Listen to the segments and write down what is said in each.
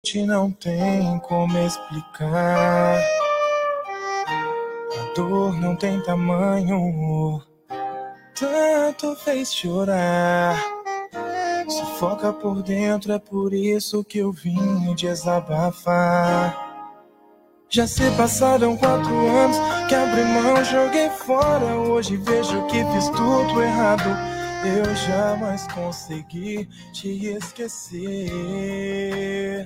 Não tem como explicar. A dor não tem tamanho, tanto fez chorar. Sufoca por dentro, é por isso que eu vim desabafar. Já se passaram 4 anos que abri mão, joguei fora. Hoje vejo que fiz tudo errado. Eu jamais consegui te esquecer.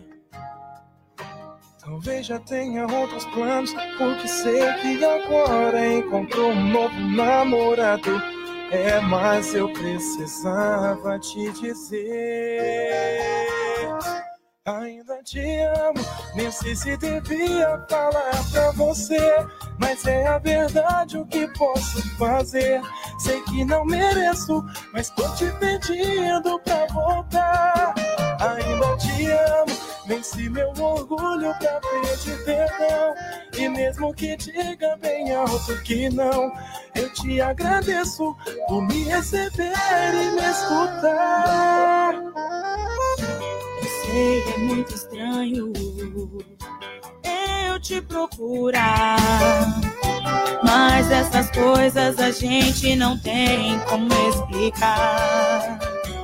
Talvez já tenha outros planos, porque sei que agora encontrou um novo namorado. Mas eu precisava te dizer. Ainda te amo, nem sei se devia falar pra você, mas é a verdade o que posso fazer. Sei que não mereço, mas tô te pedindo pra voltar. Ainda te amo, venci meu orgulho pra pedir perdão. E mesmo que diga bem alto que não, eu te agradeço por me receber e me escutar. Sei, é muito estranho eu te procurar, mas essas coisas a gente não tem como explicar.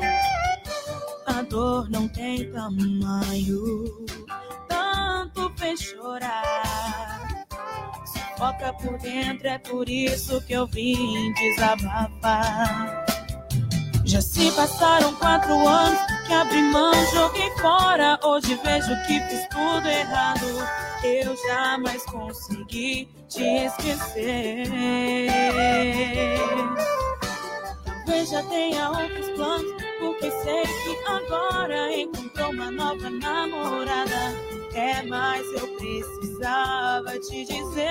A dor não tem tamanho, tanto fez chorar. Sufoca por dentro, é por isso que eu vim desabafar. Já se passaram 4 anos que abri mão, joguei fora. Hoje vejo que fiz tudo errado. Eu jamais consegui te esquecer. Talvez já tenha outros planos, porque sei que agora encontrou uma nova namorada. Mas eu precisava te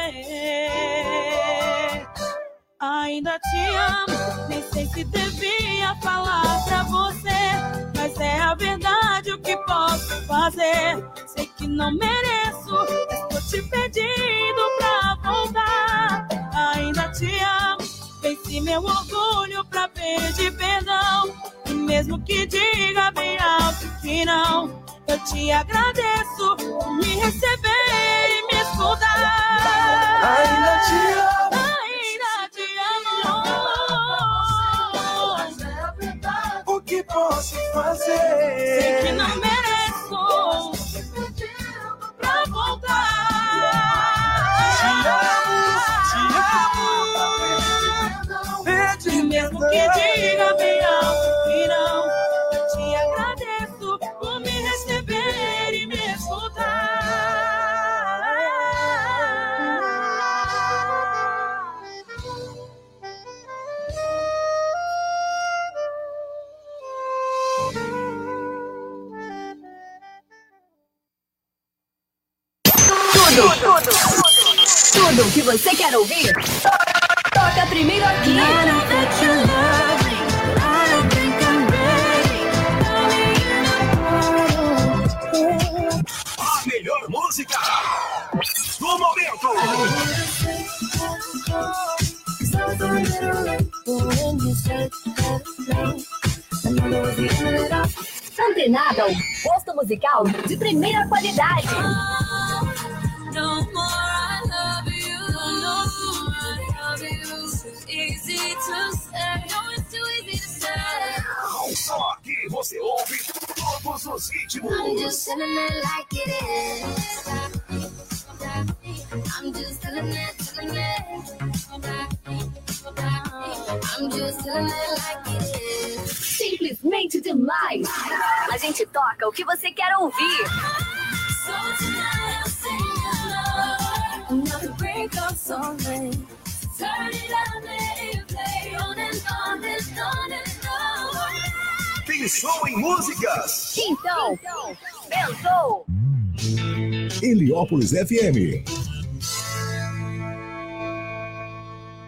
dizer. Ainda te amo, nem sei se devia falar pra você, mas é a verdade o que posso fazer. Sei que não mereço, mas tô te pedindo pra voltar. Ainda te amo, venci meu orgulho pra pedir perdão. E mesmo que diga bem alto que não, eu te agradeço por me receber e me escutar. Ainda te amo. O que posso fazer? Sei que não mereço pra voltar. Te amo. E mesmo que diga bem alto que não, eu te agradeço por me receber e me escutar. Tudo o que você quer ouvir, toca primeiro aqui. A melhor música do momento. Antenada, o gosto musical de primeira qualidade. No more I love you, no more I love you. Easy to say, no it's too easy to say. Só aqui você ouve todos os ritmos. I'm just telling it like it is. I'm just telling it, telling it. I'm just telling it like it is. Simplesmente demais. A gente toca o que você quer ouvir. So tonight I'm singing love. Another break up song, turn it up, let it play on and on and on and on. Pensou em músicas? Então, pensou? Heliópolis FM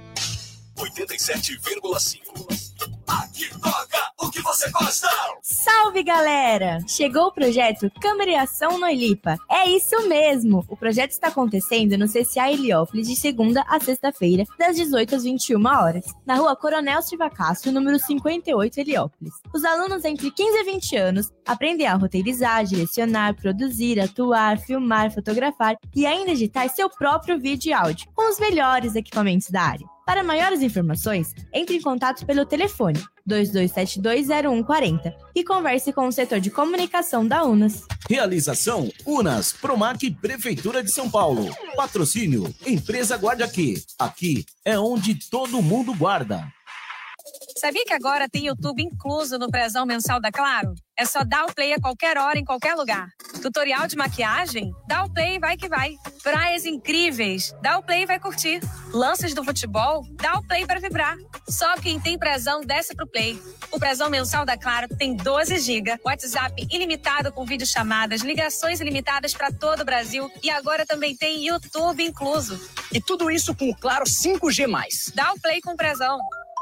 87,5. Aqui toca o que você gosta. Salve, galera! Chegou o projeto Câmara e Ação no Elipa. É isso mesmo! O projeto está acontecendo no CCA Heliópolis de segunda a sexta-feira, das 18 às 21 horas, na rua Coronel Silva Castro, número 58, Heliópolis. Os alunos entre 15 e 20 anos aprendem a roteirizar, direcionar, produzir, atuar, filmar, fotografar e ainda editar seu próprio vídeo e áudio, com os melhores equipamentos da área. Para maiores informações, entre em contato pelo telefone 22720140 e converse com o setor de comunicação da Unas. Realização Unas, Promac, Prefeitura de São Paulo. Patrocínio Empresa Guarde Aqui. Aqui é onde todo mundo guarda. Sabia que agora tem YouTube incluso no Prezão Mensal da Claro? É só dar o play a qualquer hora, em qualquer lugar. Tutorial de maquiagem? Dá o play e vai que vai. Praias incríveis? Dá o play e vai curtir. Lances do futebol? Dá o play para vibrar. Só quem tem Prezão desce pro play. O Prezão Mensal da Claro tem 12 GB, WhatsApp ilimitado com videochamadas, ligações ilimitadas para todo o Brasil e agora também tem YouTube incluso. E tudo isso com o Claro 5G+. Dá o play com o Prezão.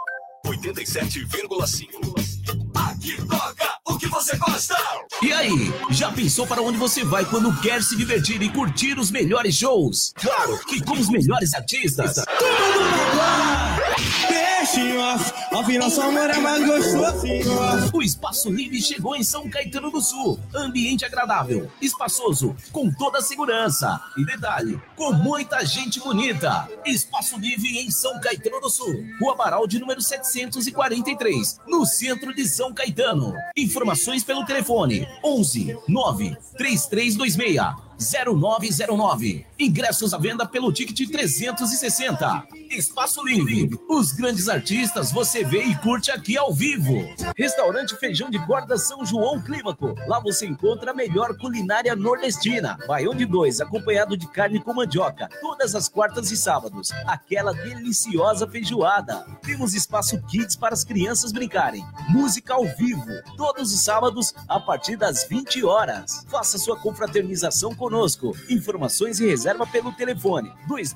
87,5. Aqui toca o que você gosta. E aí, já pensou para onde você vai quando quer se divertir e curtir os melhores shows? Claro que com os melhores artistas. Tudo melhor! Afinal, sua amor é mais gostoso. O Espaço Livre chegou em São Caetano do Sul. Ambiente agradável, espaçoso, com toda a segurança. E detalhe, com muita gente bonita. Espaço Livre em São Caetano do Sul. Rua Baraldi, número 743, no centro de São Caetano. Informações pelo telefone 11 9 3326 0909. Ingressos à venda pelo ticket 360. Espaço Livre. Os grandes artistas você vê e curte aqui ao vivo. Restaurante Feijão de Corda São João Clímaco. Lá você encontra a melhor culinária nordestina. Baião de 2, acompanhado de carne com mandioca. Todas as quartas e sábados. Aquela deliciosa feijoada. Temos espaço kids para as crianças brincarem. Música ao vivo. Todos os sábados, a partir das 20 horas. Faça sua confraternização conosco. Informações e reserva pelo telefone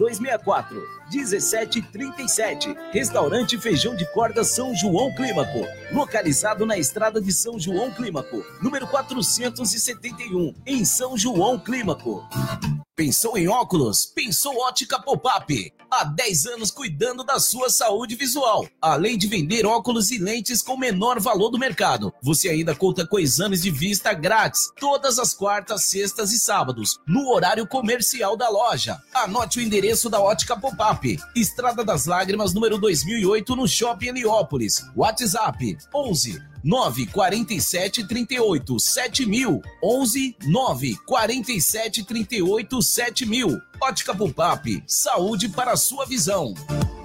2264-1737. Restaurante Feijão de Corda São João Clímaco. Localizado na estrada de São João Clímaco, número 471, em São João Clímaco. Pensou em óculos? Pensou Ótica Pop-Up. Há 10 anos cuidando da sua saúde visual. Além de vender óculos e lentes com menor valor do mercado, você ainda conta com exames de vista grátis todas as quartas, sextas e sábados, no horário comercial da loja. Anote o endereço da Ótica Pop-Up. Estrada das Lágrimas, número 2008, no Shopping Heliópolis. WhatsApp 11 947 38 7000. 11 947 38 7000. Ótica Pop-Up, saúde para a sua visão.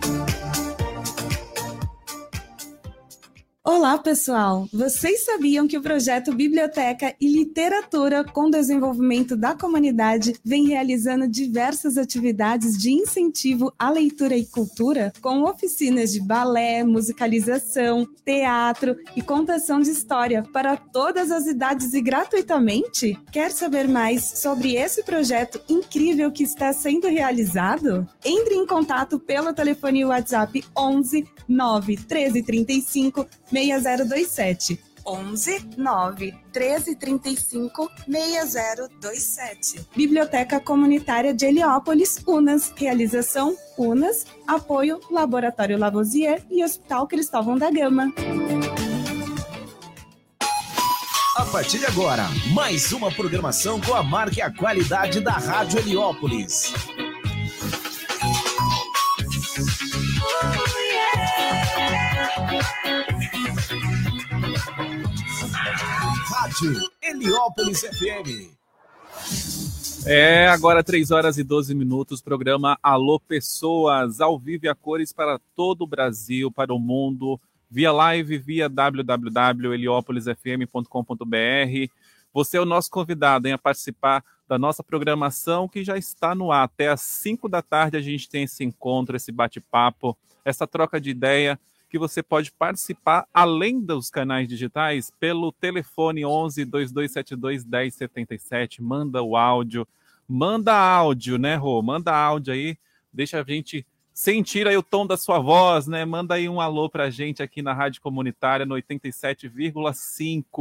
Olá, pessoal! Vocês sabiam que o projeto Biblioteca e Literatura com Desenvolvimento da Comunidade vem realizando diversas atividades de incentivo à leitura e cultura, com oficinas de balé, musicalização, teatro e contação de história para todas as idades e gratuitamente? Quer saber mais sobre esse projeto incrível que está sendo realizado? Entre em contato pelo telefone WhatsApp 11 9 1335 6027. 11 9 1335 6027. Biblioteca Comunitária de Heliópolis, Unas. Realização Unas. Apoio Laboratório Lavoisier e Hospital Cristóvão da Gama. A partir de agora, mais uma programação com a marca e a qualidade da Rádio Heliópolis. Rádio Heliópolis FM. Agora 3 horas e 12 minutos, programa Alô Pessoas, ao vivo e a cores para todo o Brasil, para o mundo, via live, via www.heliopolisfm.com.br. Você é o nosso convidado a participar da nossa programação, que já está no ar. Até às 5 da tarde a gente tem esse encontro, esse bate-papo, essa troca de ideia, que você pode participar, além dos canais digitais, pelo telefone 11 2272 1077. Manda o áudio. Manda áudio, né, Rô? Manda áudio aí. Deixa a gente sentir aí o tom da sua voz, né? Manda aí um alô pra gente aqui na Rádio Comunitária, no 87,5.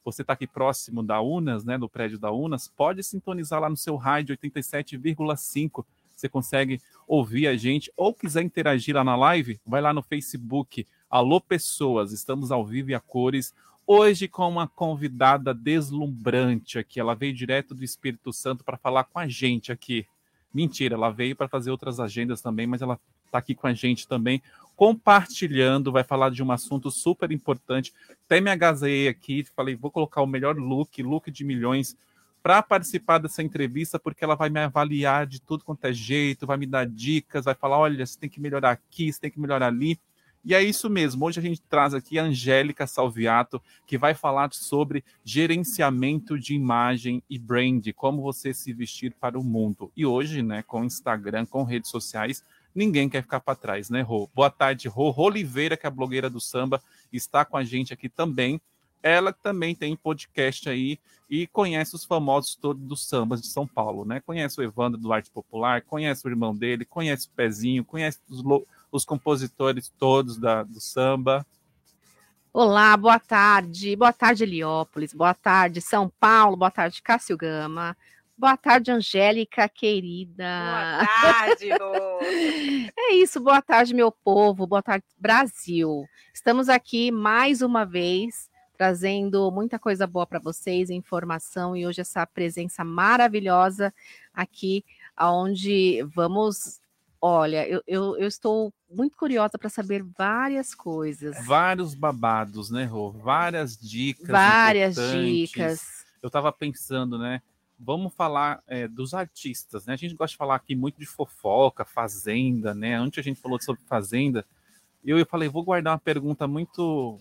você está aqui próximo da Unas, né, no prédio da Unas, pode sintonizar lá no seu rádio 87,5. Você consegue ouvir a gente, ou quiser interagir lá na live, vai lá no Facebook. Alô, pessoas, estamos ao vivo e a cores. Hoje com uma convidada deslumbrante aqui. Ela veio direto do Espírito Santo para falar com a gente aqui. Mentira, ela veio para fazer outras agendas também, mas ela está aqui com a gente também, compartilhando, vai falar de um assunto super importante. Até me agasalhei aqui, falei, vou colocar o melhor look de milhões, para participar dessa entrevista, porque ela vai me avaliar de tudo quanto é jeito, vai me dar dicas, vai falar, olha, você tem que melhorar aqui, você tem que melhorar ali. E é isso mesmo, hoje a gente traz aqui a Angélica Salviato, que vai falar sobre gerenciamento de imagem e brand, como você se vestir para o mundo. E hoje, né, com Instagram, com redes sociais, ninguém quer ficar para trás, né, Rô? Boa tarde, Rô. Rô Oliveira, que é a blogueira do samba, está com a gente aqui também. Ela também tem podcast aí e conhece os famosos todos dos sambas de São Paulo, né? Conhece o Evandro do Arte Popular, conhece o irmão dele, conhece o Pezinho, conhece os compositores todos do samba. Olá, boa tarde. Boa tarde, Heliópolis. Boa tarde, São Paulo. Boa tarde, Cássio Gama. Boa tarde, Angélica, querida. Boa tarde, Rô. É isso, boa tarde, meu povo. Boa tarde, Brasil. Estamos aqui mais uma vez, trazendo muita coisa boa para vocês, informação, e hoje essa presença maravilhosa aqui, onde vamos... Olha, eu estou muito curiosa para saber várias coisas. Vários babados, né, Rô? Várias dicas. Várias dicas. Eu estava pensando, né? Vamos falar dos artistas, né? A gente gosta de falar aqui muito de fofoca, fazenda, né? Antes a gente falou sobre fazenda, eu falei, vou guardar uma pergunta muito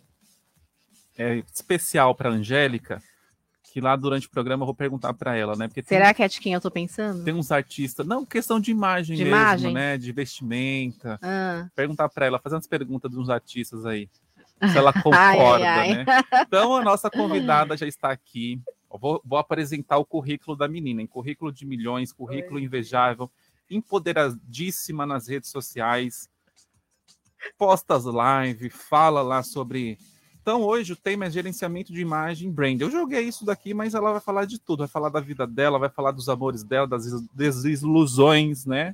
especial para a Angélica, que lá durante o programa eu vou perguntar para ela, né? Porque será que é de quem eu tô pensando? Tem uns artistas, não, questão de imagem mesmo, imagem? Né? De vestimenta. Perguntar para ela, fazer umas perguntas de uns artistas aí, se ela concorda, né? Então a nossa convidada já está aqui. Eu vou apresentar o currículo da menina, em currículo de milhões, currículo invejável, empoderadíssima nas redes sociais, posta as lives, fala lá sobre... Então, hoje o tema é gerenciamento de imagem e brand. Eu joguei isso daqui, mas ela vai falar de tudo. Vai falar da vida dela, vai falar dos amores dela, das desilusões, né?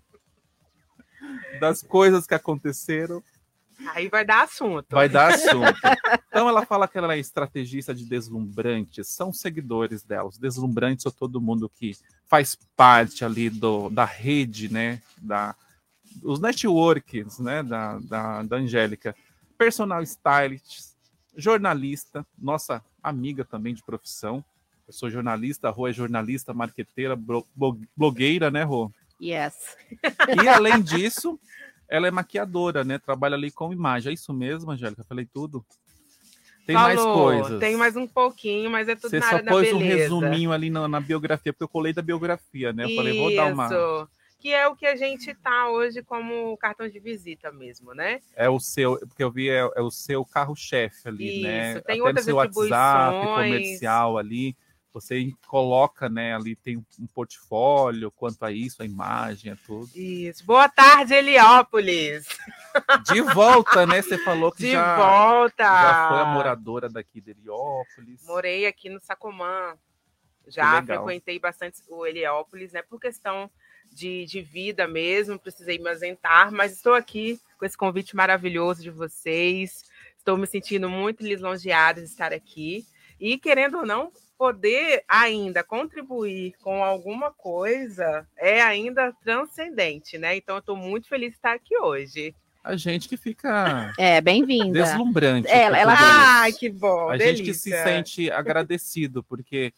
Das coisas que aconteceram. Aí vai dar assunto. Vai dar assunto. Então, ela fala que ela é estrategista de deslumbrantes. São seguidores dela. Os deslumbrantes são todo mundo que faz parte ali da rede, né? Os networks, né? Da Angélica. Personal stylist, jornalista, nossa amiga também de profissão. Eu sou jornalista, a Rô é jornalista, marqueteira, blogueira, né, Rô? Yes. E além disso, ela é maquiadora, né? Trabalha ali com imagem. É isso mesmo, Angélica? Falei tudo? Tem mais coisas? Tem mais um pouquinho, mas é tudo Você na só área da pôs beleza. um resuminho ali na biografia, porque eu colei da biografia, né? Eu falei, vou dar uma... Que é o que a gente tá hoje como cartão de visita mesmo, né? É o seu, porque eu vi, é o seu carro-chefe ali, isso, né? Tem até outras no seu WhatsApp atribuições. comercial ali, você coloca, né, ali tem um portfólio quanto a isso, a imagem, é tudo. Isso. Boa tarde, Heliópolis! De volta, né? Você falou que já foi a moradora daqui de Heliópolis. Morei aqui no Sacomã. Já frequentei bastante o Heliópolis, né? Por questão de vida mesmo, precisei me ausentar, mas estou aqui com esse convite maravilhoso de vocês. Estou me sentindo muito lisonjeada de estar aqui e, querendo ou não, poder ainda contribuir com alguma coisa é ainda transcendente, né? Então, eu estou muito feliz de estar aqui hoje. A gente que fica bem-vinda. Deslumbrante. Que bom, a delícia. gente que se sente agradecido, porque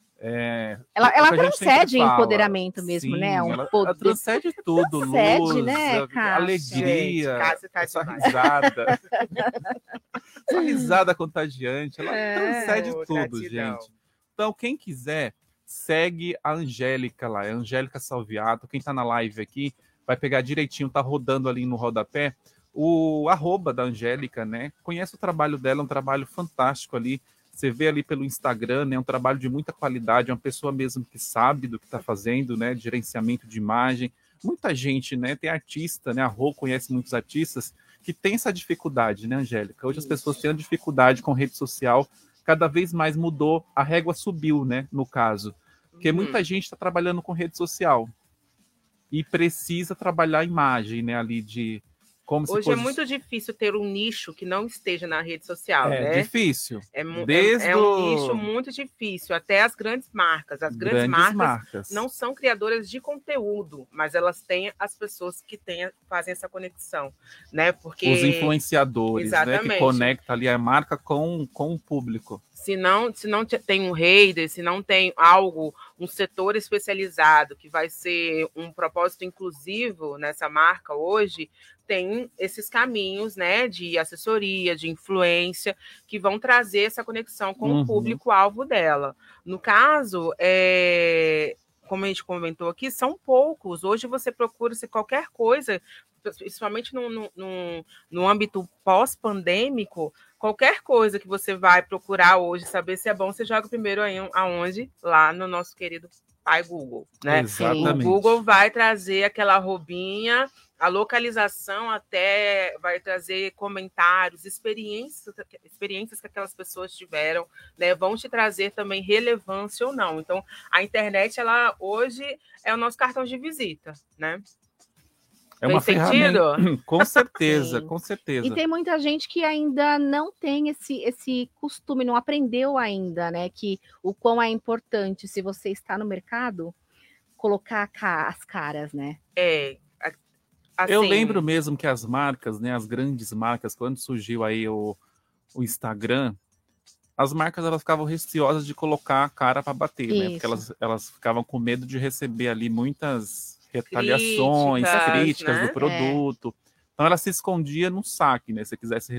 ela transcende empoderamento mesmo, sim, né? Ela transcende tudo, transcende, luz, né, alegria, gente, tá essa risada. Essa risada contagiante, ela transcende tudo, gratidão. gente. Então, quem quiser, segue a Angélica lá, é Angélica Salviato. Quem tá na live aqui, vai pegar direitinho, tá rodando ali no rodapé, o @ da Angélica, né? Conhece o trabalho dela, é um trabalho fantástico ali. Você vê ali pelo Instagram, né? Um trabalho de muita qualidade, uma pessoa mesmo que sabe do que está fazendo, né? De gerenciamento de imagem. Muita gente, né? Tem artista, né? A Rô conhece muitos artistas que tem essa dificuldade, né, Angélica? Hoje as pessoas têm a dificuldade com rede social cada vez mais mudou, a régua subiu, né, no caso. Porque muita gente está trabalhando com rede social e precisa trabalhar a imagem, né, ali de como Hoje é muito difícil ter um nicho que não esteja na rede social, né? É difícil. É um nicho muito difícil. Até as grandes marcas. As grandes marcas não são criadoras de conteúdo, mas elas têm as pessoas que fazem essa conexão, né? Porque os influenciadores, né, que conectam ali a marca com o público. Se não tem um raider, se não tem um setor especializado que vai ser um propósito inclusivo nessa marca hoje, tem esses caminhos, né, de assessoria, de influência, que vão trazer essa conexão com o público-alvo dela. No caso, como a gente comentou aqui, são poucos. Hoje você procura qualquer coisa, principalmente no âmbito pós-pandêmico, qualquer coisa que você vai procurar hoje, saber se é bom, você joga primeiro aonde? Lá no nosso querido pai Google, né? Exatamente. O Google vai trazer aquela roubinha, a localização até vai trazer comentários, experiências que aquelas pessoas tiveram, né? Vão te trazer também relevância ou não. Então, a internet, ela hoje é o nosso cartão de visita, né? É uma ferramenta, com certeza, com certeza. E tem muita gente que ainda não tem esse costume, não aprendeu ainda, né? Que o quão é importante, se você está no mercado, colocar as caras, né? Assim, eu lembro mesmo que as marcas, né, as grandes marcas, quando surgiu aí o Instagram, as marcas elas ficavam receosas de colocar a cara para bater, né? Porque elas ficavam com medo de receber ali muitas retaliações, críticas né? do produto. Então ela se escondia no saque, né? Se você quisesse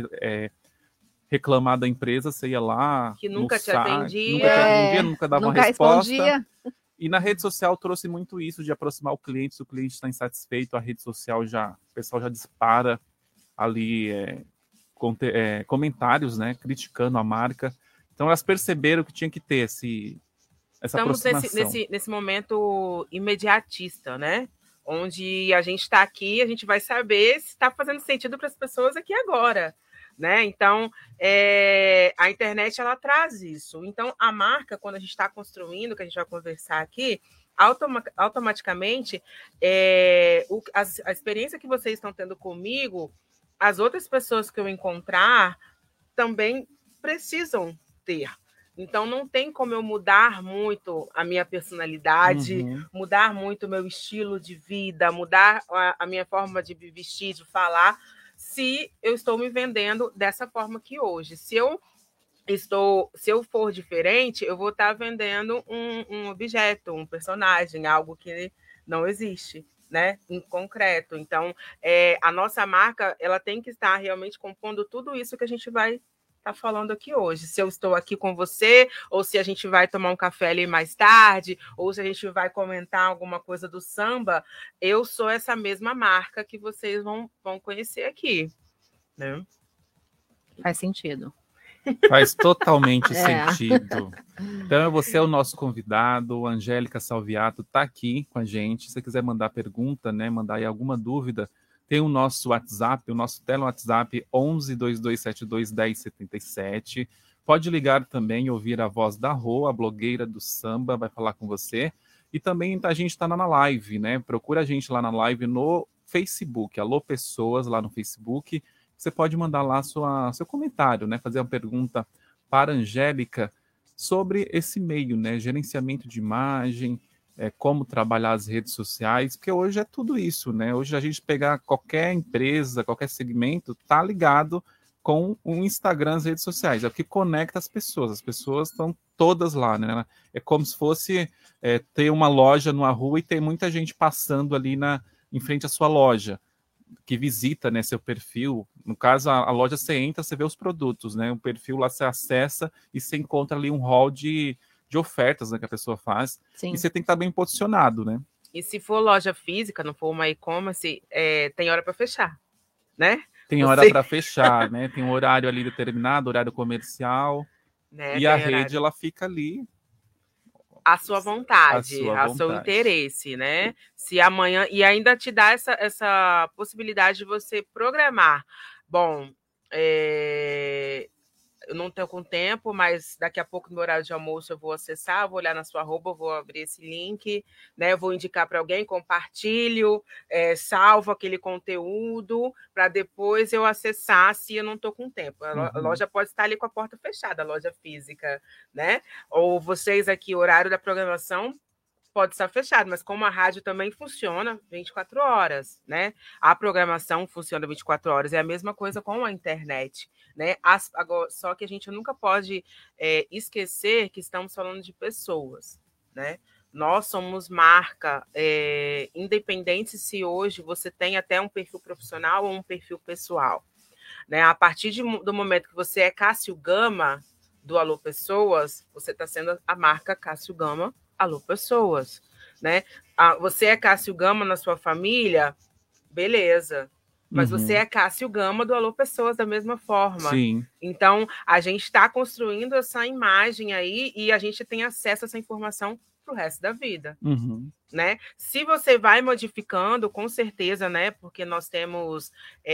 reclamar da empresa, você ia lá. Que nunca te atendia, nunca dava uma resposta. Respondia. E na rede social trouxe muito isso de aproximar o cliente. Se o cliente está insatisfeito, a rede social o pessoal já dispara ali comentários, né? Criticando a marca. Então elas perceberam que tinha que ter essa aproximação. Estamos nesse momento imediatista, né? Onde a gente está aqui, a gente vai saber se está fazendo sentido para as pessoas aqui agora, né? Então, a internet, ela traz isso. Então, a marca, quando a gente está construindo, que a gente vai conversar aqui, automaticamente, a experiência que vocês estão tendo comigo, as outras pessoas que eu encontrar também precisam ter. Então, não tem como eu mudar muito a minha personalidade, mudar muito o meu estilo de vida, mudar a minha forma de me vestir, de falar, se eu estou me vendendo dessa forma que hoje. Se eu for diferente, eu vou estar vendendo um objeto, um personagem, algo que não existe, né, em concreto. Então, a nossa marca, ela tem que estar realmente compondo tudo isso que a gente vai estar falando aqui hoje. Se eu estou aqui com você, ou se a gente vai tomar um café ali mais tarde, ou se a gente vai comentar alguma coisa do samba, eu sou essa mesma marca que vocês vão conhecer aqui, né? Faz sentido. Faz totalmente sentido. Então, você é o nosso convidado, Angélica Salviato está aqui com a gente. Se você quiser mandar pergunta, né, mandar aí alguma dúvida, tem o nosso WhatsApp, o nosso tele-WhatsApp 11-2272-1077. Pode ligar também e ouvir a voz da Rô, a blogueira do samba, vai falar com você. E também a gente está na live, né? Procura a gente lá na live no Facebook, Alô Pessoas, lá no Facebook. Você pode mandar lá seu comentário, né? Fazer uma pergunta para a Angélica sobre esse meio, né? Gerenciamento de imagem, como trabalhar as redes sociais, porque hoje é tudo isso, né? Hoje a gente pegar qualquer empresa, qualquer segmento, tá ligado com o Instagram, as redes sociais. É o que conecta as pessoas estão todas lá, né? É como se fosse ter uma loja numa rua e ter muita gente passando ali em frente à sua loja, que visita, né, seu perfil. No caso, a loja você entra, você vê os produtos, né? O perfil lá você acessa e você encontra ali um hall de ofertas, né, que a pessoa faz. Sim. E você tem que estar bem posicionado, né? E se for loja física, não for uma e-commerce, tem hora para fechar, né? Tem hora para fechar, né? Tem um horário ali determinado, horário comercial. Né? E a rede, ela fica ali à sua vontade, ao seu interesse, né? Se amanhã... E ainda te dá essa possibilidade de você programar. Bom, eu não estou com tempo, mas daqui a pouco, no horário de almoço, eu vou acessar, vou olhar na sua arroba, vou abrir esse link, né? Eu vou indicar para alguém, compartilho, salvo aquele conteúdo, para depois eu acessar se eu não estou com tempo. A loja pode estar ali com a porta fechada, a loja física, né? Ou vocês aqui, o horário da programação pode estar fechado, mas como a rádio também funciona 24 horas, né? A programação funciona 24 horas, é a mesma coisa com a internet, né? Agora, só que a gente nunca pode esquecer que estamos falando de pessoas, né? Nós somos marca, independente se hoje você tem até um perfil profissional ou um perfil pessoal, né? A partir do momento que você é Cássio Gama, do Alô Pessoas, você está sendo a marca Cássio Gama, Alô Pessoas, né? Você é Cássio Gama na sua família, beleza. Mas você é Cássio Gama do Alô Pessoas da mesma forma. Sim. Então, a gente está construindo essa imagem aí e a gente tem acesso a essa informação para o resto da vida. Né? Se você vai modificando, com certeza, né? Porque nós temos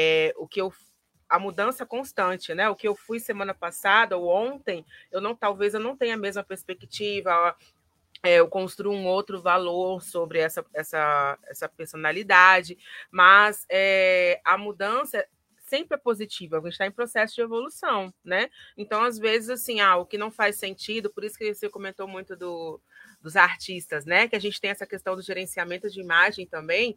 a mudança constante, né? O que eu fui semana passada ou ontem, talvez eu não tenha a mesma perspectiva. Eu construo um outro valor sobre essa personalidade, mas a mudança sempre é positiva, a gente está em processo de evolução, né? Então, às vezes, assim, o que não faz sentido, por isso que você comentou muito dos artistas, né? Que a gente tem essa questão do gerenciamento de imagem também,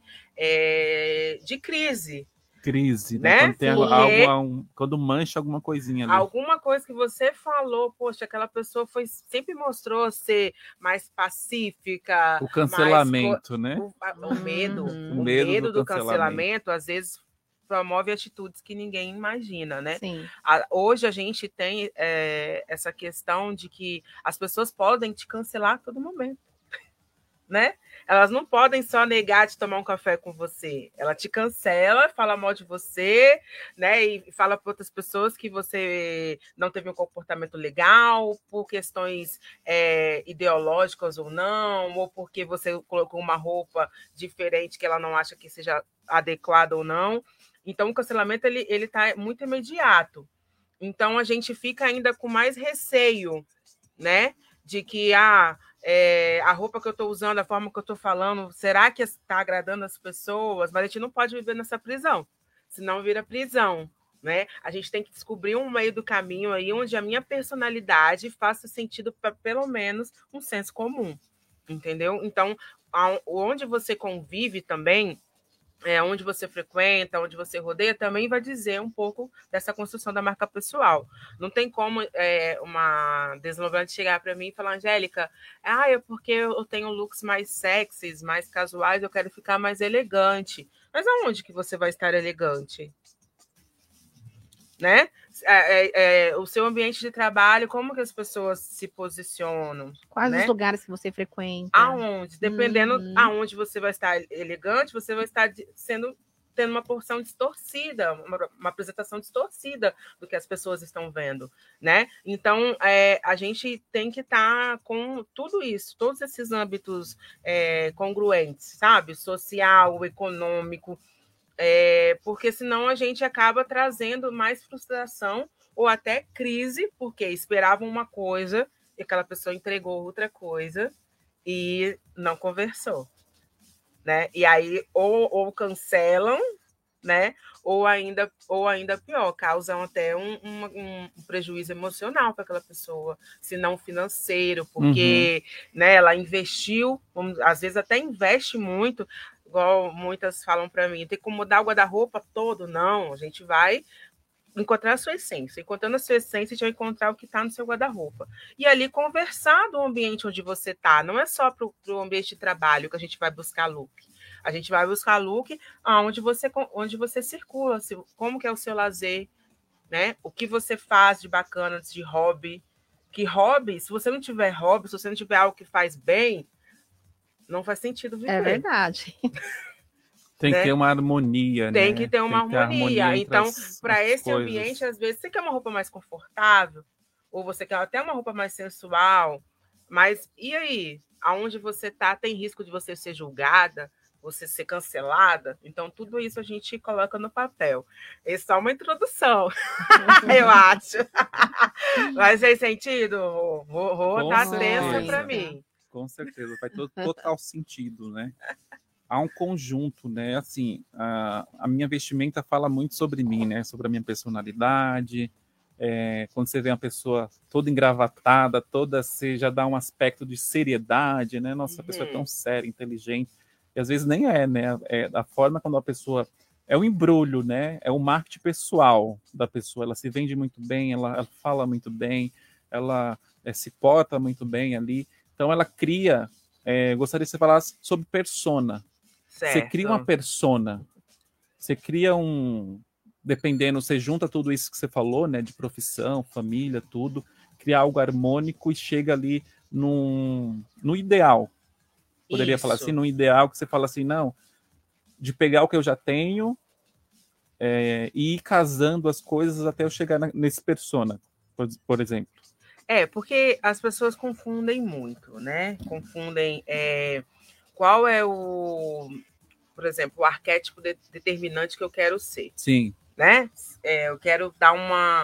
de crise, né? Quando tem quando mancha alguma coisinha ali. Alguma coisa que você falou, poxa, aquela pessoa sempre mostrou ser mais pacífica. O cancelamento, né? O medo do cancelamento, às vezes, promove atitudes que ninguém imagina, né? Sim. Hoje a gente tem essa questão de que as pessoas podem te cancelar a todo momento, né? Elas não podem só negar de tomar um café com você. Ela te cancela, fala mal de você, né? E fala para outras pessoas que você não teve um comportamento legal, por questões ideológicas ou não, ou porque você colocou uma roupa diferente que ela não acha que seja adequada ou não. Então, o cancelamento ele tá muito imediato. Então, a gente fica ainda com mais receio, né? De que a roupa que eu estou usando, a forma que eu estou falando, será que está agradando as pessoas? Mas a gente não pode viver nessa prisão, senão vira prisão, né? A gente tem que descobrir um meio do caminho aí onde a minha personalidade faça sentido para pelo menos um senso comum, entendeu? Então, onde você convive também, onde você frequenta, onde você rodeia, também vai dizer um pouco dessa construção da marca pessoal. Não tem como uma desenvolvente chegar para mim e falar, Angélica, é porque eu tenho looks mais sexys, mais casuais, eu quero ficar mais elegante. Mas aonde que você vai estar elegante? Né? O seu ambiente de trabalho, como que as pessoas se posicionam? Quais os lugares que você frequenta? Aonde? Dependendo aonde você vai estar elegante, você vai estar tendo uma porção distorcida, uma apresentação distorcida do que as pessoas estão vendo, né? Então, a gente tem que estar com tudo isso, todos esses âmbitos congruentes, sabe? Social, econômico, porque senão a gente acaba trazendo mais frustração ou até crise, porque esperavam uma coisa e aquela pessoa entregou outra coisa e não conversou, né? E aí ou cancelam, né? Ou ainda pior, causam até um prejuízo emocional para aquela pessoa, se não financeiro, porque né, ela investiu, às vezes até investe muito, igual muitas falam para mim, tem que mudar o guarda-roupa todo. Não, a gente vai encontrar a sua essência. Encontrando a sua essência, a gente vai encontrar o que está no seu guarda-roupa. E ali conversar do ambiente onde você está. Não é só para o ambiente de trabalho que a gente vai buscar look. A gente vai buscar look onde você circula, como que é o seu lazer, né? O que você faz de bacana, de hobby. Que hobby, se você não tiver hobby, se você não tiver algo que faz bem, não faz sentido viver. É verdade. Tem que ter uma harmonia, né? Tem que ter uma harmonia. Então, para esse ambiente, às vezes, você quer uma roupa mais confortável, ou você quer até uma roupa mais sensual, mas e aí? Aonde você está, tem risco de você ser julgada, você ser cancelada. Então, tudo isso a gente coloca no papel. É só uma introdução, eu acho. Mas fez sentido? Rô tá tensa para mim. Com certeza, faz total sentido, né? Há um conjunto, né? Assim, a minha vestimenta fala muito sobre mim, né? Sobre a minha personalidade. Quando você vê uma pessoa toda engravatada, você já dá um aspecto de seriedade, né? Nossa, a pessoa é tão séria, inteligente. E às vezes nem é, né? É a forma quando a pessoa... É o embrulho, né? É o marketing pessoal da pessoa. Ela se vende muito bem, ela fala muito bem, ela se porta muito bem ali. Então ela cria... gostaria que você falasse sobre persona. Certo. Você cria uma persona. Você cria dependendo, você junta tudo isso que você falou, né? De profissão, família, tudo. Cria algo harmônico e chega ali no ideal. Poderia falar assim, no ideal, que você fala assim, não, de pegar o que eu já tenho e ir casando as coisas até eu chegar nesse persona, por exemplo. Porque as pessoas confundem muito, né? Confundem qual é por exemplo, o arquétipo determinante que eu quero ser. Sim. Né? Eu quero dar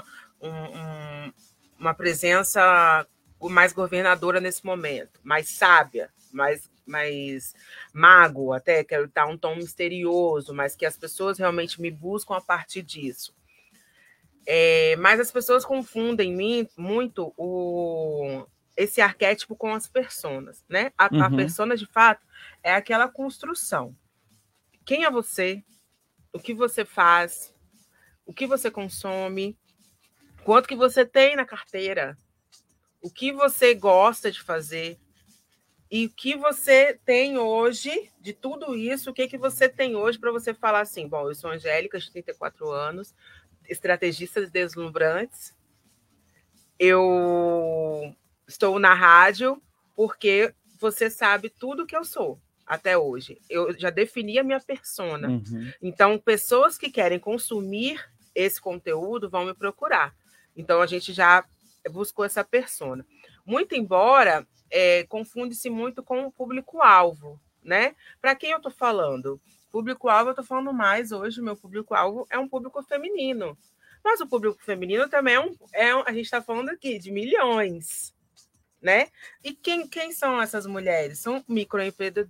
uma presença mais governadora nesse momento, mais sábia, mais mago, até quero dar um tom misterioso, mas que as pessoas realmente me buscam a partir disso. Mas as pessoas confundem muito esse arquétipo com as personas, né? A persona, de fato, é aquela construção. Quem é você? O que você faz? O que você consome? Quanto que você tem na carteira? O que você gosta de fazer? E o que você tem hoje, de tudo isso, o que você tem hoje para você falar assim, bom, eu sou Angélica, de 34 anos, estrategista de Deslumbrantes, eu estou na rádio porque você sabe tudo que eu sou até hoje. Eu já defini a minha persona. Então, pessoas que querem consumir esse conteúdo vão me procurar. Então, a gente já buscou essa persona. Muito embora... confunde-se muito com o público-alvo, né? Para quem eu estou falando? Público-alvo, eu estou falando mais hoje, o meu público-alvo é um público feminino. Mas o público feminino também a gente está falando aqui de milhões, né? E quem são essas mulheres? São micro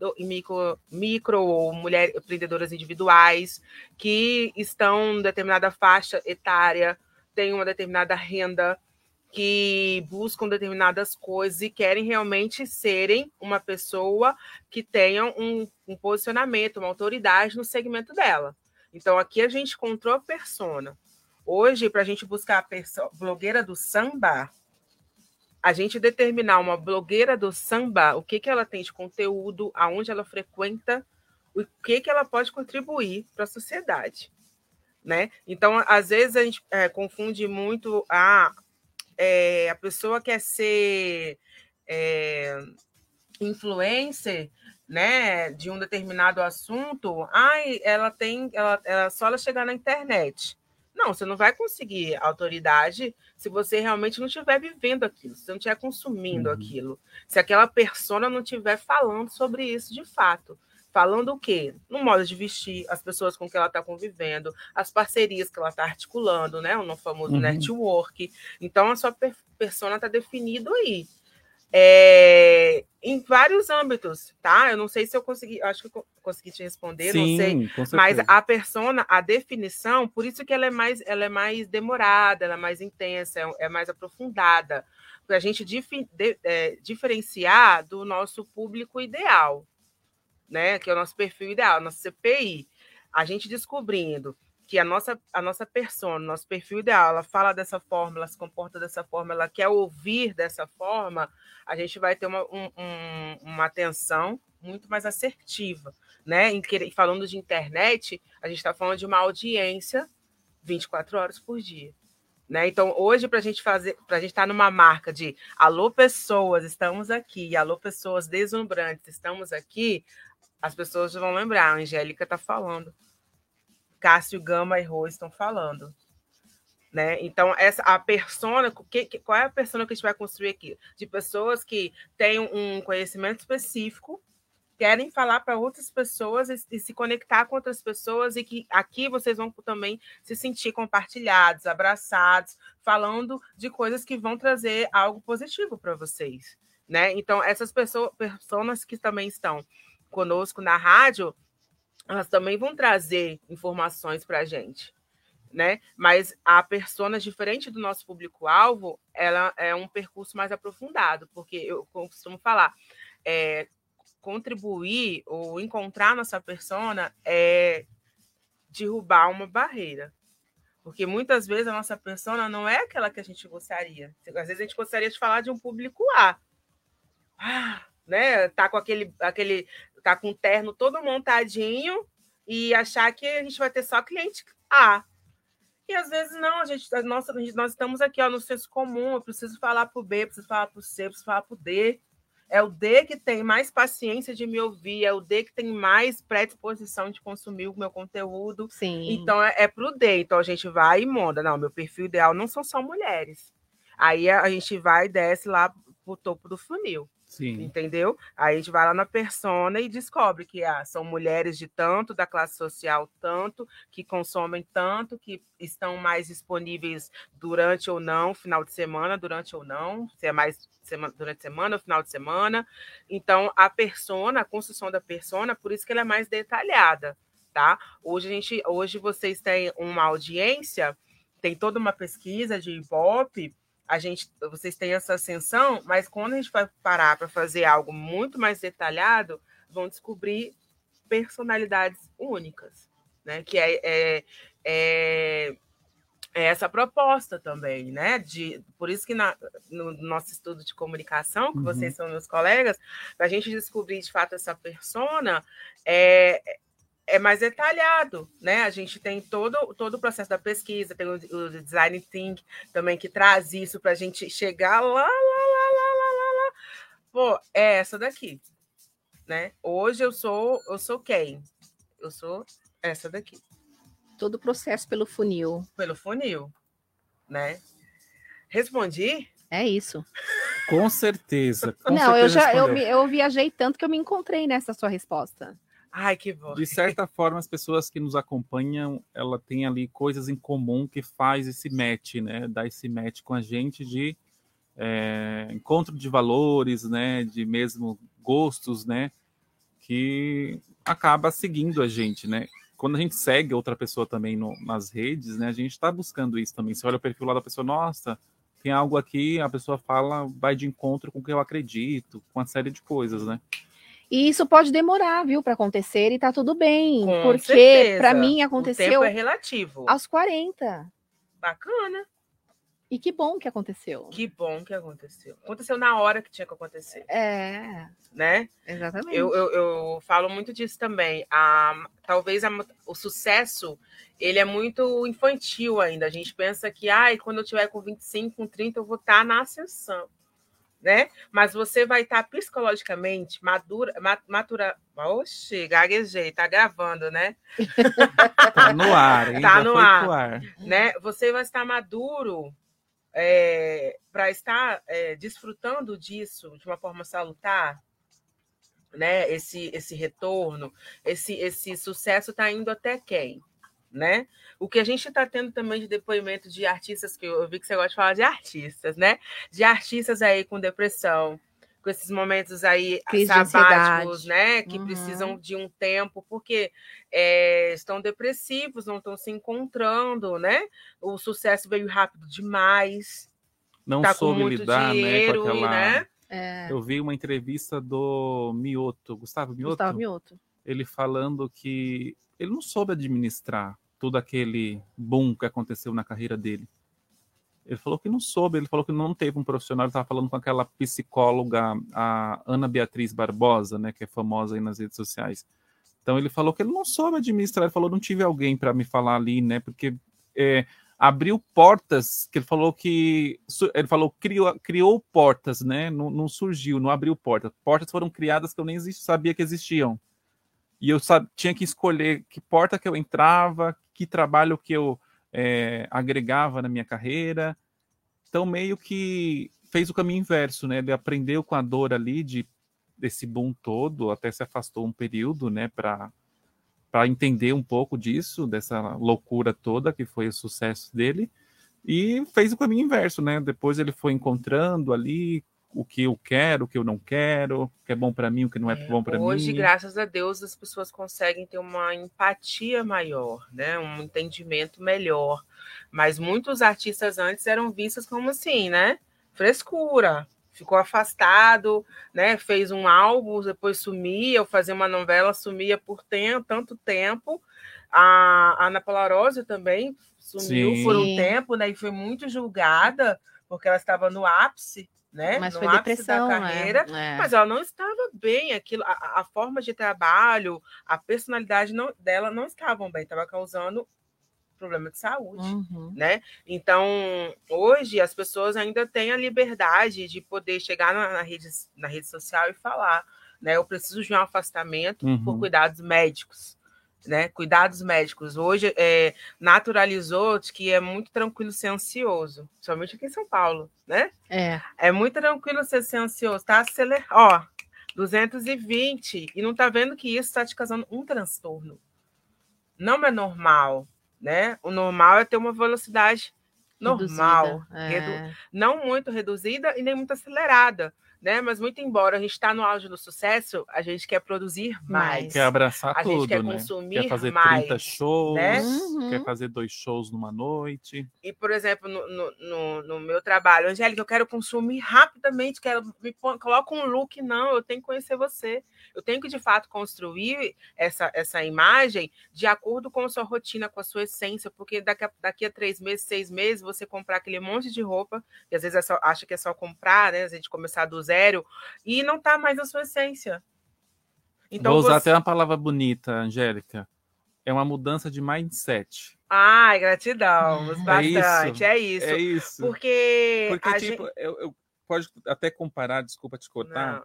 ou mulheres empreendedoras individuais que estão em determinada faixa etária, têm uma determinada renda, que buscam determinadas coisas e querem realmente serem uma pessoa que tenha um posicionamento, uma autoridade no segmento dela. Então, aqui a gente encontrou a persona. Hoje, para a gente buscar a blogueira do samba, a gente determinar uma blogueira do samba, o que ela tem de conteúdo, aonde ela frequenta, o que ela pode contribuir para a sociedade, né? Então, às vezes, a gente confunde muito a pessoa quer ser influencer, né, de um determinado assunto, só ela chegar na internet. Não, você não vai conseguir autoridade se você realmente não estiver vivendo aquilo, se você não estiver consumindo aquilo, se aquela persona não estiver falando sobre isso de fato. Falando o quê? No modo de vestir, as pessoas com que ela está convivendo, as parcerias que ela está articulando, né? O famoso network. Então, a sua persona está definido aí. Em vários âmbitos, tá? Eu não sei se eu consegui, acho que eu consegui te responder, sim, não sei. Mas a persona, a definição, por isso que ela é mais demorada, ela é mais intensa, é mais aprofundada, para a gente diferenciar do nosso público ideal, né, que é o nosso perfil ideal, nosso CPI. A gente descobrindo que a nossa persona, nosso perfil ideal, ela fala dessa forma, ela se comporta dessa forma, ela quer ouvir dessa forma, a gente vai ter uma atenção muito mais assertiva, né? Falando de internet, a gente está falando de uma audiência 24 horas por dia. Né? Então, hoje, para a gente estar numa marca de alô, pessoas, estamos aqui, alô, pessoas deslumbrantes, estamos aqui, as pessoas vão lembrar, a Angélica está falando, Cássio, Gama e Rô estão falando. Né? Então, a persona, qual é a persona que a gente vai construir aqui? De pessoas que têm um conhecimento específico, querem falar para outras pessoas e se conectar com outras pessoas, e que aqui vocês vão também se sentir compartilhados, abraçados, falando de coisas que vão trazer algo positivo para vocês, né? Então, essas pessoas que também estão conosco na rádio, elas também vão trazer informações para a gente, né? Mas a persona, diferente do nosso público-alvo, ela é um percurso mais aprofundado, porque eu costumo falar, contribuir ou encontrar nossa persona é derrubar uma barreira. Porque muitas vezes a nossa persona não é aquela que a gente gostaria. Às vezes a gente gostaria de falar de um público A. Né? Tá com tá com o terno todo montadinho e achar que a gente vai ter só cliente A. E às vezes não, nós estamos aqui no senso comum, eu preciso falar para o B, preciso falar para o C, preciso falar para o D. É o D que tem mais paciência de me ouvir, é o D que tem mais predisposição de consumir o meu conteúdo. Sim. Então, é para o D. Então, a gente vai e monta. Não, meu perfil ideal não são só mulheres. Aí, a gente vai e desce lá para o topo do funil. Sim. Entendeu? Aí a gente vai lá na persona e descobre que são mulheres de tanto, da classe social tanto, que consomem tanto, que estão mais disponíveis durante ou não, final de semana, durante ou não, se é mais durante a semana ou final de semana. Então, a construção da persona, por isso que ela é mais detalhada, tá? Hoje vocês têm uma audiência, tem toda uma pesquisa de Ibope, vocês têm essa ascensão, mas quando a gente vai parar para fazer algo muito mais detalhado, vão descobrir personalidades únicas, né? Que é essa proposta também, né? Por isso que no nosso estudo de comunicação, que vocês são meus colegas, para a gente descobrir de fato essa persona, é mais detalhado, né? A gente tem todo o processo da pesquisa, tem o design thinking também, que traz isso para a gente chegar lá. Pô, é essa daqui, né? Hoje eu sou quem? Eu sou essa daqui. Todo o processo pelo funil. Pelo funil, né? Respondi? É isso. Com certeza. Eu viajei tanto que eu me encontrei nessa sua resposta. Ai, que bom. De certa forma, as pessoas que nos acompanham, ela tem ali coisas em comum que faz esse match, né? Dá esse match com a gente de encontro de valores, né? De mesmo gostos, né? Que acaba seguindo a gente, né? Quando a gente segue outra pessoa também nas redes, né? A gente está buscando isso também. Você olha o perfil lá da pessoa, nossa, tem algo aqui, a pessoa fala, vai de encontro com o que eu acredito, com uma série de coisas, né? E isso pode demorar, viu, para acontecer, e tá tudo bem. Porque para mim aconteceu. O tempo é relativo. Aos 40. Bacana. E que bom que aconteceu. Que bom que aconteceu. Aconteceu na hora que tinha que acontecer. Né? Exatamente. Eu falo muito disso também. Talvez o sucesso, ele é muito infantil ainda. A gente pensa que, quando eu tiver com 25, com 30, eu vou estar na ascensão. Né? Mas você vai estar psicologicamente matura. Oxe, gaguejei, tá gravando, né? Tá no ar, hein? Tá no ar. Né? Você vai estar maduro para estar desfrutando disso de uma forma salutar, né? Esse retorno, esse sucesso está indo até quem? Né? O que a gente está tendo também de depoimento de artistas, que eu vi que você gosta de falar de artistas, né? De artistas aí com depressão, com esses momentos aí sabáticos, né? Que precisam de um tempo, porque estão depressivos, não estão se encontrando, né? O sucesso veio rápido demais. Não tá soube com muito lidar, dinheiro, né? Com aquela... né? Eu vi uma entrevista do Gustavo Mioto. Ele falando que ele não soube administrar todo aquele boom que aconteceu na carreira dele. Ele falou que não soube, ele falou que não teve um profissional. Ele estava falando com aquela psicóloga, a Ana Beatriz Barbosa, né, que é famosa aí nas redes sociais. Então ele falou que ele não soube administrar, ele falou, não tive alguém para me falar ali, né, porque abriu portas, que ele falou criou portas, né, não surgiu, não abriu portas. Portas foram criadas que eu nem sabia que existiam. E eu tinha que escolher que porta que eu entrava, que trabalho que eu agregava na minha carreira. Então, meio que fez o caminho inverso, né? Ele aprendeu com a dor ali de desse boom todo, até se afastou um período, né, para entender um pouco disso, dessa loucura toda que foi o sucesso dele, e fez o caminho inverso, né? Depois ele foi encontrando ali o que eu quero, o que eu não quero, o que é bom para mim, o que não é bom para mim. Hoje, graças a Deus, as pessoas conseguem ter uma empatia maior, né? Um entendimento melhor. Mas muitos artistas antes eram vistos como assim, né? Frescura. Ficou afastado, né? Fez um álbum, depois sumia, ou fazia uma novela, sumia por tanto tempo. A Ana Paula Arósio também sumiu por um tempo, né? E foi muito julgada, porque ela estava no ápice, né? Mas no foi ápice depressão, da carreira, mas ela não estava bem. Aquilo, a forma de trabalho, a personalidade dela não estavam bem, estava causando problema de saúde, né? Então, hoje as pessoas ainda têm a liberdade de poder chegar na rede social e falar, né? Eu preciso de um afastamento por cuidados médicos, né? Cuidados médicos. Hoje naturalizou que é muito tranquilo ser ansioso, somente aqui em São Paulo, né? É muito tranquilo ser ansioso, tá acelerando, ó, 220, e não tá vendo que isso está te causando um transtorno. Não é normal, né? O normal é ter uma velocidade normal, não muito reduzida e nem muito acelerada, né? Mas muito embora a gente está no auge do sucesso, a gente quer produzir mais. Quer abraçar a tudo, gente quer né? consumir quer fazer mais, 30 shows, né? Quer fazer 2 shows numa noite. E, por exemplo, no meu trabalho, Angélica, eu quero consumir rapidamente, coloca um look, não, eu tenho que conhecer você. Eu tenho que, de fato, construir essa imagem de acordo com a sua rotina, com a sua essência, porque daqui a 3 meses, 6 meses, você comprar aquele monte de roupa, que às vezes acha que é só comprar, né? A gente começar do zero, e não tá mais na sua essência. Então, vou usar até uma palavra bonita, Angélica. É uma mudança de mindset. Ai, gratidão, bastante, é isso. É isso. Porque tipo, eu pode até comparar, desculpa te cortar,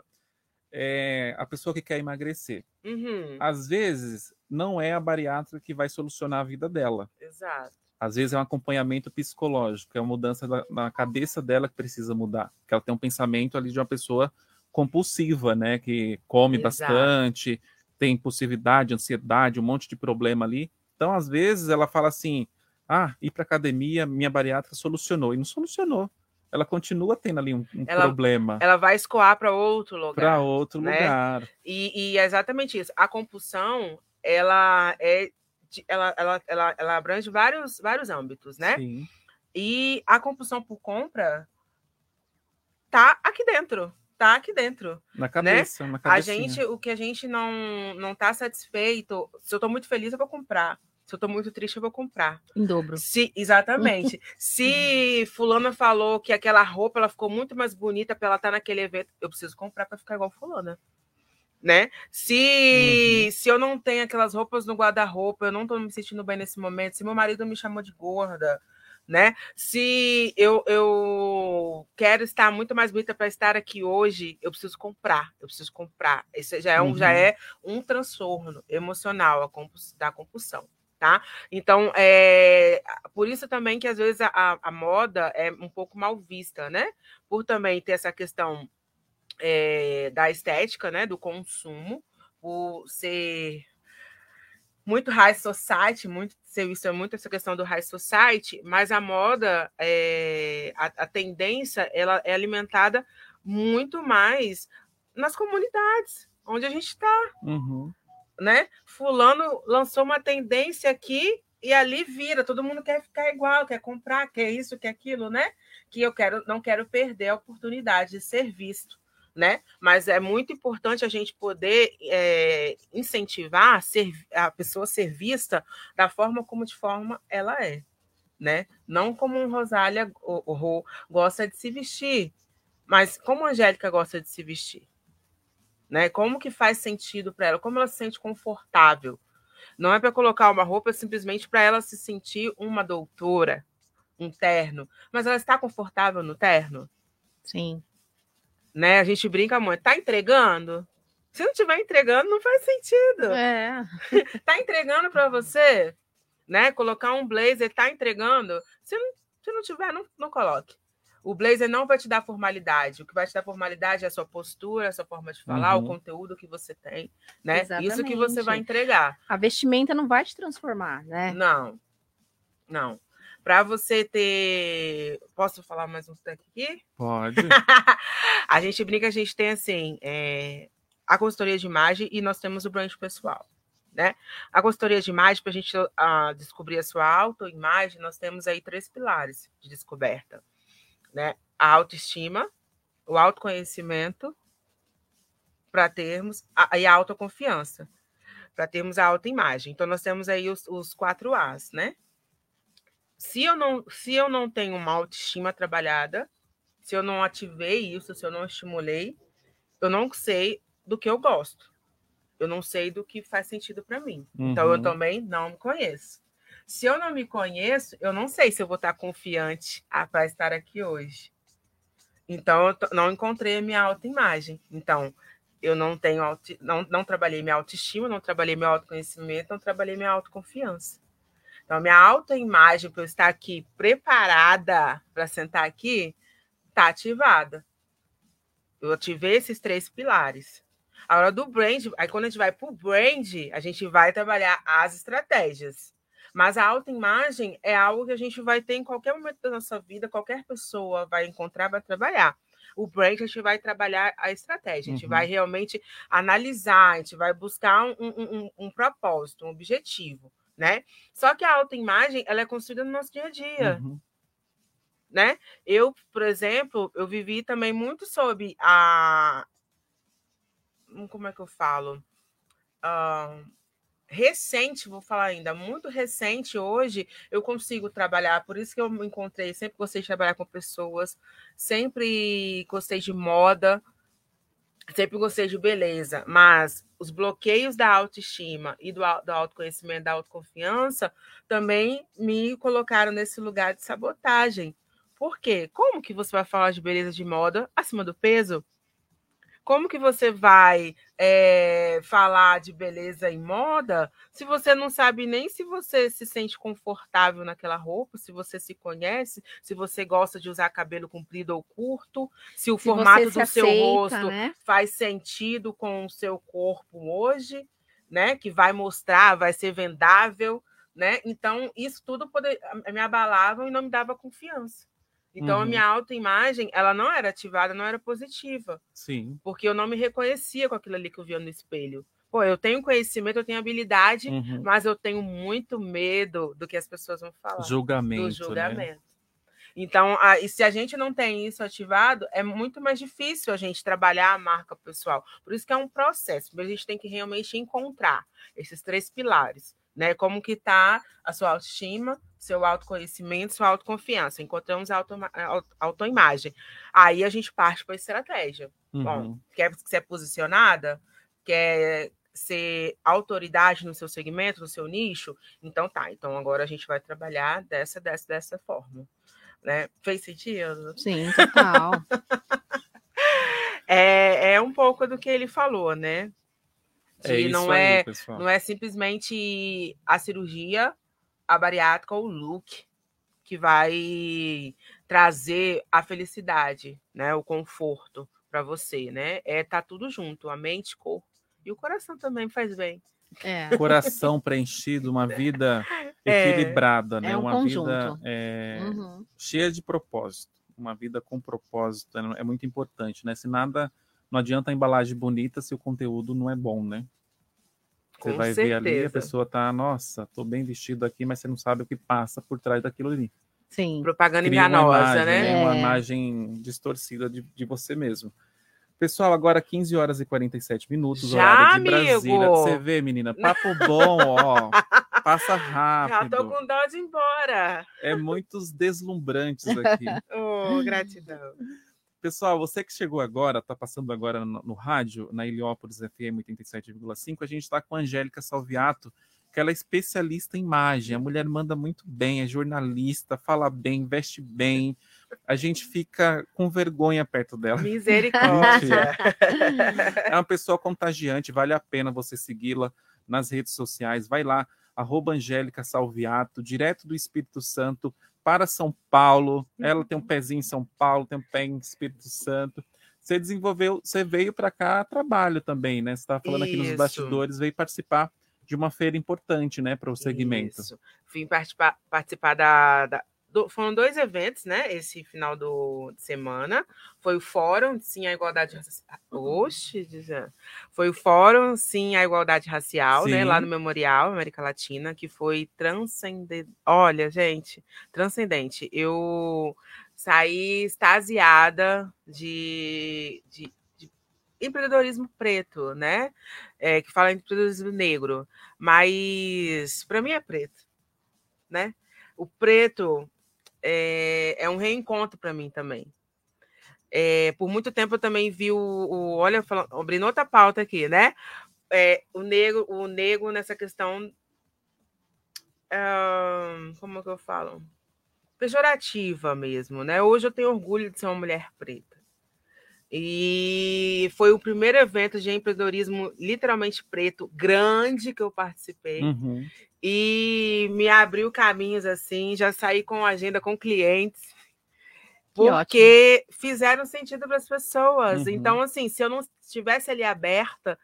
a pessoa que quer emagrecer. Às vezes, não é a bariátrica que vai solucionar a vida dela. Exato. Às vezes é um acompanhamento psicológico, é uma mudança na cabeça dela que precisa mudar. Porque ela tem um pensamento ali de uma pessoa compulsiva, né? Que come bastante, tem impulsividade, ansiedade, um monte de problema ali. Então, às vezes, ela fala assim, ir para academia, minha bariátrica solucionou. E não solucionou. Ela continua tendo ali um problema. Ela vai escoar para outro lugar. Para outro lugar. E é exatamente isso. A compulsão, ela abrange vários âmbitos, né? Sim. E a compulsão por compra tá aqui dentro. Tá aqui dentro. Na cabeça, né? na cabecinha. O que a gente não tá satisfeito, se eu tô muito feliz, eu vou comprar. Se eu tô muito triste, eu vou comprar. Em dobro. Exatamente. Se fulana falou que aquela roupa ela ficou muito mais bonita para ela estar naquele evento, eu preciso comprar para ficar igual fulana. Né? Se eu não tenho aquelas roupas no guarda-roupa, eu não tô me sentindo bem nesse momento, se meu marido me chamou de gorda, né? Se eu quero estar muito mais bonita para estar aqui hoje, eu preciso comprar. Esse já é um transtorno emocional da compulsão, tá? Então, por isso também que às vezes a moda é um pouco mal vista, né? Por também ter essa questão da estética, né? Do consumo, por ser muito high society, isso é muito essa questão do high society, mas a moda, a tendência, ela é alimentada muito mais nas comunidades, onde a gente está. Né? Fulano lançou uma tendência aqui e ali vira, todo mundo quer ficar igual, quer comprar, quer isso, quer aquilo, né? Que não quero perder a oportunidade de ser visto. Né? Mas é muito importante a gente poder incentivar a pessoa a ser vista da forma como de forma ela é, né? Não como Rosália gosta de se vestir, mas como a Angélica gosta de se vestir, né? Como que faz sentido para ela, como ela se sente confortável. Não é para colocar uma roupa simplesmente para ela se sentir uma doutora, um terno, mas ela está confortável no terno? Sim. Né? A gente brinca muito. Tá entregando? Se não estiver entregando, não faz sentido. Tá entregando para você? Né? Colocar um blazer, tá entregando? Se não tiver, não coloque. O blazer não vai te dar formalidade. O que vai te dar formalidade é a sua postura, a sua forma de falar, o conteúdo que você tem, né? Exatamente. Isso que você vai entregar. A vestimenta não vai te transformar, né? Não. Para você ter... Posso falar mais um daqui aqui? Pode. A gente brinca, a gente tem assim, a consultoria de imagem e nós temos o brand pessoal, né? A consultoria de imagem, para a gente descobrir a sua autoimagem, nós temos aí 3 pilares de descoberta, né? A autoestima, o autoconhecimento, para termos e a autoconfiança, para termos a autoimagem. Então, nós temos aí os 4 As, né? Se eu não tenho uma autoestima trabalhada, se eu não ativei isso, se eu não estimulei, eu não sei do que eu gosto. Eu não sei do que faz sentido para mim. Então, eu também não me conheço. Se eu não me conheço, eu não sei se eu vou estar confiante para estar aqui hoje. Então, eu não encontrei a minha autoimagem. Então, eu não tenho não trabalhei minha autoestima, não trabalhei meu autoconhecimento, não trabalhei minha autoconfiança. Então, minha autoimagem para eu estar aqui preparada para sentar aqui está ativada. Eu ativei esses 3 pilares. A hora do brand, aí quando a gente vai para o brand, a gente vai trabalhar as estratégias. Mas a autoimagem é algo que a gente vai ter em qualquer momento da nossa vida, qualquer pessoa vai encontrar, vai trabalhar. O brand, a gente vai trabalhar a estratégia, a gente vai realmente analisar, a gente vai buscar um propósito, um objetivo, né? Só que a autoimagem, ela é construída no nosso dia a dia, né? Eu, por exemplo, eu vivi também muito sob como é que eu falo? Recente, vou falar ainda, muito recente hoje, eu consigo trabalhar, por isso que eu me encontrei, sempre gostei de trabalhar com pessoas, sempre gostei de moda, sempre gostei de beleza, mas os bloqueios da autoestima e do autoconhecimento, da autoconfiança, também me colocaram nesse lugar de sabotagem. Por quê? Como que você vai falar de beleza de moda acima do peso? Como que você vai falar de beleza e moda se você não sabe nem se você se sente confortável naquela roupa, se você se conhece, se você gosta de usar cabelo comprido ou curto, se o formato do seu rosto, né, faz sentido com o seu corpo hoje, né? Que vai mostrar, vai ser vendável, né? Então, isso tudo me abalava e não me dava confiança. Então, a minha autoimagem, ela não era ativada, não era positiva. Sim. Porque eu não me reconhecia com aquilo ali que eu via no espelho. Pô, eu tenho conhecimento, eu tenho habilidade, mas eu tenho muito medo do que as pessoas vão falar. Julgamento, do julgamento. Né? Então, e se a gente não tem isso ativado, é muito mais difícil a gente trabalhar a marca pessoal. Por isso que é um processo. A gente tem que realmente encontrar esses 3 pilares, né? Como que está a sua autoestima, seu autoconhecimento, sua autoconfiança. Encontramos a autoimagem. Aí a gente parte para a estratégia. Bom, quer ser posicionada? Quer ser autoridade no seu segmento, no seu nicho? Então tá. Então agora a gente vai trabalhar dessa forma. Né? Fez sentido? Sim, total. É um pouco do que ele falou, né? Não é simplesmente a cirurgia, a bariátrica ou o look que vai trazer a felicidade, né? O conforto para você, né? Tá tudo junto, a mente, corpo e o coração também faz bem. Coração preenchido, uma vida equilibrada, né? Um uma conjunto. Vida cheia de propósito, uma vida com propósito é muito importante, né? Se nada, não adianta a embalagem bonita se o conteúdo não é bom, né? Você Com vai certeza. ver ali, a pessoa tá, nossa, tô bem vestido aqui, mas você não sabe o que passa por trás daquilo ali. Sim. Propaganda enganosa, né? Uma imagem distorcida de você mesmo. Pessoal, agora 15 horas e 47 minutos, já, horário de Brasília. Você vê, menina, papo bom, ó. Passa rápido. Já tô com dó de ir embora. É muitos deslumbrantes aqui. Gratidão. Pessoal, você que chegou agora, está passando agora no rádio, na Heliópolis FM 87,5, a gente está com a Angélica Salviato, que ela é especialista em imagem. A mulher manda muito bem, é jornalista, fala bem, veste bem. A gente fica com vergonha perto dela. Misericórdia. É uma pessoa contagiante, vale a pena você segui-la nas redes sociais. Vai lá, @Angélica Salviato, direto do Espírito Santo, para São Paulo. Ela tem um pezinho em São Paulo, tem um pé em Espírito Santo. Você veio para cá a trabalho também, né? Você estava falando aqui nos bastidores, veio participar de uma feira importante, né, para o segmento. Isso. Vim participar foram 2 eventos, né? Esse final de semana. Foi o Fórum Sim à Igualdade Racial. Foi o Fórum Sim à Igualdade Racial, né? Lá no Memorial América Latina, que foi transcendente. Olha, gente, transcendente. Eu saí extasiada de empreendedorismo preto, né? Que fala em empreendedorismo negro, mas para mim é preto, né? O preto é um reencontro para mim também. Por muito tempo eu também vi olha, abrindo outra pauta aqui, né? O negro nessa questão, como é que eu falo? Pejorativa mesmo, né? Hoje eu tenho orgulho de ser uma mulher preta. E foi o primeiro evento de empreendedorismo literalmente preto, grande, que eu participei. Uhum. E me abriu caminhos assim, já saí com agenda com clientes, porque fizeram sentido para as pessoas. Então, assim, se eu não estivesse ali aberta,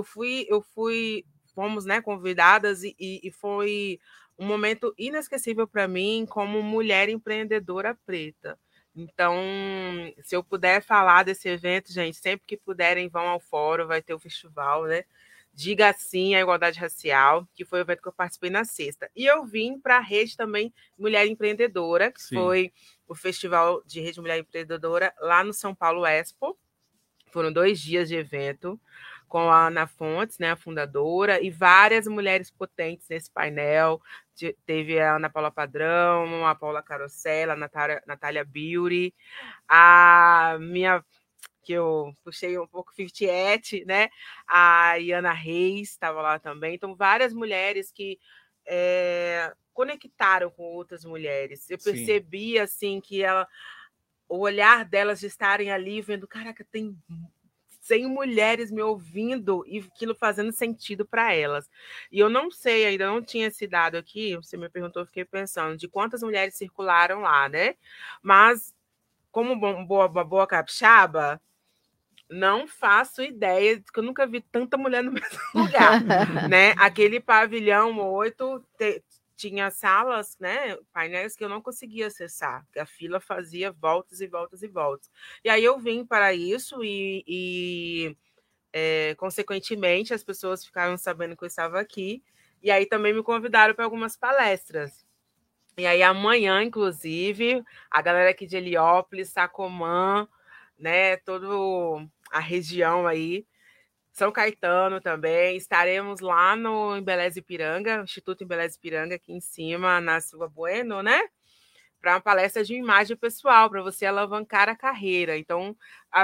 fomos, né, convidadas e foi um momento inesquecível para mim como mulher empreendedora preta. Então, se eu puder falar desse evento, gente, sempre que puderem, vão ao fórum, vai ter o festival, né? Diga Sim à Igualdade Racial, que foi o evento que eu participei na sexta. E eu vim para a rede também Mulher Empreendedora, que foi o festival de Rede Mulher Empreendedora lá no São Paulo Expo. Foram 2 dias de evento com a Ana Fontes, né, a fundadora, e várias mulheres potentes nesse painel. Teve a Ana Paula Padrão, a Paula Carosella, a Natália Beauty, a minha, que eu puxei um pouco 50, né? A Iana Reis estava lá também. Então, várias mulheres que conectaram com outras mulheres. Eu percebi, assim, que o olhar delas de estarem ali vendo, caraca, tem 100 mulheres me ouvindo e aquilo fazendo sentido para elas. E eu não sei, ainda não tinha esse dado aqui, você me perguntou, eu fiquei pensando de quantas mulheres circularam lá, né? Mas, como uma boa capixaba, não faço ideia, que eu nunca vi tanta mulher no mesmo lugar, né? Aquele pavilhão 8 tinha salas, né, painéis que eu não conseguia acessar, porque a fila fazia voltas e voltas e voltas. E aí eu vim para isso consequentemente, as pessoas ficaram sabendo que eu estava aqui, e aí também me convidaram para algumas palestras. E aí amanhã, inclusive, a galera aqui de Heliópolis, Sacomã, né, toda a região aí, São Caetano também, estaremos lá no Embeleze Ipiranga, Instituto Embeleze Ipiranga, aqui em cima, na Silva Bueno, né? Para uma palestra de imagem pessoal, para você alavancar a carreira. Então,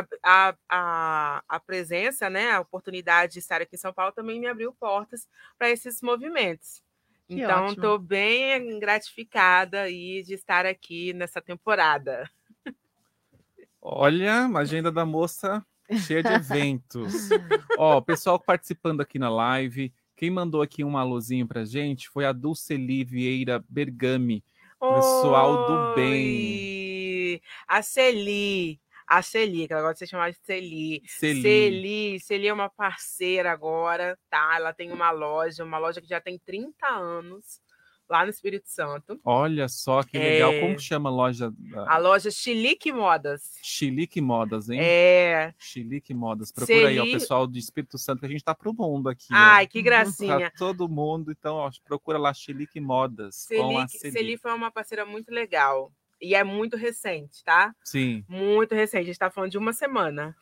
a presença, né, a oportunidade de estar aqui em São Paulo também me abriu portas para esses movimentos. Então, estou bem gratificada aí de estar aqui nessa temporada. Olha, a agenda da moça cheia de eventos. Ó, o pessoal participando aqui na live. Quem mandou aqui um alôzinho pra gente foi a Dulceli Vieira Bergami. Pessoal do bem. A Celi, que ela gosta de ser chamada de Celi. Celi é uma parceira agora, tá? Ela tem uma loja que já tem 30 anos. Lá no Espírito Santo. Olha só que legal. Como chama a loja? A loja Chilique Modas. Chilique Modas, hein? Chilique Modas. Procura aí, ó, o pessoal do Espírito Santo, que a gente tá pro mundo aqui. Ai, ó. Que gracinha. Pra todo mundo. Então, ó, procura lá Chilique Modas. Celi foi uma parceira muito legal. E é muito recente, tá? Sim. Muito recente. A gente tá falando de uma semana.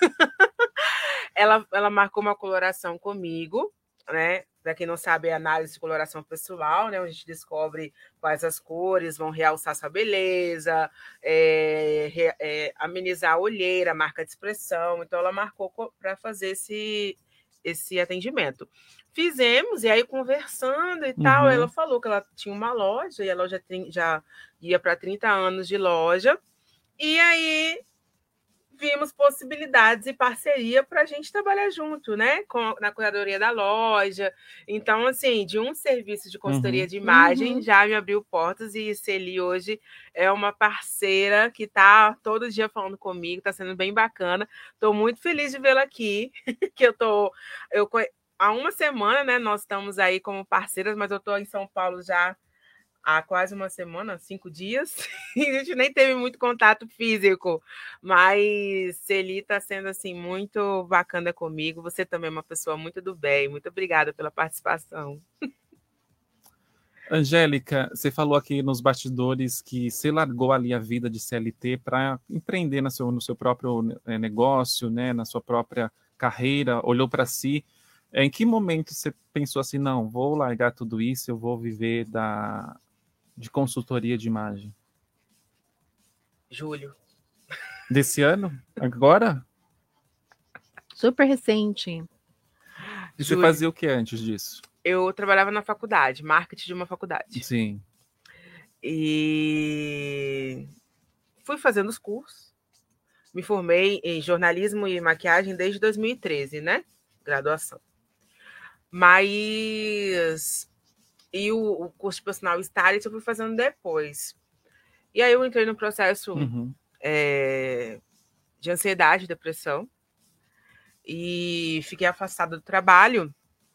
ela marcou uma coloração comigo, né? Para quem não sabe, é análise de coloração pessoal, né? Onde a gente descobre quais as cores vão realçar sua beleza, amenizar a olheira, a marca de expressão. Então, ela marcou para fazer esse atendimento. Fizemos, e aí conversando e tal, ela falou que ela tinha uma loja, e a loja já ia para 30 anos de loja. E aí vimos possibilidades e parceria para a gente trabalhar junto, né? Na curadoria da loja. Então, assim, de um serviço de consultoria de imagem, já me abriu portas, e Celi hoje é uma parceira que está todo dia falando comigo, está sendo bem bacana. Estou muito feliz de vê-la aqui, que há uma semana, né? Nós estamos aí como parceiras, mas eu estou em São Paulo já há quase uma semana, 5 dias, e a gente nem teve muito contato físico, mas Celi está sendo assim muito bacana comigo. Você também é uma pessoa muito do bem. Muito obrigada pela participação. Angélica, você falou aqui nos bastidores que você largou ali a vida de CLT para empreender no seu próprio negócio, né, na sua própria carreira, olhou para si. Em que momento você pensou assim, não, vou largar tudo isso, eu vou viver de consultoria de imagem? Julho. Desse ano? Agora? Super recente. E você fazia o que antes disso? Eu trabalhava na faculdade, marketing de uma faculdade. Sim. E fui fazendo os cursos. Me formei em jornalismo e maquiagem desde 2013, né? Graduação. Mas... E o curso de personal stylist eu fui fazendo depois. E aí eu entrei no processo de ansiedade, depressão. E fiquei afastada do trabalho.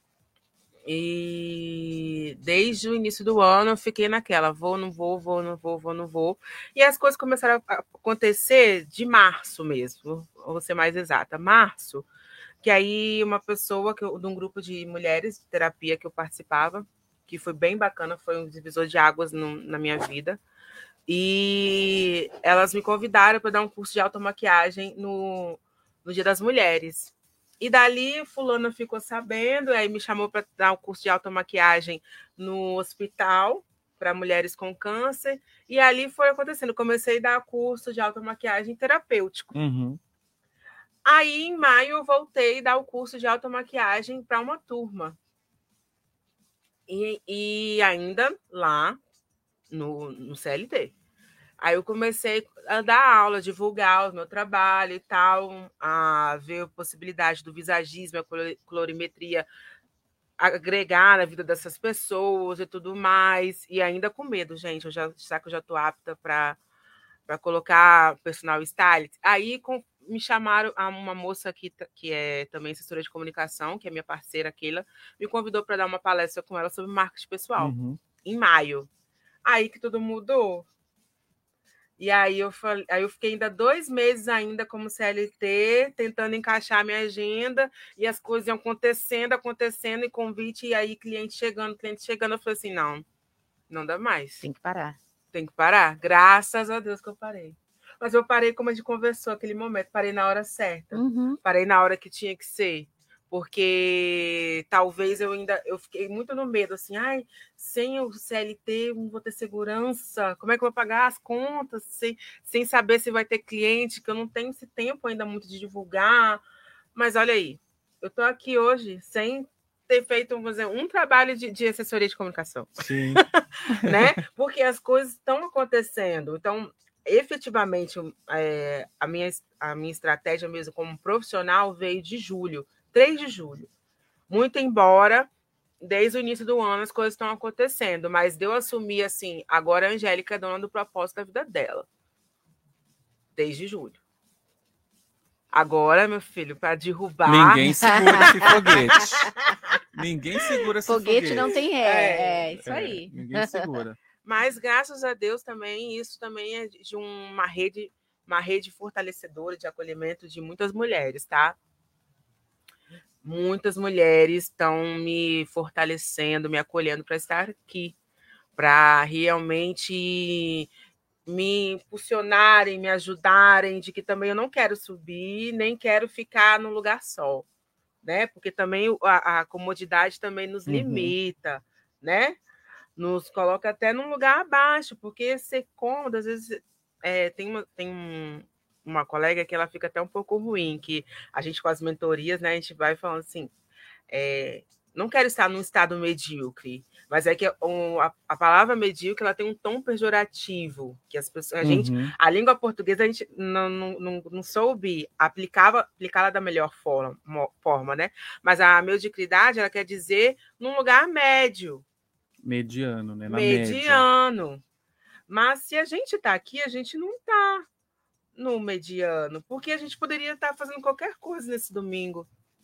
E desde o início do ano eu fiquei naquela, vou, não vou, vou, não vou, vou, não vou. E as coisas começaram a acontecer de março mesmo, vou ser mais exata, março. Que aí uma pessoa, de um grupo de mulheres de terapia que eu participava, que foi bem bacana, foi um divisor de águas na minha vida. E elas me convidaram para dar um curso de automaquiagem no Dia das Mulheres. E dali, fulana ficou sabendo, aí me chamou para dar um curso de automaquiagem no hospital para mulheres com câncer. E ali foi acontecendo. Comecei a dar curso de automaquiagem terapêutico. Aí, em maio, eu voltei a dar o curso de automaquiagem para uma turma. E ainda lá no CLT. Aí eu comecei a dar aula, divulgar o meu trabalho e tal, a ver a possibilidade do visagismo, a colorimetria agregar na vida dessas pessoas e tudo mais. E ainda com medo, gente. Será que eu já estou apta para colocar personal stylist? Aí me chamaram, uma moça que é também assessora de comunicação, que é minha parceira, Keila, me convidou para dar uma palestra com ela sobre marketing pessoal, em maio. Aí que tudo mudou. E aí eu fiquei ainda 2 meses ainda como CLT, tentando encaixar a minha agenda, e as coisas iam acontecendo, e convite, e aí cliente chegando. Eu falei assim, não dá mais. Tem que parar. Tem que parar. Graças a Deus que eu parei. Mas eu parei como a gente conversou naquele momento, parei na hora certa, parei na hora que tinha que ser. Porque talvez eu fiquei muito no medo, assim, sem o CLT não vou ter segurança, como é que eu vou pagar as contas, sem saber se vai ter cliente, que eu não tenho esse tempo ainda muito de divulgar. Mas olha aí, eu estou aqui hoje sem ter feito, vamos dizer, um trabalho de assessoria de comunicação. Sim. Né? Porque as coisas estão acontecendo. Então, efetivamente, a minha estratégia mesmo como profissional veio de julho. 3 de julho. Muito embora, desde o início do ano, as coisas estão acontecendo, mas eu assumi assim, agora a Angélica é dona do propósito da vida dela. Desde julho. Agora, meu filho, para derrubar... Ninguém segura esse foguete. Ninguém segura esse foguete. Foguete não tem ré, isso aí. Ninguém segura. Mas, graças a Deus, também, isso também é de uma rede fortalecedora de acolhimento de muitas mulheres, tá? Muitas mulheres estão me fortalecendo, me acolhendo para estar aqui, para realmente me impulsionarem, me ajudarem, de que também eu não quero subir, nem quero ficar num lugar só, né? Porque também a comodidade também nos limita, né? Nos coloca até num lugar abaixo, porque ser cômodo, às vezes, tem uma colega que ela fica até um pouco ruim, que a gente com as mentorias, né, a gente vai falando assim, Não quero estar num estado medíocre, mas é que a palavra medíocre ela tem um tom pejorativo, que as pessoas, a língua portuguesa, a gente não soube aplicá-la da melhor forma, né? Mas a mediocridade, ela quer dizer num lugar médio. Mediano, né? Mediano. Média. Mas se a gente está aqui, a gente não está no mediano, porque a gente poderia estar fazendo qualquer coisa nesse domingo.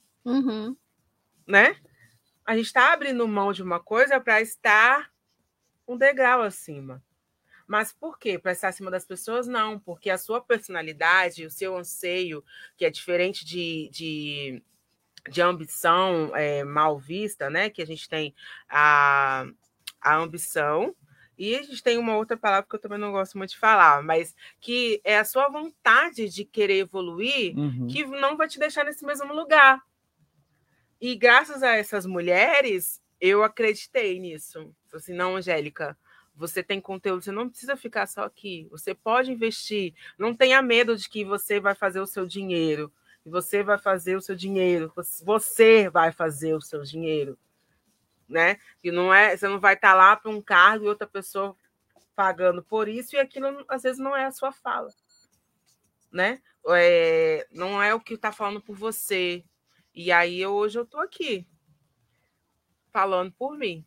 Né? A gente está abrindo mão de uma coisa para estar um degrau acima. Mas por quê? Para estar acima das pessoas? Não, porque a sua personalidade, o seu anseio, que é diferente de ambição mal vista, né? Que a gente tem a ambição, e a gente tem uma outra palavra que eu também não gosto muito de falar, mas que é a sua vontade de querer evoluir, que não vai te deixar nesse mesmo lugar. E graças a essas mulheres, eu acreditei nisso. Falei assim, não, Angélica, você tem conteúdo, você não precisa ficar só aqui. Você pode investir. Não tenha medo de que você vai fazer o seu dinheiro. Você vai fazer o seu dinheiro. Você vai fazer o seu dinheiro. Né? E não é, você não vai estar lá para um cargo e outra pessoa pagando por isso, e aquilo, às vezes, não é a sua fala. Né? Não é o que está falando por você. E aí, hoje eu estou aqui, falando por mim.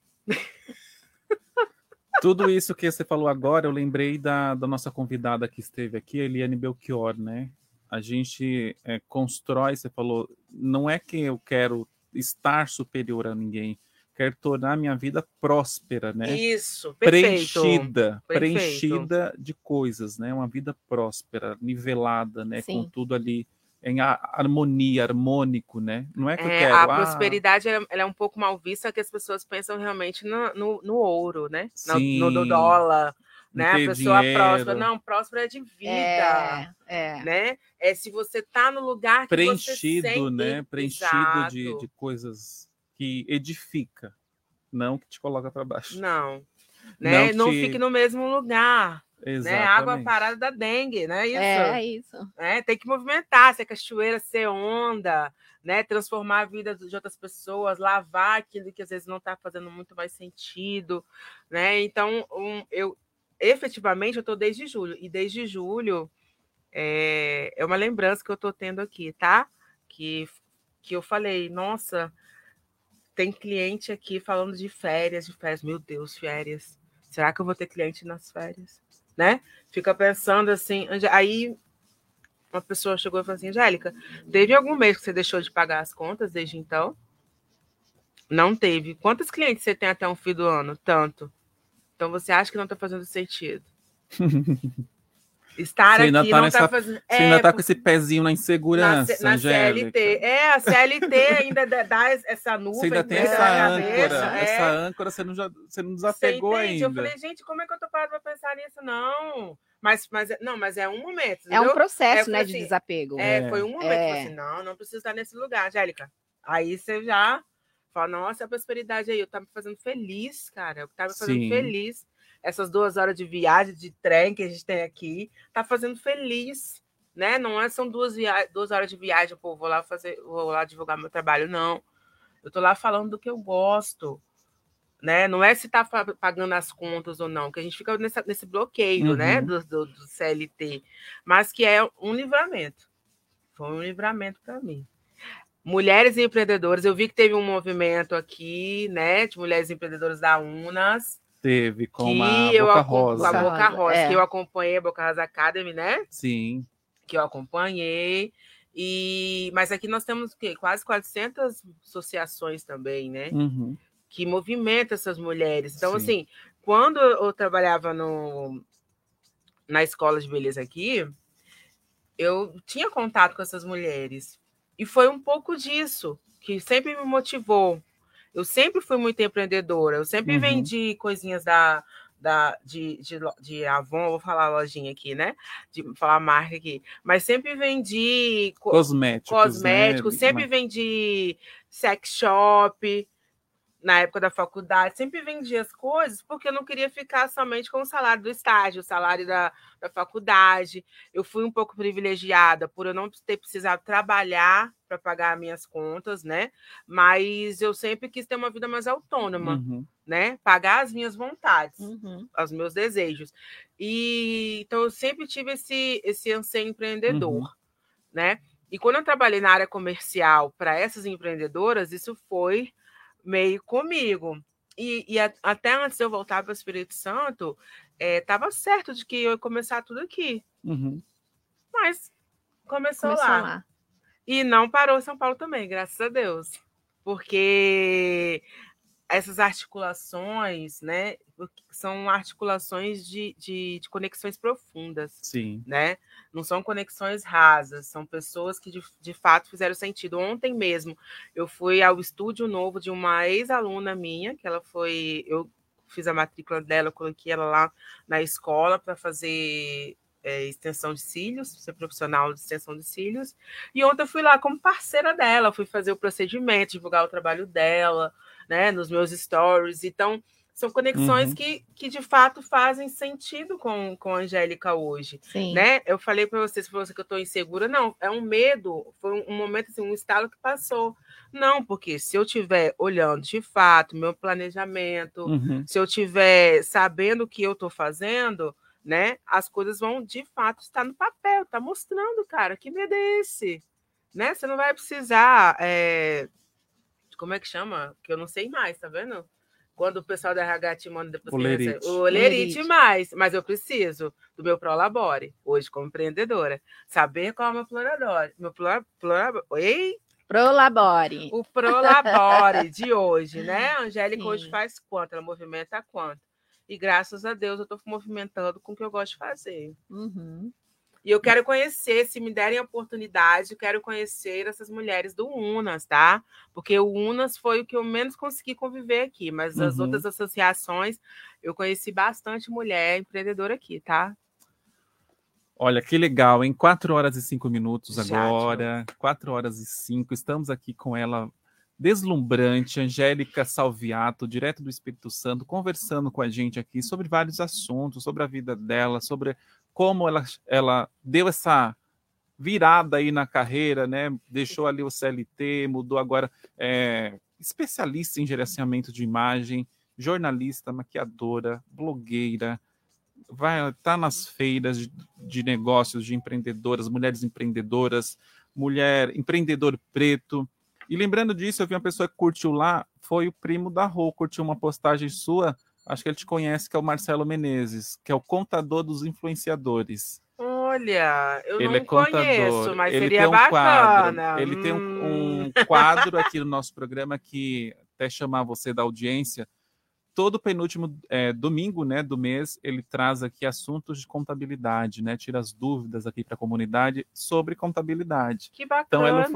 Tudo isso que você falou agora, eu lembrei da nossa convidada que esteve aqui, Eliane Belchior, né? A gente constrói, você falou, não é que eu quero estar superior a ninguém, quero tornar minha vida próspera, né? Isso, perfeito. Preenchida de coisas, né? Uma vida próspera, nivelada, né? Sim. Com tudo ali em harmonia, harmônico, né? Não é que eu quero... A prosperidade ela é um pouco mal vista, que as pessoas pensam realmente no ouro, né? Sim, no dólar, né? A pessoa dinheiro. próspera. Não, próspera é de vida, né? É se você tá no lugar que preenchido, você sente... né? Preenchido de coisas que edifica, não que te coloca para baixo. Não, né? Não fique no mesmo lugar. Exatamente. Né? Água parada da dengue, né? Isso. É isso. Tem que movimentar, ser cachoeira, ser onda, né? Transformar a vida de outras pessoas, lavar aquilo que às vezes não está fazendo muito mais sentido, né? Então, eu estou desde julho, e desde julho é uma lembrança que eu estou tendo aqui, tá? Que eu falei, nossa, tem cliente aqui falando de férias, meu Deus, férias. Será que eu vou ter cliente nas férias? Né? Fica pensando assim, aí uma pessoa chegou e falou assim, Angélica, teve algum mês que você deixou de pagar as contas desde então? Não teve. Quantos clientes você tem até o fim do ano? Tanto. Então você acha que não está fazendo sentido? Estar aqui não está fazendo... Você ainda está com esse pezinho na insegurança, na Angélica. CLT. A CLT ainda dá essa nuvem. Você ainda tem essa âncora. Essa âncora você não desapegou ainda. Eu falei, gente, como é que eu tô parado para pensar nisso? Não. Mas é um momento. É um processo, assim, de desapego. Foi um momento. Eu falei assim, não preciso estar nesse lugar, Angélica. Aí você já fala, nossa, a prosperidade aí, eu tava me fazendo feliz, cara. Eu tava me fazendo feliz. Essas 2 horas de viagem, de trem que a gente tem aqui, tá fazendo feliz, né? Não são 2 horas de viagem, pô, vou lá divulgar meu trabalho, não. Eu tô lá falando do que eu gosto, né? Não é se tá pagando as contas ou não, que a gente fica nesse bloqueio, né? Do CLT, mas que é um livramento. Foi um livramento para mim. Mulheres empreendedoras, eu vi que teve um movimento aqui, né? De mulheres empreendedoras da UNAS. Teve, com a Boca Rosa. Com a Boca Rosa, que eu acompanhei, a Boca Rosa Academy, né? Sim. Que eu acompanhei. Mas aqui nós temos quase 400 associações também, né? Que movimentam essas mulheres. Então, assim, quando eu trabalhava na escola de beleza aqui, eu tinha contato com essas mulheres. E foi um pouco disso que sempre me motivou. Eu sempre fui muito empreendedora, eu sempre vendi coisinhas de Avon, vou falar a lojinha aqui, né? Vou falar a marca aqui. Mas sempre vendi cosméticos, sempre vendi sex shop na época da faculdade, sempre vendi as coisas porque eu não queria ficar somente com o salário do estágio, o salário da faculdade. Eu fui um pouco privilegiada por eu não ter precisado trabalhar para pagar minhas contas, né? Mas eu sempre quis ter uma vida mais autônoma, né? Pagar as minhas vontades, os meus desejos. E então eu sempre tive esse anseio empreendedor, né? E quando eu trabalhei na área comercial para essas empreendedoras, isso foi meio comigo. E até antes de eu voltar para o Espírito Santo, estava certo de que eu ia começar tudo aqui. Mas começou lá. E não parou em São Paulo também, graças a Deus. Porque essas articulações, né, são articulações de conexões profundas. Sim. Né? Não são conexões rasas, são pessoas que de fato fizeram sentido. Ontem mesmo eu fui ao estúdio novo de uma ex-aluna minha, que ela foi... Eu fiz a matrícula dela, coloquei ela lá na escola para fazer extensão de cílios, ser profissional de extensão de cílios. E ontem eu fui lá como parceira dela, fui fazer o procedimento, divulgar o trabalho dela, né, nos meus stories. Então, são conexões que de fato fazem sentido com a Angélica hoje. Sim. Né? Eu falei para você que eu estou insegura. Não, é um medo, foi um momento, assim, um estalo que passou. Não, porque se eu estiver olhando de fato meu planejamento, se eu estiver sabendo o que eu estou fazendo, né, as coisas vão de fato estar no papel, tá mostrando, cara, que medo é esse? Né? Você não vai precisar, como é que chama? Que eu não sei mais, tá vendo? Quando o pessoal da RH te manda depois... O Olerite mais, mas eu preciso do meu Prolabore, hoje como empreendedora. Saber qual é o meu Prolabore. Prolabore. O Prolabore de hoje, né? A Angélica hoje faz quanto? Ela movimenta quanto? E graças a Deus eu estou movimentando com o que eu gosto de fazer. E eu quero conhecer, se me derem a oportunidade, eu quero conhecer essas mulheres do UNAS, tá? Porque o UNAS foi o que eu menos consegui conviver aqui, mas as outras associações eu conheci bastante mulher empreendedora aqui, tá? Olha, que legal, em 4 horas e 5 minutos agora, 4 horas e 5, estamos aqui com ela, deslumbrante, Angélica Salviato, direto do Espírito Santo, conversando com a gente aqui sobre vários assuntos, sobre a vida dela, sobre como ela deu essa virada aí na carreira, né? Deixou ali o CLT, mudou agora, especialista em gerenciamento de imagem, jornalista, maquiadora, blogueira, vai estar nas feiras de negócios de empreendedoras, mulheres empreendedoras, mulher empreendedor preto. E lembrando disso, eu vi uma pessoa que curtiu lá, foi o primo da Rô, curtiu uma postagem sua, acho que ele te conhece, que é o Marcelo Menezes, que é o contador dos influenciadores. Olha, eu ele não conheço, mas ele seria tem um bacana. Quadro, ele tem um quadro aqui no nosso programa que até chamar você da audiência. Todo penúltimo domingo, né, do mês, ele traz aqui assuntos de contabilidade, né? Tira as dúvidas aqui para a comunidade sobre contabilidade. Que bacana. Então, ele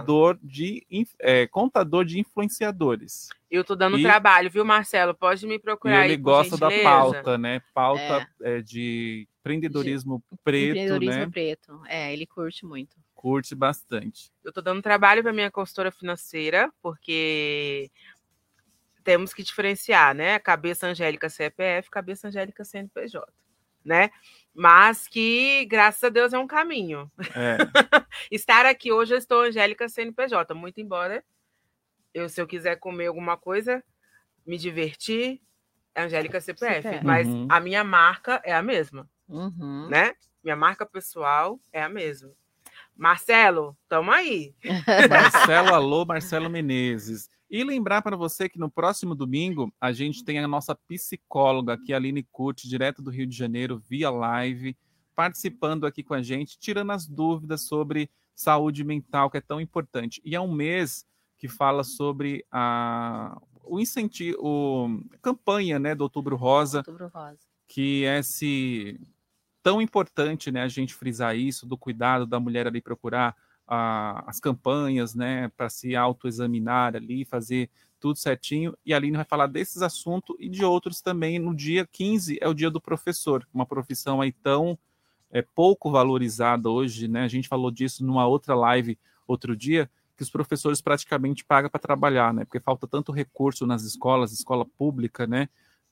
é contador de influenciadores. Eu tô dando trabalho, viu, Marcelo? Pode me procurar aí, ele gosta da pauta, né? Pauta de empreendedorismo preto, empreendedorismo né? preto. Ele curte muito. Curte bastante. Eu tô dando trabalho para minha consultora financeira, porque... temos que diferenciar, né? Cabeça Angélica CPF, cabeça Angélica CNPJ, né? Mas que, graças a Deus, é um caminho. Estar aqui hoje, eu estou Angélica CNPJ, muito embora se eu quiser comer alguma coisa, me divertir, é Angélica CPF. Mas a minha marca é a mesma, né? Minha marca pessoal é a mesma. Marcelo, tamo aí. Marcelo Menezes. E lembrar para você que no próximo domingo a gente tem a nossa psicóloga aqui, Aline Curti, direto do Rio de Janeiro, via live, participando aqui com a gente, tirando as dúvidas sobre saúde mental, que é tão importante. E é um mês que fala sobre a campanha, né, do Outubro Rosa, que é tão importante, né, a gente frisar isso, do cuidado da mulher ali procurar as campanhas, né, para se autoexaminar ali, fazer tudo certinho, e a Aline vai falar desses assuntos e de outros também. No dia 15 é o dia do professor, uma profissão aí tão pouco valorizada hoje, né, a gente falou disso numa outra live outro dia, que os professores praticamente pagam para trabalhar, né, porque falta tanto recurso nas escolas, escola pública, né,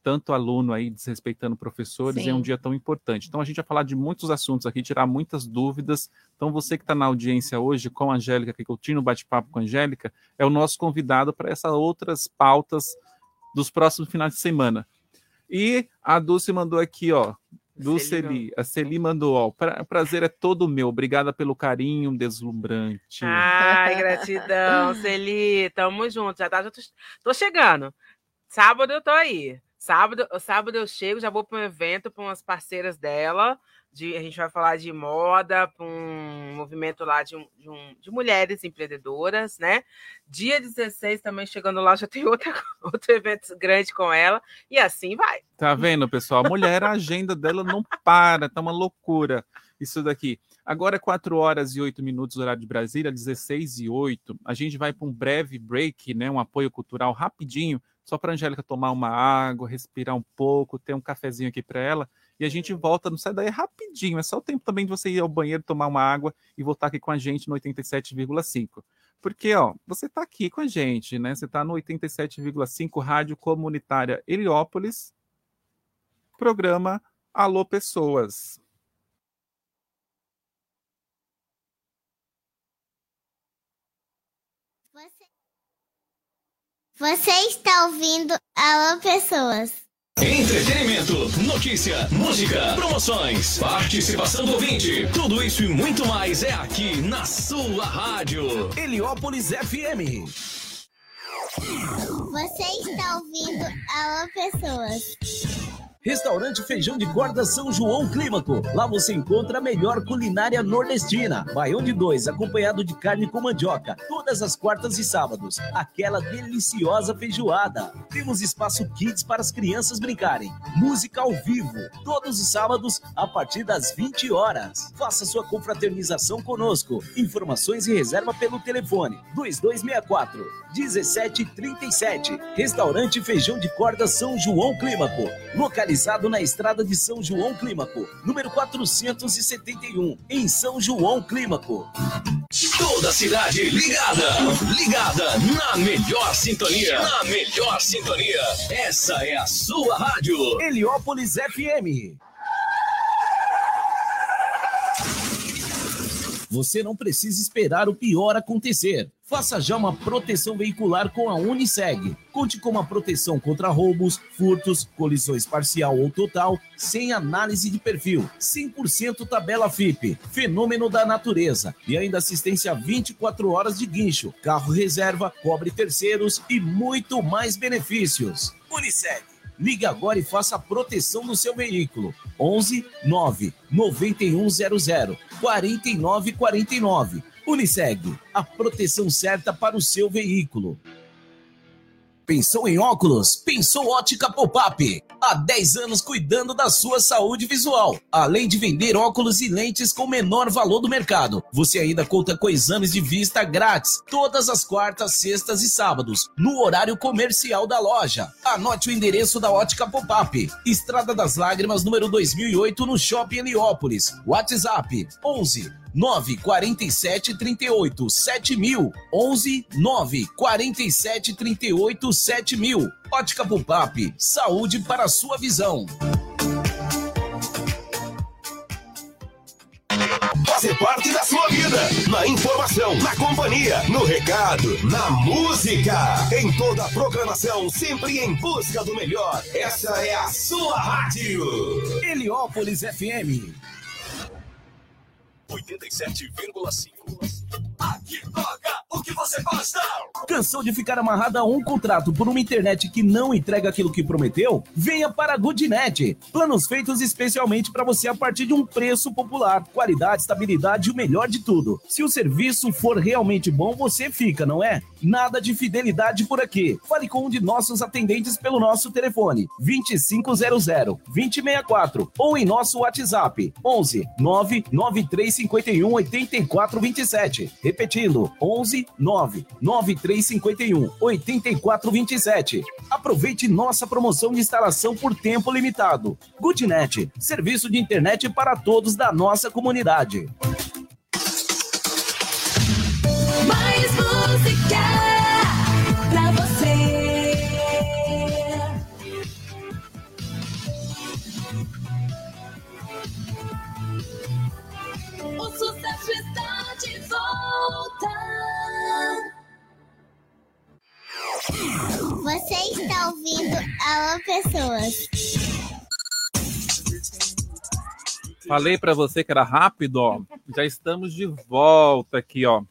tanto aluno aí desrespeitando professores Sim. em um dia tão importante. Então a gente vai falar de muitos assuntos aqui, tirar muitas dúvidas. Então você que está na audiência hoje com a Angélica, que curtindo o bate-papo com a Angélica, é o nosso convidado para essas outras pautas dos próximos finais de semana. E a Dulce mandou aqui, ó, a Celi mandou, ó, o prazer é todo meu, obrigada pelo carinho deslumbrante. Ai, gratidão, Celi, tamo junto, já tô chegando. Sábado eu tô aí. Sábado eu chego, já vou para um evento para umas parceiras dela. A gente vai falar de moda, para um movimento lá de mulheres empreendedoras, né? Dia 16 também chegando lá, já tem outro evento grande com ela. E assim vai. Tá vendo, pessoal? A mulher, a agenda dela não para, tá uma loucura isso daqui. Agora é 4h08, horário de Brasília, 16h08. A gente vai para um breve break, né? Um apoio cultural rapidinho, só para a Angélica tomar uma água, respirar um pouco, ter um cafezinho aqui para ela, e a gente volta, não sai daí rapidinho, é só o tempo também de você ir ao banheiro, tomar uma água e voltar aqui com a gente no 87,5. Porque, ó, você está aqui com a gente, né? Você está no 87,5 Rádio Comunitária Heliópolis, programa Alô Pessoas. Você está ouvindo Alô Pessoas. Entretenimento, notícia, música, promoções, participação do ouvinte. Tudo isso e muito mais é aqui na sua rádio. Heliópolis FM. Você está ouvindo Alô Pessoas. Restaurante Feijão de Corda São João Clímaco. Lá você encontra a melhor culinária nordestina. Baião de 2, acompanhado de carne com mandioca. Todas as quartas e sábados. Aquela deliciosa feijoada. Temos espaço kids para as crianças brincarem. Música ao vivo. Todos os sábados, a partir das 20 horas. Faça sua confraternização conosco. Informações e reserva pelo telefone 2264-1737. Restaurante Feijão de Corda São João Clímaco. Localizado na estrada de São João Clímaco, número 471, em São João Clímaco. Toda a cidade ligada na melhor sintonia. Essa é a sua rádio. Heliópolis FM. Você não precisa esperar o pior acontecer. Faça já uma proteção veicular com a Uniseg. Conte com uma proteção contra roubos, furtos, colisões parcial ou total, sem análise de perfil. 100% tabela FIP, fenômeno da natureza. E ainda assistência 24 horas de guincho, carro reserva, cobre terceiros e muito mais benefícios. Uniseg. Ligue agora e faça a proteção do seu veículo. 11 9 9100 4949. Uniseg, a proteção certa para o seu veículo. Pensou em óculos? Pensou Ótica Pop-Up. Há 10 anos cuidando da sua saúde visual. Além de vender óculos e lentes com menor valor do mercado, você ainda conta com exames de vista grátis todas as quartas, sextas e sábados, no horário comercial da loja. Anote o endereço da Ótica Pop-Up. Estrada das Lágrimas, número 2008, no Shopping Heliópolis. WhatsApp 11 947 38 7000. 11 947 38 7000. Ótica Pop-Up, saúde para a sua visão. Fazer parte da sua vida, na informação, na companhia, no recado, na música, em toda a programação, sempre em busca do melhor. Essa é a sua rádio. Heliópolis FM 87,5. Aqui toca o que você gosta. Cansou de ficar amarrado a um contrato por uma internet que não entrega aquilo que prometeu? Venha para a GoodNet. Planos feitos especialmente para você a partir de um preço popular. Qualidade, estabilidade e o melhor de tudo. Se o serviço for realmente bom, você fica, não é? Nada de fidelidade por aqui. Fale com um de nossos atendentes pelo nosso telefone 2500-2064 ou em nosso WhatsApp 11 99351 8427. Repetindo, 11 99351 8427. Aproveite nossa promoção de instalação por tempo limitado. GoodNet, serviço de internet para todos da nossa comunidade. Mais música pra você. Alô, pessoas. Falei para você que era rápido, ó. Já estamos de volta aqui, ó.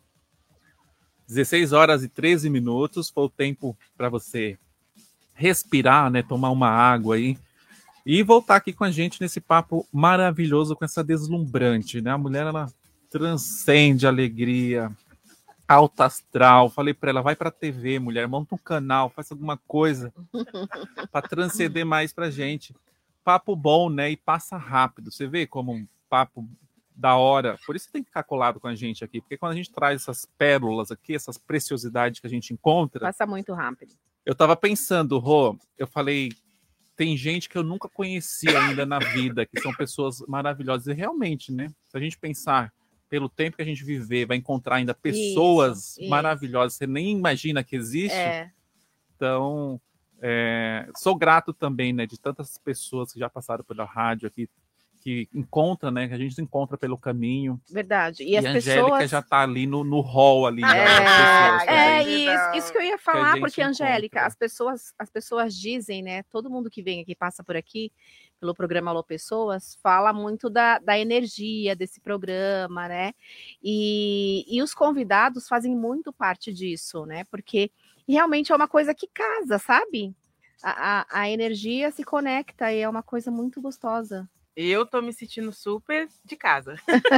16 horas e 13 minutos. Foi o tempo para você respirar, né? Tomar uma água aí. E voltar aqui com a gente nesse papo maravilhoso com essa deslumbrante, né? A mulher, ela transcende a alegria, alta astral. Falei para ela, vai para a TV, mulher, monta um canal, faz alguma coisa para transcender mais pra gente. Papo bom, né? E passa rápido. Você vê como um papo da hora. Por isso você tem que ficar colado com a gente aqui. Porque quando a gente traz essas pérolas aqui, essas preciosidades que a gente encontra... Passa muito rápido. Eu tava pensando, Rô, eu falei, tem gente que eu nunca conheci ainda na vida, que são pessoas maravilhosas. E realmente, né? Se a gente pensar pelo tempo que a gente viver, vai encontrar ainda pessoas maravilhosas. Você nem imagina que existe. Então... sou grato também, né, de tantas pessoas que já passaram pela rádio aqui, que encontra, né, que a gente encontra pelo caminho. Verdade. E as a Angélica pessoas... já está ali no hall ali. Isso que eu ia falar, porque, Angélica, as pessoas dizem, né, todo mundo que vem aqui, passa por aqui, pelo programa Alô Pessoas, fala muito da energia desse programa, né, e os convidados fazem muito parte disso, né, porque realmente é uma coisa que casa, sabe? A energia se conecta e é uma coisa muito gostosa. Eu tô me sentindo super de casa.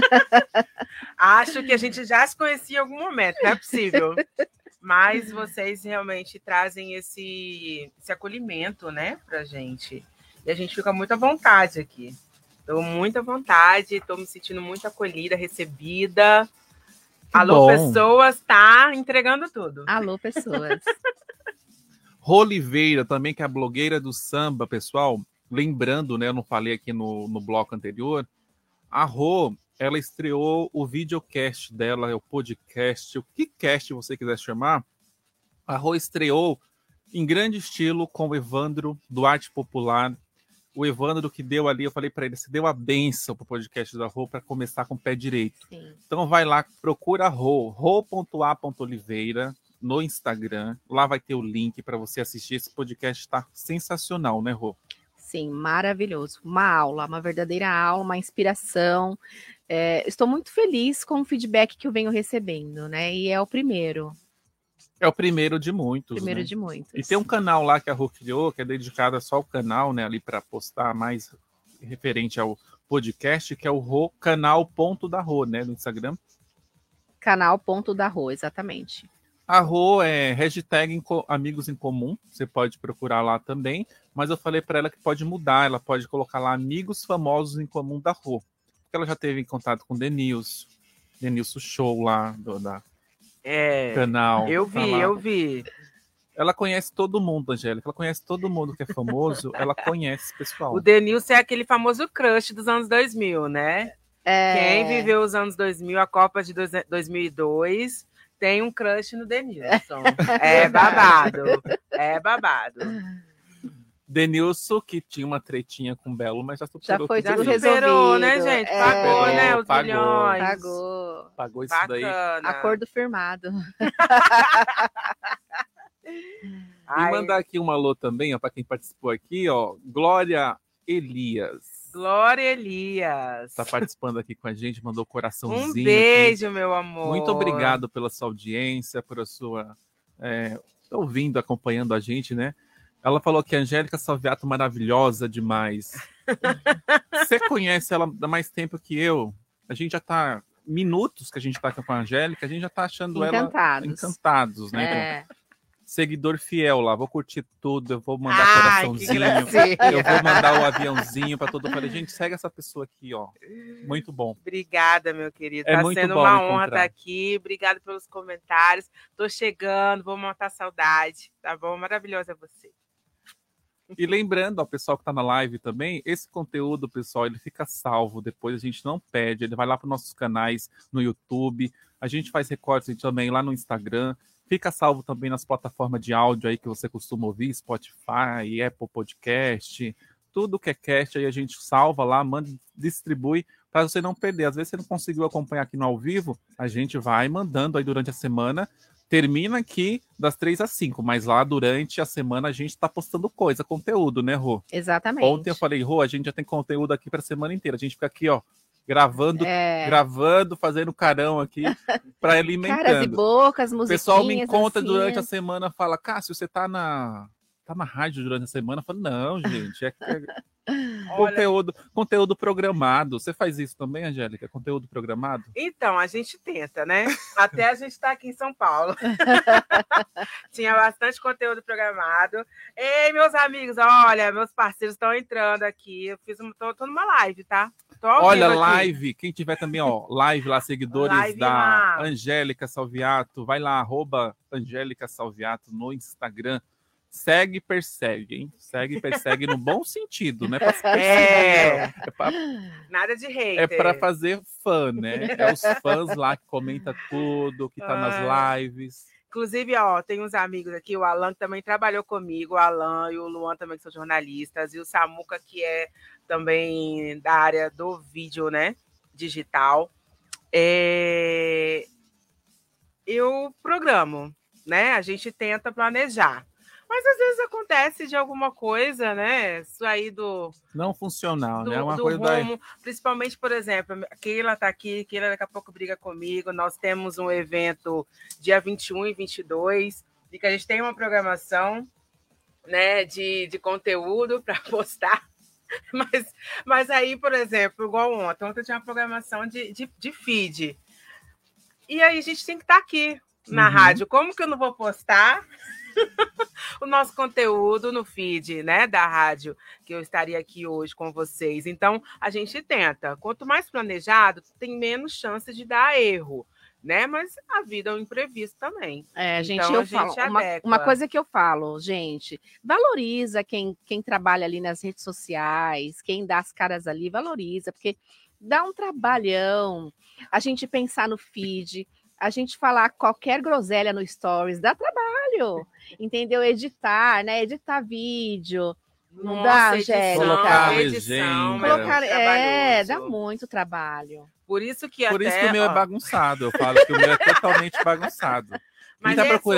Acho que a gente já se conhecia em algum momento, não é possível. Mas vocês realmente trazem esse acolhimento, né, pra gente. E a gente fica muito à vontade aqui. Tô muito à vontade, tô me sentindo muito acolhida, recebida. Que Alô, bom. Pessoas, tá entregando tudo. Alô, Pessoas. Rô Oliveira, também, que é a blogueira do samba, pessoal. Lembrando, né, eu não falei aqui no bloco anterior, a Rô, ela estreou o videocast dela, o podcast, o que cast você quiser chamar. A Rô estreou em grande estilo com o Evandro, do Arte Popular. O Evandro que deu ali, eu falei para ele, você deu a benção pro podcast da Rô para começar com o pé direito. Sim. Então vai lá, procura a Rô, ro.a.oliveira no Instagram. Lá vai ter o link para você assistir. Esse podcast está sensacional, né, Rô? Sim, maravilhoso. Uma aula, uma verdadeira aula, uma inspiração. Estou muito feliz com o feedback que eu venho recebendo, né? E é o primeiro. É o primeiro de muitos. Primeiro, né? de muitos. E tem um canal lá que a Rô criou, que é dedicado só ao canal, né? Ali para postar mais referente ao podcast, que é o Rô, canal.da-Rô, né? No Instagram. Canal.da-Rô, exatamente. A Rô é hashtag Amigos em Comum, você pode procurar lá também, mas eu falei para ela que pode mudar, ela pode colocar lá Amigos Famosos em Comum da Rô, porque ela já teve em contato com o Denilson Show lá, da canal. Eu vi. Ela conhece todo mundo, Angélica, ela conhece todo mundo que é famoso, ela conhece pessoal. O Denilson é aquele famoso crush dos anos 2000, né? Quem viveu os anos 2000, a Copa de 2002... tem um crush no Denilson. É babado. É babado. Denilson, que tinha uma tretinha com o Belo, mas já superou. Já foi tudo resolvido, né, gente? Pagou, né, os milhões. Pagou isso bacana. daí. Acordo firmado. E mandar aqui um alô também, para quem participou aqui, ó, Glória Elias. Glória Elias. Está participando aqui com a gente, mandou coraçãozinho. Um beijo, aqui. Meu amor. Muito obrigado pela sua audiência, por a sua... ouvindo, acompanhando a gente, né? Ela falou que a Angélica Salviato maravilhosa demais. Você conhece ela há mais tempo que eu. A gente já está... Minutos que a gente está com a Angélica, a gente já está achando ela encantados, né? Então, seguidor fiel lá, vou curtir tudo, eu vou mandar coraçãozinho, eu vou mandar o aviãozinho para todo mundo. Falei, gente, segue essa pessoa aqui, ó. Muito bom. Obrigada, meu querido. Tá sendo uma honra estar aqui. Obrigado pelos comentários. Tô chegando, vou matar saudade, tá bom? Maravilhosa você. E lembrando ao pessoal que está na live também, esse conteúdo, pessoal, ele fica salvo, depois a gente não perde, ele vai lá para os nossos canais no YouTube, a gente faz recortes também lá no Instagram, fica salvo também nas plataformas de áudio aí que você costuma ouvir, Spotify, Apple Podcast, tudo que é cast aí a gente salva lá, manda, distribui, para você não perder. Às vezes você não conseguiu acompanhar aqui no ao vivo, a gente vai mandando aí durante a semana termina aqui das 3 às 5, mas lá durante a semana a gente está postando conteúdo, né, Rô? Exatamente. Ontem eu falei, Rô, a gente já tem conteúdo aqui para a semana inteira. A gente fica aqui, ó, gravando, fazendo carão aqui para alimentando. Caras e bocas, musiquinhas. O pessoal me encontra assim, durante a semana, fala, Cássio, você tá na rádio durante a semana? Eu falo, não, gente, conteúdo programado. Você faz isso também, Angélica? Conteúdo programado? Então, a gente tenta, né? Até a gente está aqui em São Paulo. Tinha bastante conteúdo programado. Ei, meus amigos, olha, meus parceiros estão entrando aqui. Eu tô numa live, tá? Olha, live. Quem tiver também, ó, live lá, seguidores live da lá. Angélica Salviato. Vai lá, @Angélica Salviato no Instagram. Segue e persegue, hein? Segue e persegue no bom sentido, né? Nada de hater. É para fazer fã, né? É os fãs lá que comenta tudo, que tá nas lives. Inclusive, ó, tem uns amigos aqui, o Alan que também trabalhou comigo, o Alan e o Luan também que são jornalistas, e o Samuca que é também da área do vídeo, né? Digital. Eu programo, né? A gente tenta planejar. Mas às vezes acontece de alguma coisa, né? Isso aí não funcional, né? Uma coisa rumo, principalmente, por exemplo, a Keila está aqui, Keila daqui a pouco briga comigo. Nós temos um evento dia 21 e 22, e que a gente tem uma programação, né, de conteúdo para postar. Mas aí, por exemplo, igual ontem eu tinha uma programação de feed. E aí a gente tem que estar aqui na rádio. Como que eu não vou postar o nosso conteúdo no feed, né, da rádio, que eu estaria aqui hoje com vocês? Então, a gente tenta. Quanto mais planejado, tem menos chance de dar erro, né? Mas a vida é um imprevisto também. Gente, então, eu falo, uma coisa que eu falo, gente, valoriza quem trabalha ali nas redes sociais, quem dá as caras ali, valoriza, porque dá um trabalhão a gente pensar no feed, a gente falar qualquer groselha no Stories, dá trabalho, entendeu? Editar, né? Editar vídeo. Não dá, Angélica? Colocar edição. Dá muito trabalho. Por isso que o meu é bagunçado. Eu falo que o meu é totalmente bagunçado. Quem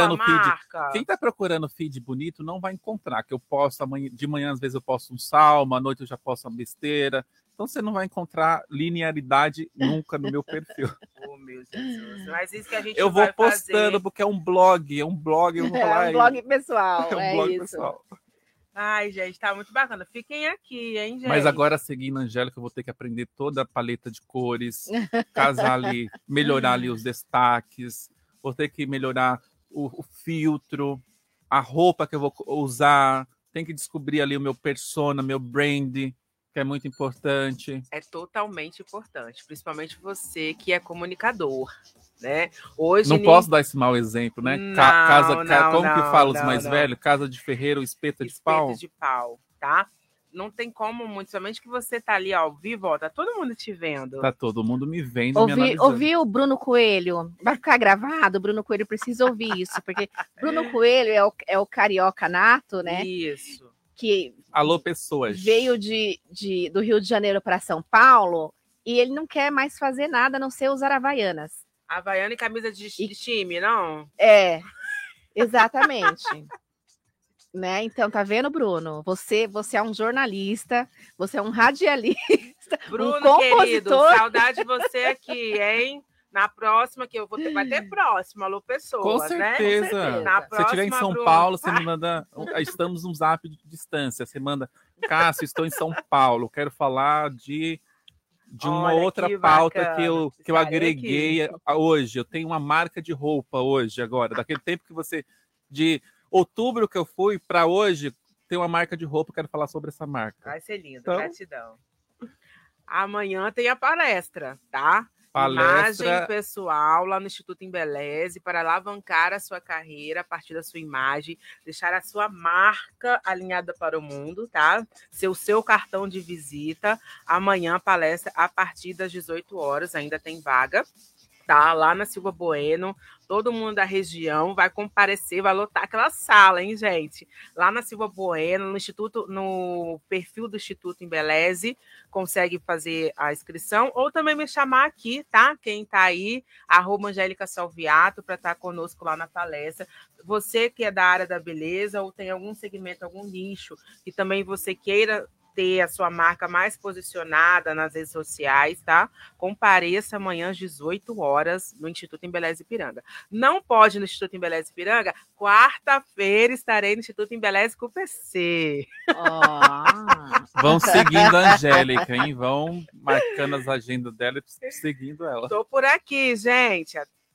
tá procurando feed bonito não vai encontrar, que eu posto de manhã, às vezes eu posto um salmo, à noite eu já posto uma besteira. Então você não vai encontrar linearidade nunca no meu perfil. Oh, meu Jesus. Mas isso que a gente eu vou postando fazer... porque é um blog, eu vou falar. É um blog pessoal, pessoal. Ai, gente, tá muito bacana. Fiquem aqui, hein, gente? Mas agora, seguindo a Angélica, eu vou ter que aprender toda a paleta de cores, casar ali, melhorar ali os destaques, vou ter que melhorar o filtro, a roupa que eu vou usar, tem que descobrir ali o meu persona, meu brand, que é muito importante. É totalmente importante, principalmente você que é comunicador, né? Hoje não posso dar esse mau exemplo, né? Como que fala os mais velhos? Casa de ferreiro, espeta de pau? Espeta de pau, tá? Não tem como muito, somente que você tá ali ao vivo, ó, tá todo mundo te vendo. Tá todo mundo me vendo, me analisando. Ouvi o Bruno Coelho? Vai ficar gravado? Bruno Coelho precisa ouvir isso, porque Bruno Coelho é o carioca nato, né? Isso. Que alô, pessoas. Veio do Rio de Janeiro para São Paulo e ele não quer mais fazer nada a não ser usar Havaianas. Havaiana e camisa de time, não? Exatamente. Né? Então, tá vendo, Bruno? Você é um jornalista, você é um radialista, Bruno, um compositor. Querido, saudade de você aqui, hein? Na próxima, que eu vou ter, vai ter próxima, alô, pessoas, com certeza. Né? Com certeza. Na próxima, se estiver em São Paulo, você me manda. Estamos num zap de distância. Você manda, Cássio, estou em São Paulo, quero falar de uma outra pauta que eu agreguei hoje. Eu tenho uma marca de roupa hoje, agora. Daquele tempo que você. De outubro que eu fui para hoje, tem uma marca de roupa, eu quero falar sobre essa marca. Vai ser lindo, então, gratidão. Amanhã tem a palestra, tá? Palestra. Imagem pessoal lá no Instituto Embeleze para alavancar a sua carreira a partir da sua imagem, deixar a sua marca alinhada para o mundo, tá? Ser o seu cartão de visita. Amanhã, palestra a partir das 18 horas, ainda tem vaga. tá? Lá na Silva Bueno. Todo mundo da região vai comparecer, vai lotar aquela sala, hein, gente? Lá na Silva Bueno, no perfil do Instituto Embeleze, consegue fazer a inscrição, ou também me chamar aqui, tá? Quem tá aí, @Angélica Salviato, para estar conosco lá na palestra. Você que é da área da beleza, ou tem algum segmento, algum nicho, que também você queira ter a sua marca mais posicionada nas redes sociais, tá? Compareça amanhã às 18 horas no Instituto Embeleze Ipiranga. Não pode no Instituto Embeleze Ipiranga? Quarta-feira estarei no Instituto Embeleze com o PC. Vão seguindo a Angélica, hein? Vão marcando as agendas dela e seguindo ela. Tô por aqui, gente.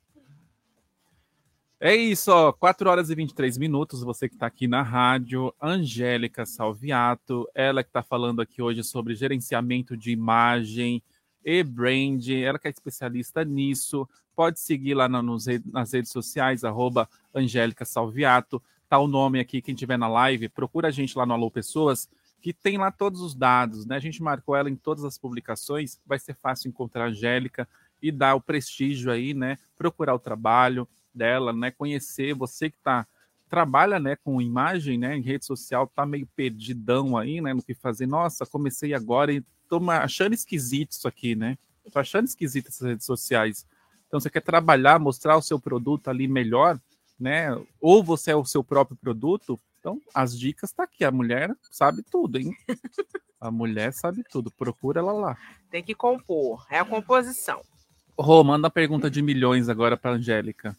É isso, ó, 4 horas e 23 minutos, você que está aqui na rádio, Angélica Salviato, ela que está falando aqui hoje sobre gerenciamento de imagem e brand, ela que é especialista nisso, pode seguir lá nas redes sociais, @Angélica Salviato, tá o nome aqui, quem estiver na live, procura a gente lá no Alô Pessoas, que tem lá todos os dados, né? A gente marcou ela em todas as publicações, vai ser fácil encontrar a Angélica e dar o prestígio aí, né? Procurar o trabalho dela, né? Conhecer, você que trabalha, né, com imagem, né, em rede social, tá meio perdidão aí, né, no que fazer. Nossa, comecei agora e tô achando esquisito isso aqui, né? Tô achando esquisito essas redes sociais. Então, você quer trabalhar, mostrar o seu produto ali melhor, né? Ou você é o seu próprio produto. Então, as dicas tá aqui. A mulher sabe tudo, hein? A mulher sabe tudo. Procura ela lá. Tem que compor. É a composição. Rô, manda a pergunta de milhões agora para Angélica.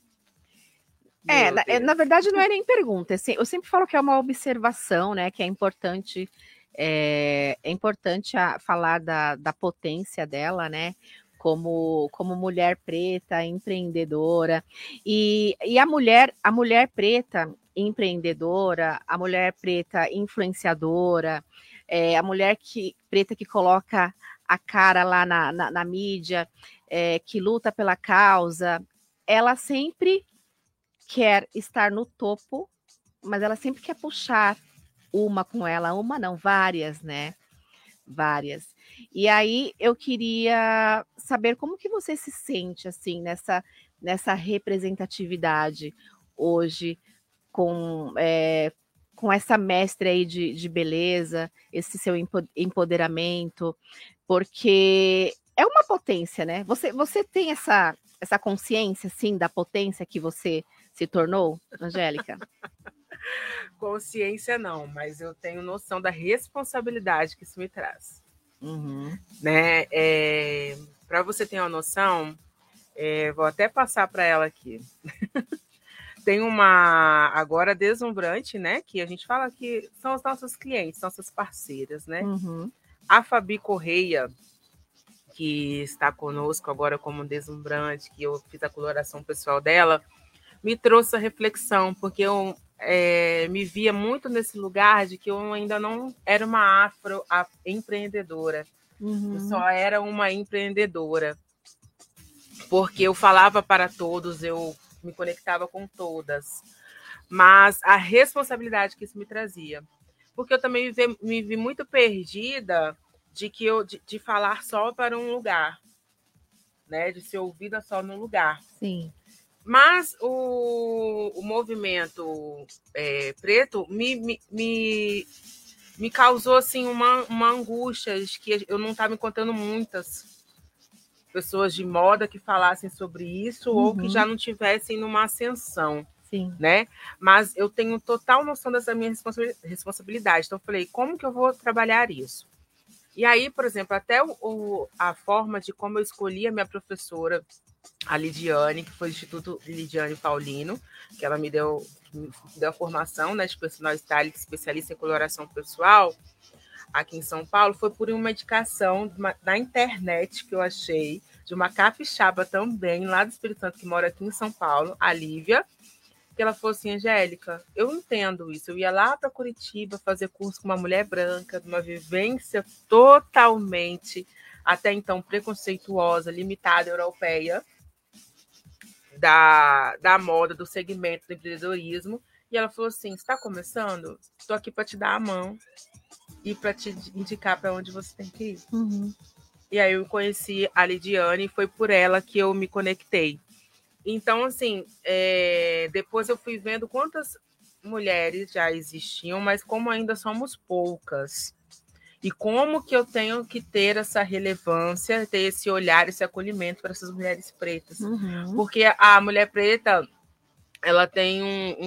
Na verdade não é nem pergunta, eu sempre falo que é uma observação, né, que é importante falar da potência dela, né, como mulher preta, empreendedora, e a mulher preta empreendedora, a mulher preta influenciadora, a mulher preta que coloca a cara lá na mídia, que luta pela causa, ela sempre quer estar no topo, mas ela sempre quer puxar uma com ela, uma não, várias, né? Várias. E aí eu queria saber como que você se sente assim nessa representatividade hoje com essa mestre aí de beleza, esse seu empoderamento, porque é uma potência, né? Você tem essa consciência, assim, da potência que você se tornou, Angélica? Consciência não, mas eu tenho noção da responsabilidade que isso me traz. Uhum. Né? Para você ter uma noção, vou até passar para ela aqui. Tem uma agora deslumbrante, né? Que a gente fala que são os nossos clientes, nossas parceiras, né? Uhum. A Fabi Correia, que está conosco agora como deslumbrante, que eu fiz a coloração pessoal dela, me trouxe a reflexão, porque eu me via muito nesse lugar de que eu ainda não era uma empreendedora. Uhum. Eu só era uma empreendedora. Porque eu falava para todos, eu me conectava com todas. Mas a responsabilidade que isso me trazia. Porque eu também me vi muito perdida de falar só para um lugar, né? De ser ouvida só num lugar. Sim. Mas o movimento preto me causou assim uma angústia de que eu não estava encontrando muitas pessoas de moda que falassem sobre isso, uhum, ou que já não tivessem numa ascensão. Sim. Né? Mas eu tenho total noção dessa minha responsabilidade. Então, eu falei, como que eu vou trabalhar isso? E aí, por exemplo, até a forma de como eu escolhi a minha professora, a Lidiane, que foi do Instituto Lidiane Paulino, que ela me deu a formação, né, de personal stylist, especialista em coloração pessoal, aqui em São Paulo, foi por uma indicação da internet que eu achei, de uma capixaba também, lá do Espírito Santo, que mora aqui em São Paulo, a Lívia, que ela falou assim, Angélica, eu entendo isso, eu ia lá para Curitiba fazer curso com uma mulher branca, de uma vivência totalmente, até então, preconceituosa, limitada, europeia, da moda, do segmento do empreendedorismo, e ela falou assim, você está começando? Estou aqui para te dar a mão e para te indicar para onde você tem que ir. Uhum. E aí eu conheci a Lidiane e foi por ela que eu me conectei. Então, assim, depois eu fui vendo quantas mulheres já existiam, mas como ainda somos poucas. E como que eu tenho que ter essa relevância, ter esse olhar, esse acolhimento para essas mulheres pretas. Uhum. Porque a mulher preta, ela tem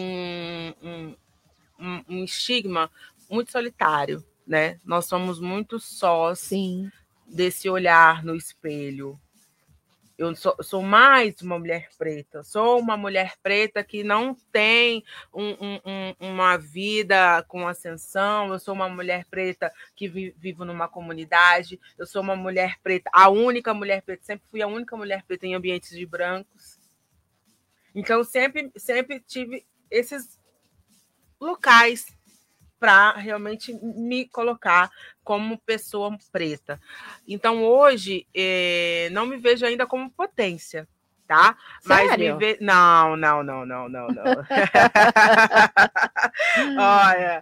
um estigma muito solitário, né? Nós somos muito sós. Sim. Desse olhar no espelho. Eu sou mais uma mulher preta. Sou uma mulher preta que não tem uma vida com ascensão. Eu sou uma mulher preta que vivo numa comunidade. Eu sou uma mulher preta, a única mulher preta. Sempre fui a única mulher preta em ambientes de brancos. Então, sempre tive esses locais para realmente me colocar como pessoa preta. Então, hoje, não me vejo ainda como potência, tá? Mas Sério? Não. Olha,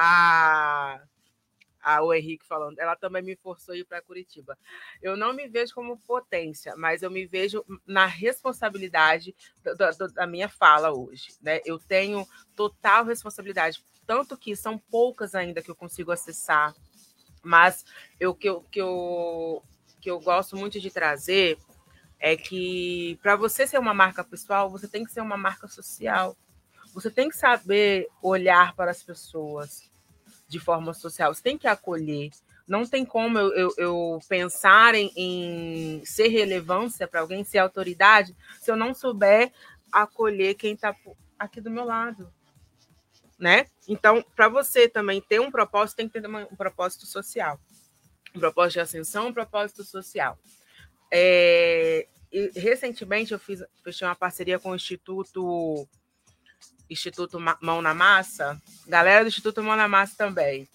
o Henrique falando, ela também me forçou a ir para Curitiba. Eu não me vejo como potência, mas eu me vejo na responsabilidade da minha fala hoje, né? Eu tenho total responsabilidade, tanto que são poucas ainda que eu consigo acessar, mas o que eu gosto muito de trazer é que para você ser uma marca pessoal, você tem que ser uma marca social. Você tem que saber olhar para as pessoas de forma social, você tem que acolher. Não tem como eu pensar em ser relevância para alguém, ser autoridade, se eu não souber acolher quem está aqui do meu lado, né? Então, para você também ter um propósito, tem que ter um propósito social. Um propósito de ascensão, um propósito social. E recentemente, eu fechei uma parceria com o Instituto Mão na Massa, galera do Instituto Mão na Massa também,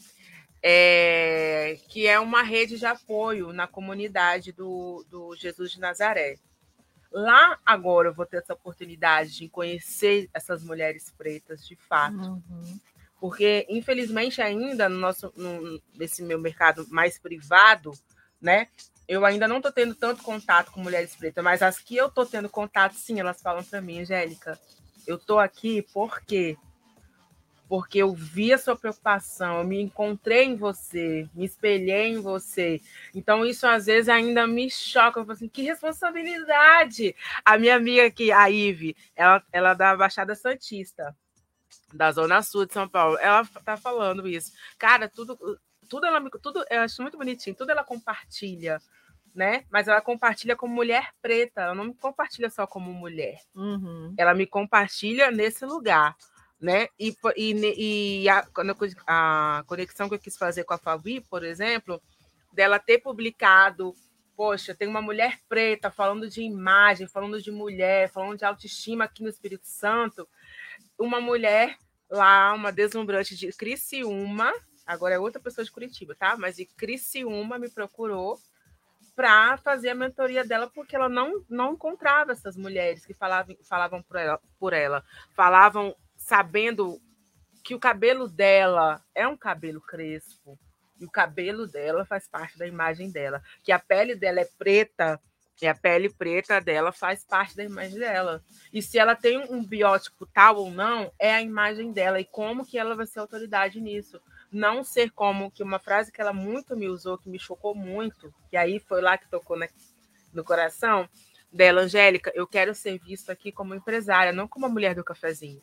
que é uma rede de apoio na comunidade do Jesus de Nazaré. Lá agora eu vou ter essa oportunidade de conhecer essas mulheres pretas de fato. Porque, infelizmente, ainda nesse meu mercado mais privado, né, eu ainda não estou tendo tanto contato com mulheres pretas, mas as que eu estou tendo contato, sim, elas falam para mim, Angélica, eu estou aqui por quê? Porque eu vi a sua preocupação, eu me encontrei em você, me espelhei em você. Então, isso às vezes ainda me choca. Eu falo assim, que responsabilidade! A minha amiga aqui, a Ive, ela é da Baixada Santista, da Zona Sul de São Paulo. Ela tá falando isso. Cara, tudo eu acho muito bonitinho, tudo ela compartilha, né? Mas ela compartilha como mulher preta, ela não me compartilha só como mulher. Ela me compartilha nesse lugar, né? E a conexão que eu quis fazer com a Fabi, por exemplo, dela ter publicado, poxa, tem uma mulher preta falando de imagem, falando de mulher, falando de autoestima aqui no Espírito Santo, uma mulher lá, uma deslumbrante de Criciúma, agora é outra pessoa de Curitiba, tá? Mas de Criciúma me procurou para fazer a mentoria dela, porque ela não encontrava essas mulheres que falavam por ela, falavam sabendo que o cabelo dela é um cabelo crespo, e o cabelo dela faz parte da imagem dela, que a pele dela é preta, e a pele preta dela faz parte da imagem dela. E se ela tem um biótipo tal ou não, é a imagem dela, e como que ela vai ser autoridade nisso. Não ser como que uma frase que ela muito me usou, que me chocou muito, e aí foi lá que tocou no coração dela, Angélica, eu quero ser vista aqui como empresária, não como a mulher do cafezinho.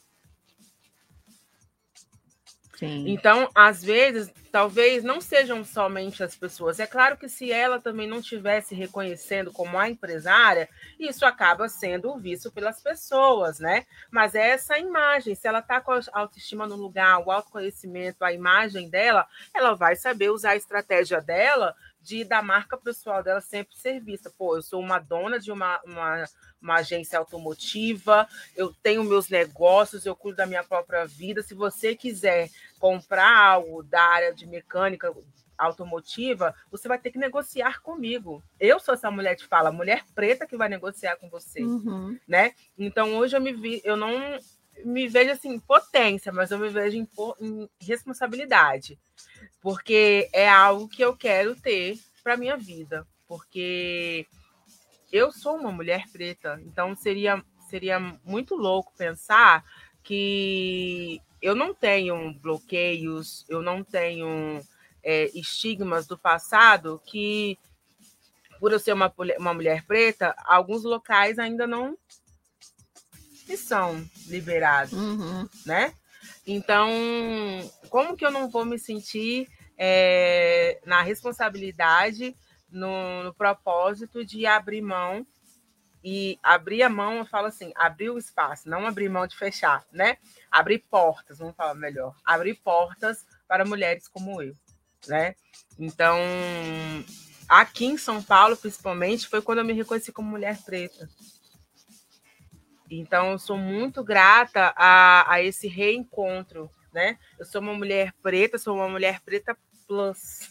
Sim. Então, às vezes, talvez não sejam somente as pessoas. É claro que se ela também não estivesse reconhecendo como a empresária, isso acaba sendo visto pelas pessoas, né? Mas é essa imagem. Se ela está com a autoestima no lugar, o autoconhecimento, a imagem dela, ela vai saber usar a estratégia dela da marca pessoal dela sempre ser vista. Pô, eu sou uma dona de uma agência automotiva, eu tenho meus negócios, eu cuido da minha própria vida. Se você quiser comprar algo da área de mecânica automotiva, você vai ter que negociar comigo. Eu sou essa mulher de fala, mulher preta que vai negociar com você, né? Então, hoje eu não me vejo assim, em potência, mas eu me vejo em responsabilidade, porque é algo que eu quero ter para minha vida, porque eu sou uma mulher preta, então seria muito louco pensar que eu não tenho bloqueios, eu não tenho estigmas do passado que, por eu ser uma mulher preta, alguns locais ainda não são liberados, né? Então, como que eu não vou me sentir na responsabilidade, no propósito de abrir mão? E abrir a mão, eu falo assim, abrir o espaço, não abrir mão de fechar, né? Abrir portas, vamos falar melhor. Abrir portas para mulheres como eu, né? Então, aqui em São Paulo, principalmente, foi quando eu me reconheci como mulher preta. Então, eu sou muito grata a esse reencontro, né? Eu sou uma mulher preta plus.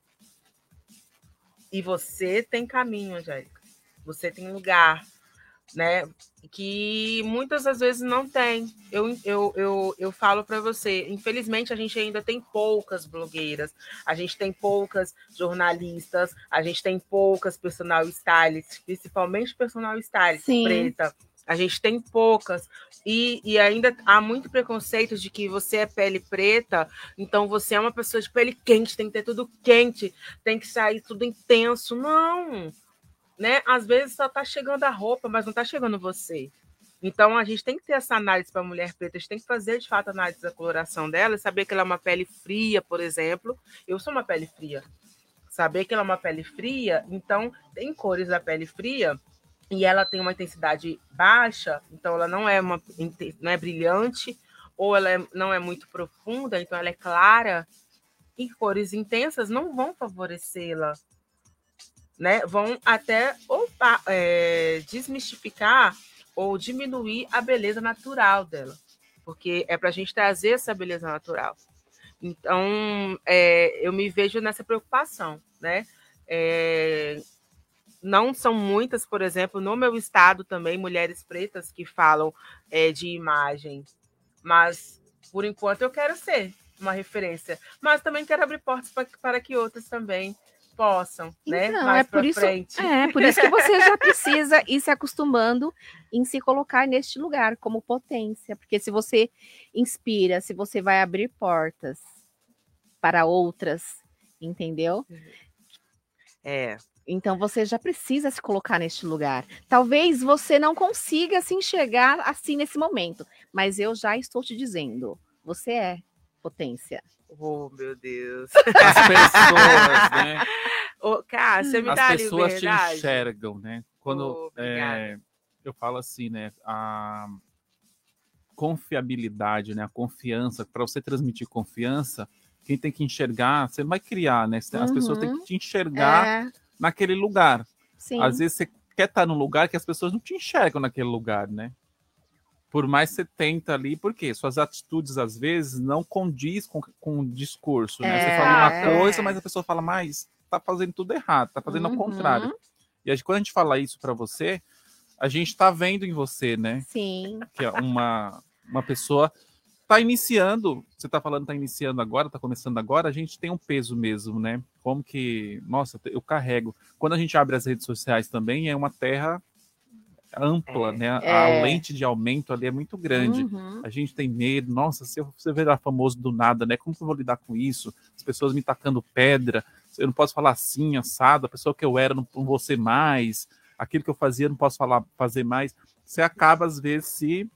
E você tem caminho, Angélica. Você tem lugar, né? Que muitas das vezes não tem. Eu falo para você, infelizmente a gente ainda tem poucas blogueiras, a gente tem poucas jornalistas, a gente tem poucas personal stylists, principalmente personal stylist preta. A gente tem poucas. E ainda há muito preconceito de que você é pele preta, então você é uma pessoa de pele quente, tem que ter tudo quente, tem que sair tudo intenso. Não! Né? Às vezes só está chegando a roupa, mas não está chegando você. Então, a gente tem que ter essa análise para a mulher preta, a gente tem que fazer, de fato, a análise da coloração dela, saber que ela é uma pele fria, por exemplo. Eu sou uma pele fria. Saber que ela é uma pele fria, então, tem cores da pele fria, e ela tem uma intensidade baixa, então ela não é brilhante, ou ela não é muito profunda, então ela é clara, e cores intensas não vão favorecê-la, né? Vão até desmistificar ou diminuir a beleza natural dela, porque é para a gente trazer essa beleza natural. Então, eu me vejo nessa preocupação, né? Não são muitas, por exemplo, no meu estado também, mulheres pretas que falam de imagem, mas, por enquanto, eu quero ser uma referência, mas também quero abrir portas para que outras também possam, né? Então, Mais por para isso, frente. por isso que você já precisa ir se acostumando em se colocar neste lugar como potência, porque se você inspira, se você vai abrir portas para outras, entendeu? Então você já precisa se colocar neste lugar. Talvez você não consiga se enxergar assim nesse momento, mas eu já estou te dizendo, você é potência. Oh, meu Deus. As pessoas, né? Cara, você me As dá pessoas te liberdade? enxergam, né? Quando eu falo assim, né? A confiabilidade, né? A confiança, para você transmitir confiança, quem tem que enxergar, você vai criar, né? As pessoas têm que te enxergar naquele lugar. Sim. Às vezes você quer estar num lugar que as pessoas não te enxergam naquele lugar, né? Por mais que você tenta ali, porque suas atitudes, às vezes, não condiz com o discurso, né? Você fala uma coisa, mas a pessoa fala, mas tá fazendo tudo errado, tá fazendo ao contrário. E aí, quando a gente fala isso para você, a gente tá vendo em você, né? Sim. Que é uma pessoa tá iniciando, você tá falando tá iniciando agora, tá começando agora, a gente tem um peso mesmo, né? Como que, nossa, eu carrego. Quando a gente abre as redes sociais também, é uma terra ampla, né? A lente de aumento ali é muito grande. A gente tem medo, nossa, se você virar famoso do nada, né? Como que eu vou lidar com isso? As pessoas me tacando pedra, eu não posso falar assim, assado, a pessoa que eu era não vou ser mais, aquilo que eu fazia não posso fazer mais. Você acaba, às vezes, se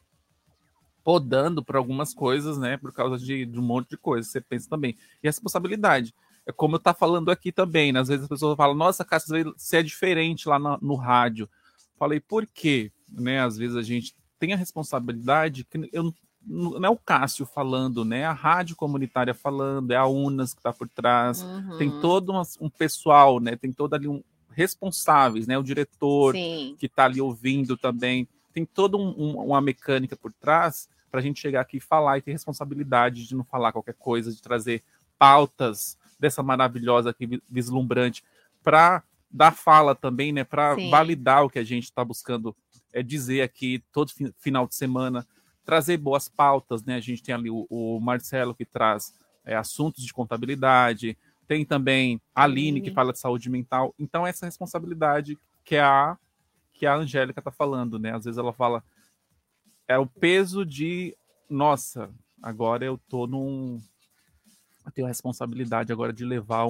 podando por algumas coisas, né? Por causa de um monte de coisas, você pensa também. E a responsabilidade. É como eu tá falando aqui também, né? Às vezes as pessoas falam, nossa, cara, você é diferente lá no rádio. Falei, por quê? Né? Às vezes a gente tem a responsabilidade, que não é o Cássio falando, né? A rádio comunitária falando, é a Unas que está por trás, tem todo um pessoal, né? Tem todo ali responsáveis, né? O diretor que está ali ouvindo também, tem toda uma mecânica por trás para a gente chegar aqui e falar e ter responsabilidade de não falar qualquer coisa, de trazer pautas dessa maravilhosa aqui, vislumbrante, para dar fala também, né, para validar o que a gente está buscando dizer aqui todo final de semana, trazer boas pautas, né? A gente tem ali o Marcelo que traz assuntos de contabilidade, tem também a Aline, que fala de saúde mental. Então, essa responsabilidade que a Angélica está falando, né? Às vezes ela fala, é o peso de, nossa, agora eu tenho a responsabilidade agora de levar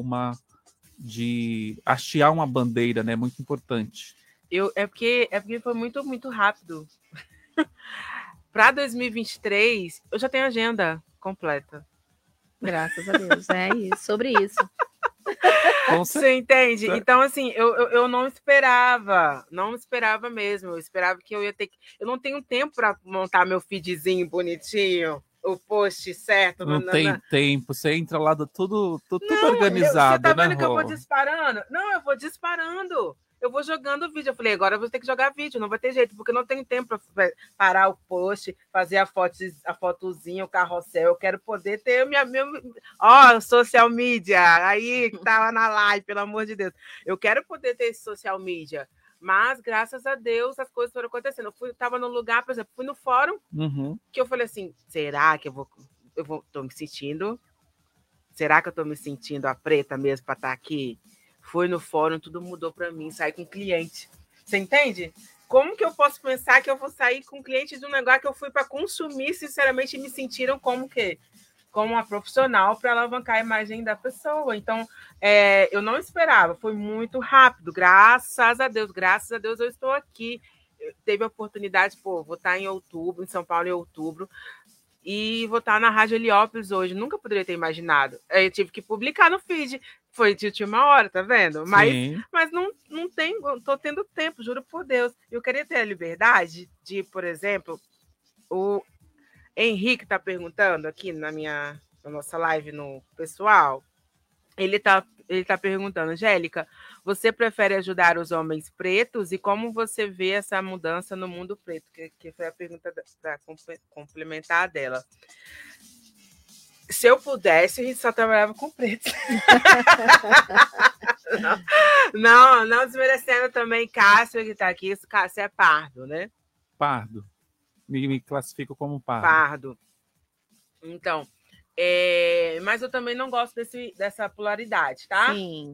de hastear uma bandeira, né? Muito importante. É porque foi muito, muito rápido. Para 2023, eu já tenho agenda completa. Graças a Deus, sobre isso. Você entende? Então, assim, eu não esperava mesmo. Eu esperava que eu ia ter que... Eu não tenho tempo para montar meu feedzinho bonitinho, o post certo. Não tem tempo, você entra lá, tudo organizado, você tá vendo né, que eu vou disparando? Não, eu vou disparando. Eu vou jogando vídeo. Eu falei, agora eu vou ter que jogar vídeo, não vai ter jeito, porque eu não tenho tempo para parar o post, fazer a fotozinha, o carrossel. Eu quero poder ter social media, aí que tá lá na live, pelo amor de Deus. Eu quero poder ter esse social media. Mas, graças a Deus, as coisas foram acontecendo. Eu estava no lugar, por exemplo, fui no fórum, que eu falei assim, será que tô me sentindo? Será que eu tô me sentindo a preta mesmo para estar aqui? Fui no fórum, tudo mudou para mim, saí com cliente. Você entende? Como que eu posso pensar que eu vou sair com cliente de um negócio que eu fui para consumir, sinceramente, e me sentiram como uma profissional para alavancar a imagem da pessoa. Então, eu não esperava, foi muito rápido. Graças a Deus eu estou aqui. Teve a oportunidade, vou estar em São Paulo em outubro, e vou estar na Rádio Heliópolis hoje. Nunca poderia ter imaginado. Eu tive que publicar no feed. Foi de última hora, tá vendo? Mas não tô tendo tempo, juro por Deus. Eu queria ter a liberdade de, por exemplo, o Henrique tá perguntando aqui na nossa live no pessoal. Ele tá perguntando, Angélica, você prefere ajudar os homens pretos e como você vê essa mudança no mundo preto? Que foi a pergunta para complementar dela. Se eu pudesse, a gente só trabalhava com preto. Não desmerecendo também Cássio, que está aqui. Cássio é pardo, né? Pardo. Me classifico como pardo. Pardo. Então, mas eu também não gosto dessa polaridade, tá? Sim.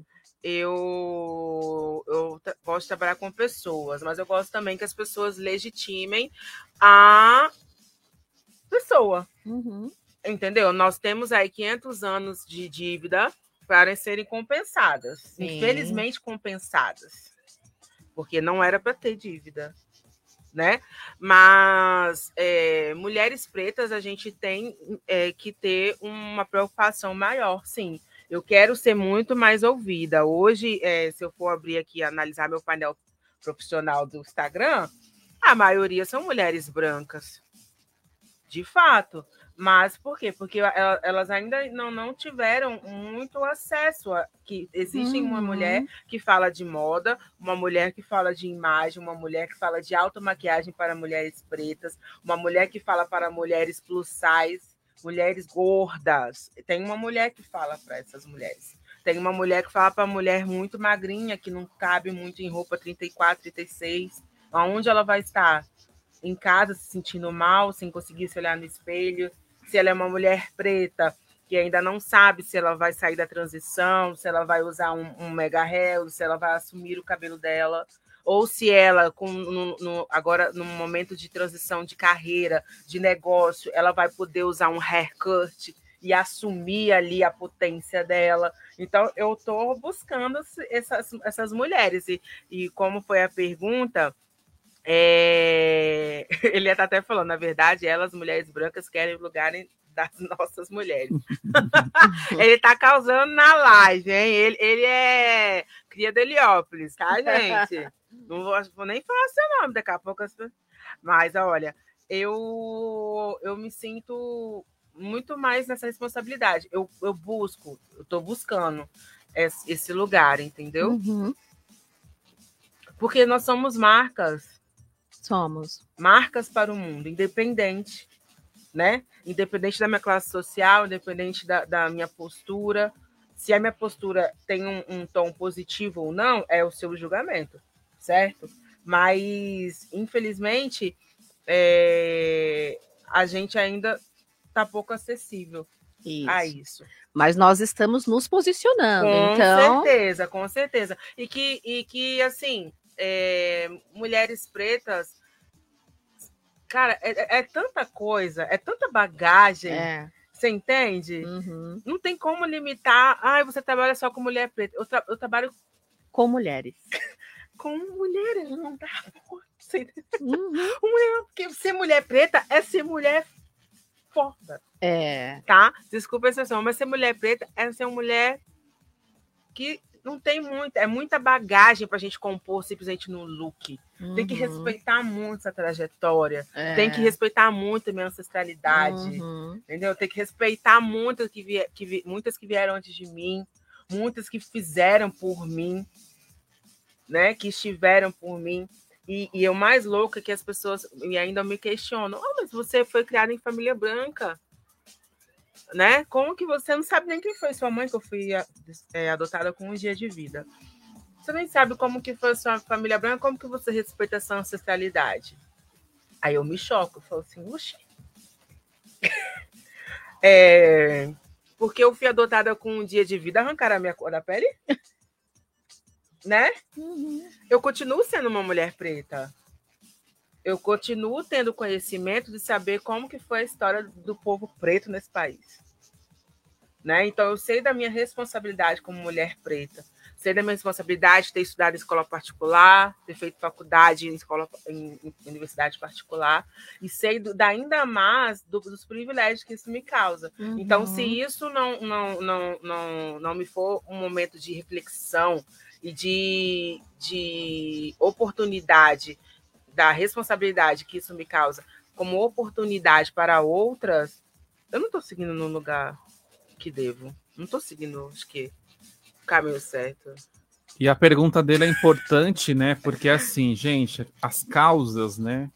Eu gosto de trabalhar com pessoas, mas eu gosto também que as pessoas legitimem a pessoa. Entendeu? Nós temos aí 500 anos de dívida para serem compensadas. Sim. Infelizmente compensadas. Porque não era para ter dívida, né? Mas mulheres pretas, a gente tem que ter uma preocupação maior, sim. Eu quero ser muito mais ouvida. Hoje, se eu for abrir aqui e analisar meu painel profissional do Instagram, a maioria são mulheres brancas. De fato. Mas por quê? Porque elas ainda não tiveram muito acesso a que existe uma mulher que fala de moda, uma mulher que fala de imagem, uma mulher que fala de automaquiagem para mulheres pretas, uma mulher que fala para mulheres plus size, mulheres gordas. Tem uma mulher que fala para essas mulheres. Tem uma mulher que fala para a mulher muito magrinha, que não cabe muito em roupa 34, 36. Aonde ela vai estar? Em casa, se sentindo mal, sem conseguir se olhar no espelho. Se ela é uma mulher preta, que ainda não sabe se ela vai sair da transição, se ela vai usar um mega hair, se ela vai assumir o cabelo dela, ou se ela, agora, no momento de transição de carreira, de negócio, ela vai poder usar um haircut e assumir ali a potência dela. Então, eu estou buscando essas mulheres. E como foi a pergunta... Ele está até falando, na verdade, elas, mulheres brancas, querem lugar das nossas mulheres. Ele está causando na live, hein? Ele é cria de Heliópolis, tá, gente? Não vou nem falar seu nome daqui a pouco. Mas, olha, eu me sinto muito mais nessa responsabilidade. Eu estou buscando esse lugar, entendeu? Porque nós somos marcas. Somos. Marcas para o mundo, independente, né? Independente da minha classe social, independente da minha postura. Se a minha postura tem um tom positivo ou não, é o seu julgamento, certo? Mas, infelizmente, a gente ainda está pouco acessível. a isso. Mas nós estamos nos posicionando, Com certeza. E que assim, mulheres pretas, cara, é tanta coisa, é tanta bagagem. Você entende? Uhum. Não tem como limitar. Você trabalha só com mulher preta. Eu trabalho com mulheres. Com mulheres, não dá. Porque ser mulher preta é ser mulher foda. Tá? Desculpa a expressão, mas ser mulher preta é ser uma mulher que não tem muita bagagem pra gente compor simplesmente no look. Tem que respeitar muito essa trajetória. Tem que respeitar muito a minha ancestralidade. Entendeu? Tem que respeitar muitas que vieram antes de mim, muitas que fizeram por mim, né? Que estiveram por mim. E o mais louco é que as pessoas ainda me questionam. Mas você foi criada em família branca, né? Como que você não sabe nem quem foi sua mãe, que eu fui adotada com 1 dia de vida? Você nem sabe como que foi sua família branca, como que você respeita essa ancestralidade? Aí eu me choco, eu falo assim, oxi. Porque eu fui adotada com 1 dia de vida, arrancaram a minha cor da pele? Né? Eu continuo sendo uma mulher preta. Eu continuo tendo conhecimento de saber como que foi a história do povo preto nesse país. Né? Então, eu sei da minha responsabilidade como mulher preta. Sei da minha responsabilidade de ter estudado em escola particular, ter feito faculdade em universidade particular. E sei ainda mais dos privilégios que isso me causa. Então, se isso não me for um momento de reflexão e de oportunidade, da responsabilidade que isso me causa como oportunidade para outras, eu não estou seguindo no lugar que devo. Não estou seguindo, acho que, o caminho certo. E a pergunta dele é importante, né? Porque, assim, gente, as causas, né?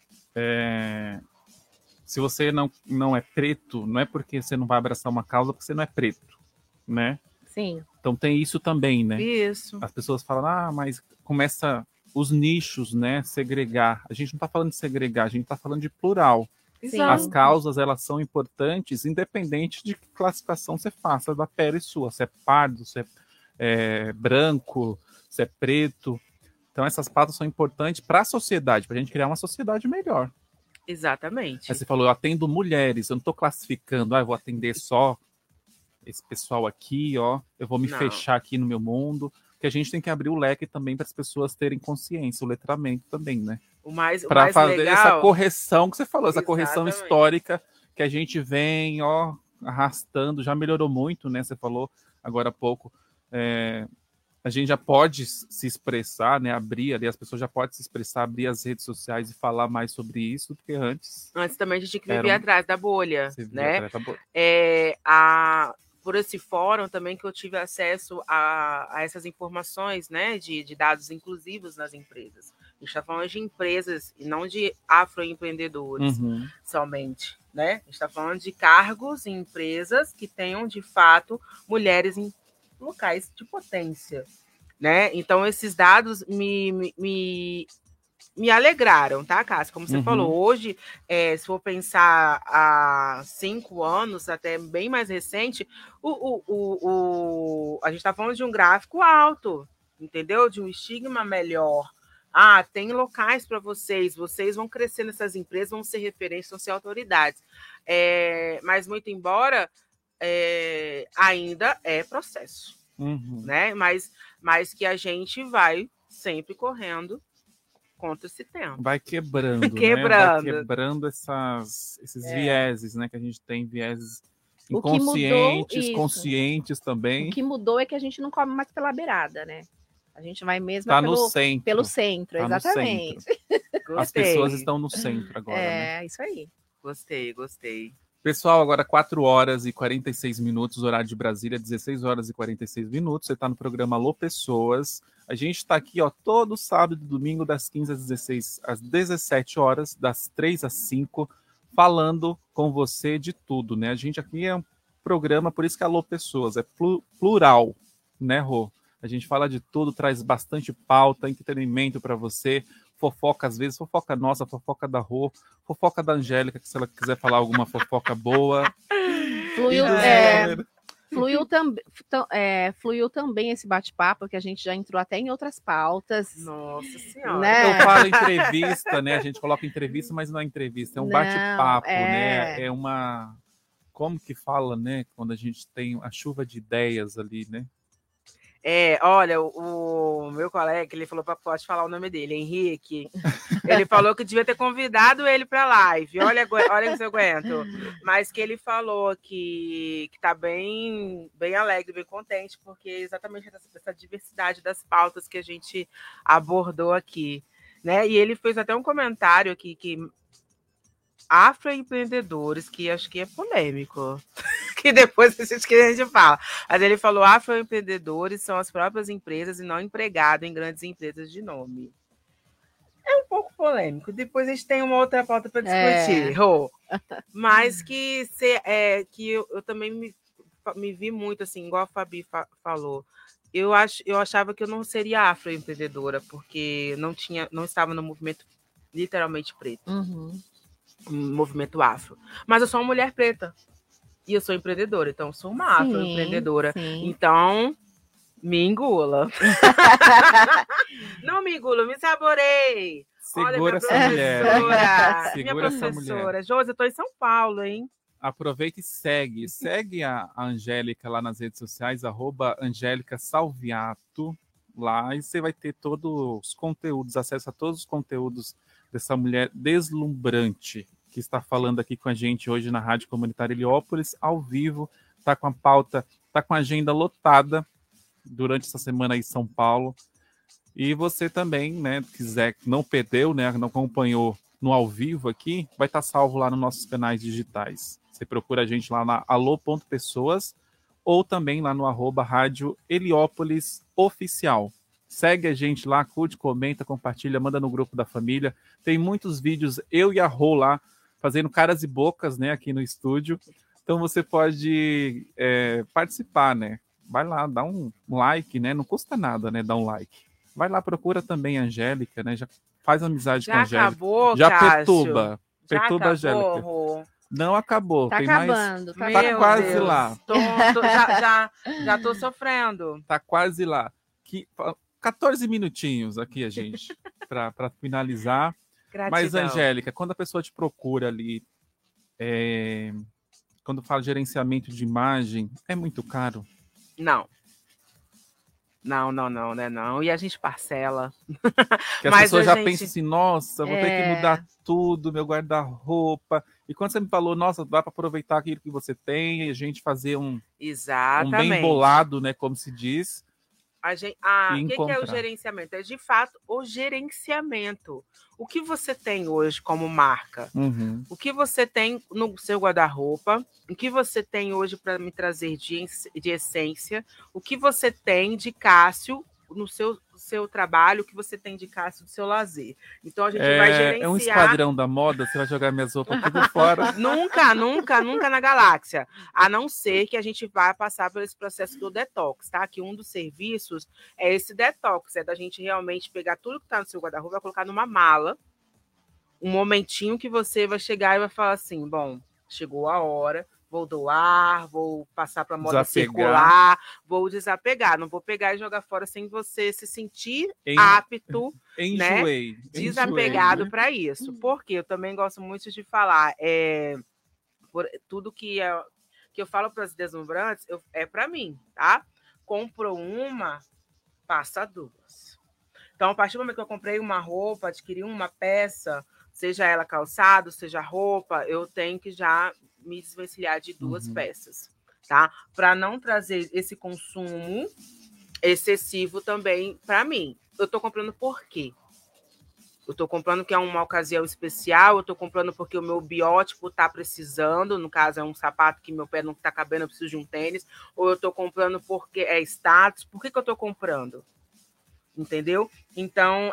Se você não é preto, não é porque você não vai abraçar uma causa, porque você não é preto, né? Sim. Então tem isso também, né? Isso. As pessoas falam, mas começa os nichos, né? Segregar. A gente não está falando de segregar, a gente está falando de plural. Exato. As causas, elas são importantes, independente de que classificação você faça da pele sua. Se é pardo, se é branco, se é preto. Então essas pautas são importantes para a sociedade, para a gente criar uma sociedade melhor. Exatamente. Aí você falou, eu atendo mulheres, eu não estou classificando, eu vou atender só esse pessoal aqui, ó, eu vou me fechar aqui no meu mundo, porque a gente tem que abrir o leque também para as pessoas terem consciência, o letramento também, né? Para fazer legal... essa correção que você falou, essa Exatamente. Correção histórica que a gente vem, ó, arrastando, já melhorou muito, né? Você falou agora há pouco, a gente já pode se expressar, né? Abrir ali, as pessoas já podem se expressar, abrir as redes sociais e falar mais sobre isso do que antes. Antes também a gente tinha que viver atrás da bolha, né? Atrás da bolha. Por esse fórum também que eu tive acesso a essas informações, né, de dados inclusivos nas empresas. A gente está falando de empresas e não de afroempreendedores somente, né? A gente está falando de cargos em empresas que tenham, de fato, mulheres em locais de potência, né? Então, esses dados me alegraram, tá, Cássia? Como você falou, hoje, se for pensar há 5 anos, até bem mais recente, a gente está falando de um gráfico alto, entendeu? De um estigma melhor. Tem locais para vocês vão crescer nessas empresas, vão ser referências, vão ser autoridades. Mas, muito embora, ainda é processo, né? Mas que a gente vai sempre correndo contra esse tempo. Vai quebrando, né? Vai quebrando esses vieses, né? Que a gente tem vieses inconscientes, conscientes também. O que mudou é que a gente não come mais pela beirada, né? A gente vai mesmo pelo centro, tá exatamente. Centro. As pessoas estão no centro agora, né? Isso aí. Gostei. Pessoal, agora 4 horas e 46 minutos, horário de Brasília, 16 horas e 46 minutos. Você está no programa Alô Pessoas. A gente está aqui, ó, todo sábado e domingo, das 15 às 17 horas, das 3 às 5, falando com você de tudo, né? A gente aqui é um programa, por isso que é Alô Pessoas, é plural, né, Rô? A gente fala de tudo, traz bastante pauta, entretenimento para você, fofoca às vezes, fofoca nossa, fofoca da Rô, fofoca da Angélica, que se ela quiser falar alguma fofoca boa, Fluiu também esse bate-papo, que a gente já entrou até em outras pautas. Nossa Senhora. Né? Eu falo entrevista, né? A gente coloca entrevista, mas não é entrevista, é um bate-papo, né? É uma... Como que fala, né? Quando a gente tem a chuva de ideias ali, né? Olha, o meu colega, ele falou, pode falar o nome dele, Henrique, ele falou que devia ter convidado ele para a live, olha se eu aguento, mas que ele falou que tá bem alegre, bem contente, porque exatamente essa diversidade das pautas que a gente abordou aqui, né? E ele fez até um comentário aqui que afroempreendedores, que acho que é polêmico, que depois a gente fala. Mas ele falou: afroempreendedores são as próprias empresas e não empregado em grandes empresas de nome. É um pouco polêmico. Depois a gente tem uma outra pauta para discutir. Mas que eu também me vi muito, assim, igual a Fabi falou. Eu achava que eu não seria afroempreendedora, porque não estava no movimento literalmente preto. Movimento afro. Mas eu sou uma mulher preta. E eu sou empreendedora, então eu sou uma afroempreendedora. Então, me engula. Não me engula, me saborei. Segura essa mulher. Minha professora. Josi, eu tô em São Paulo, hein? Aproveita e segue. Segue a Angélica lá nas redes sociais, @AngélicaSalviato. Lá, e você vai ter todos os conteúdos, acesso a todos os conteúdos dessa mulher deslumbrante que está falando aqui com a gente hoje na Rádio Comunitária Heliópolis, ao vivo, está com a pauta, está com a agenda lotada durante essa semana aí em São Paulo. E você também, né, quiser, não perdeu, né, não acompanhou no ao vivo aqui, vai estar salvo lá nos nossos canais digitais. Você procura a gente lá na alô.pessoas ou também lá no @Rádio Heliópolis Oficial. Segue a gente lá, curte, comenta, compartilha, manda no grupo da família. Tem muitos vídeos, eu e a Rô lá, fazendo caras e bocas, né, aqui no estúdio. Então você pode participar, né? Vai lá, dá um like, né? Não custa nada, né? Dá um like. Vai lá, procura também a Angélica, né? Já faz amizade com a Angélica. Acabou, já Cássio. perturba a Angélica. Não acabou. Tá tem acabando. Mais... Tá quase Deus. lá. Já tô sofrendo. Tá quase lá. 14 minutinhos aqui, a gente, para finalizar. Gratidão. Mas, Angélica, quando a pessoa te procura ali, quando fala gerenciamento de imagem, é muito caro? Não. Não, né? Não. E a gente parcela. Que as pessoas já pensam assim, nossa, vou ter que mudar tudo, meu guarda-roupa. E quando você me falou, nossa, dá para aproveitar aquilo que você tem e a gente fazer um bem bolado, né, como se diz. O que é o gerenciamento? É, de fato, o gerenciamento. O que você tem hoje como marca? O que você tem no seu guarda-roupa? O que você tem hoje para me trazer de essência? O que você tem de Cássio no seu trabalho? O que você tem de Cássio do seu lazer? Então, a gente vai gerenciar... É um esquadrão da moda? Você vai jogar minhas roupas tudo fora? Nunca na galáxia. A não ser que a gente vá passar por esse processo do detox, tá? Que um dos serviços é esse detox, é da gente realmente pegar tudo que está no seu guarda-roupa e colocar numa mala, um momentinho que você vai chegar e vai falar assim, bom, chegou a hora, vou doar, vou passar para a moda circular, vou desapegar. Não vou pegar e jogar fora sem você se sentir apto, né? Desapegado para isso. Porque eu também gosto muito de falar, tudo que eu falo para as deslumbrantes é para mim, tá? Comprou uma, passa duas. Então, a partir do momento que eu comprei uma roupa, adquiri uma peça, seja ela calçado, seja roupa, eu tenho que já me desvencilhar de duas peças, tá? Para não trazer esse consumo excessivo também para mim. Eu tô comprando por quê? Eu tô comprando que é uma ocasião especial, eu tô comprando porque o meu biótipo tá precisando, no caso é um sapato que meu pé não tá cabendo, eu preciso de um tênis, ou eu tô comprando porque é status. Por que eu tô comprando? Entendeu? Então,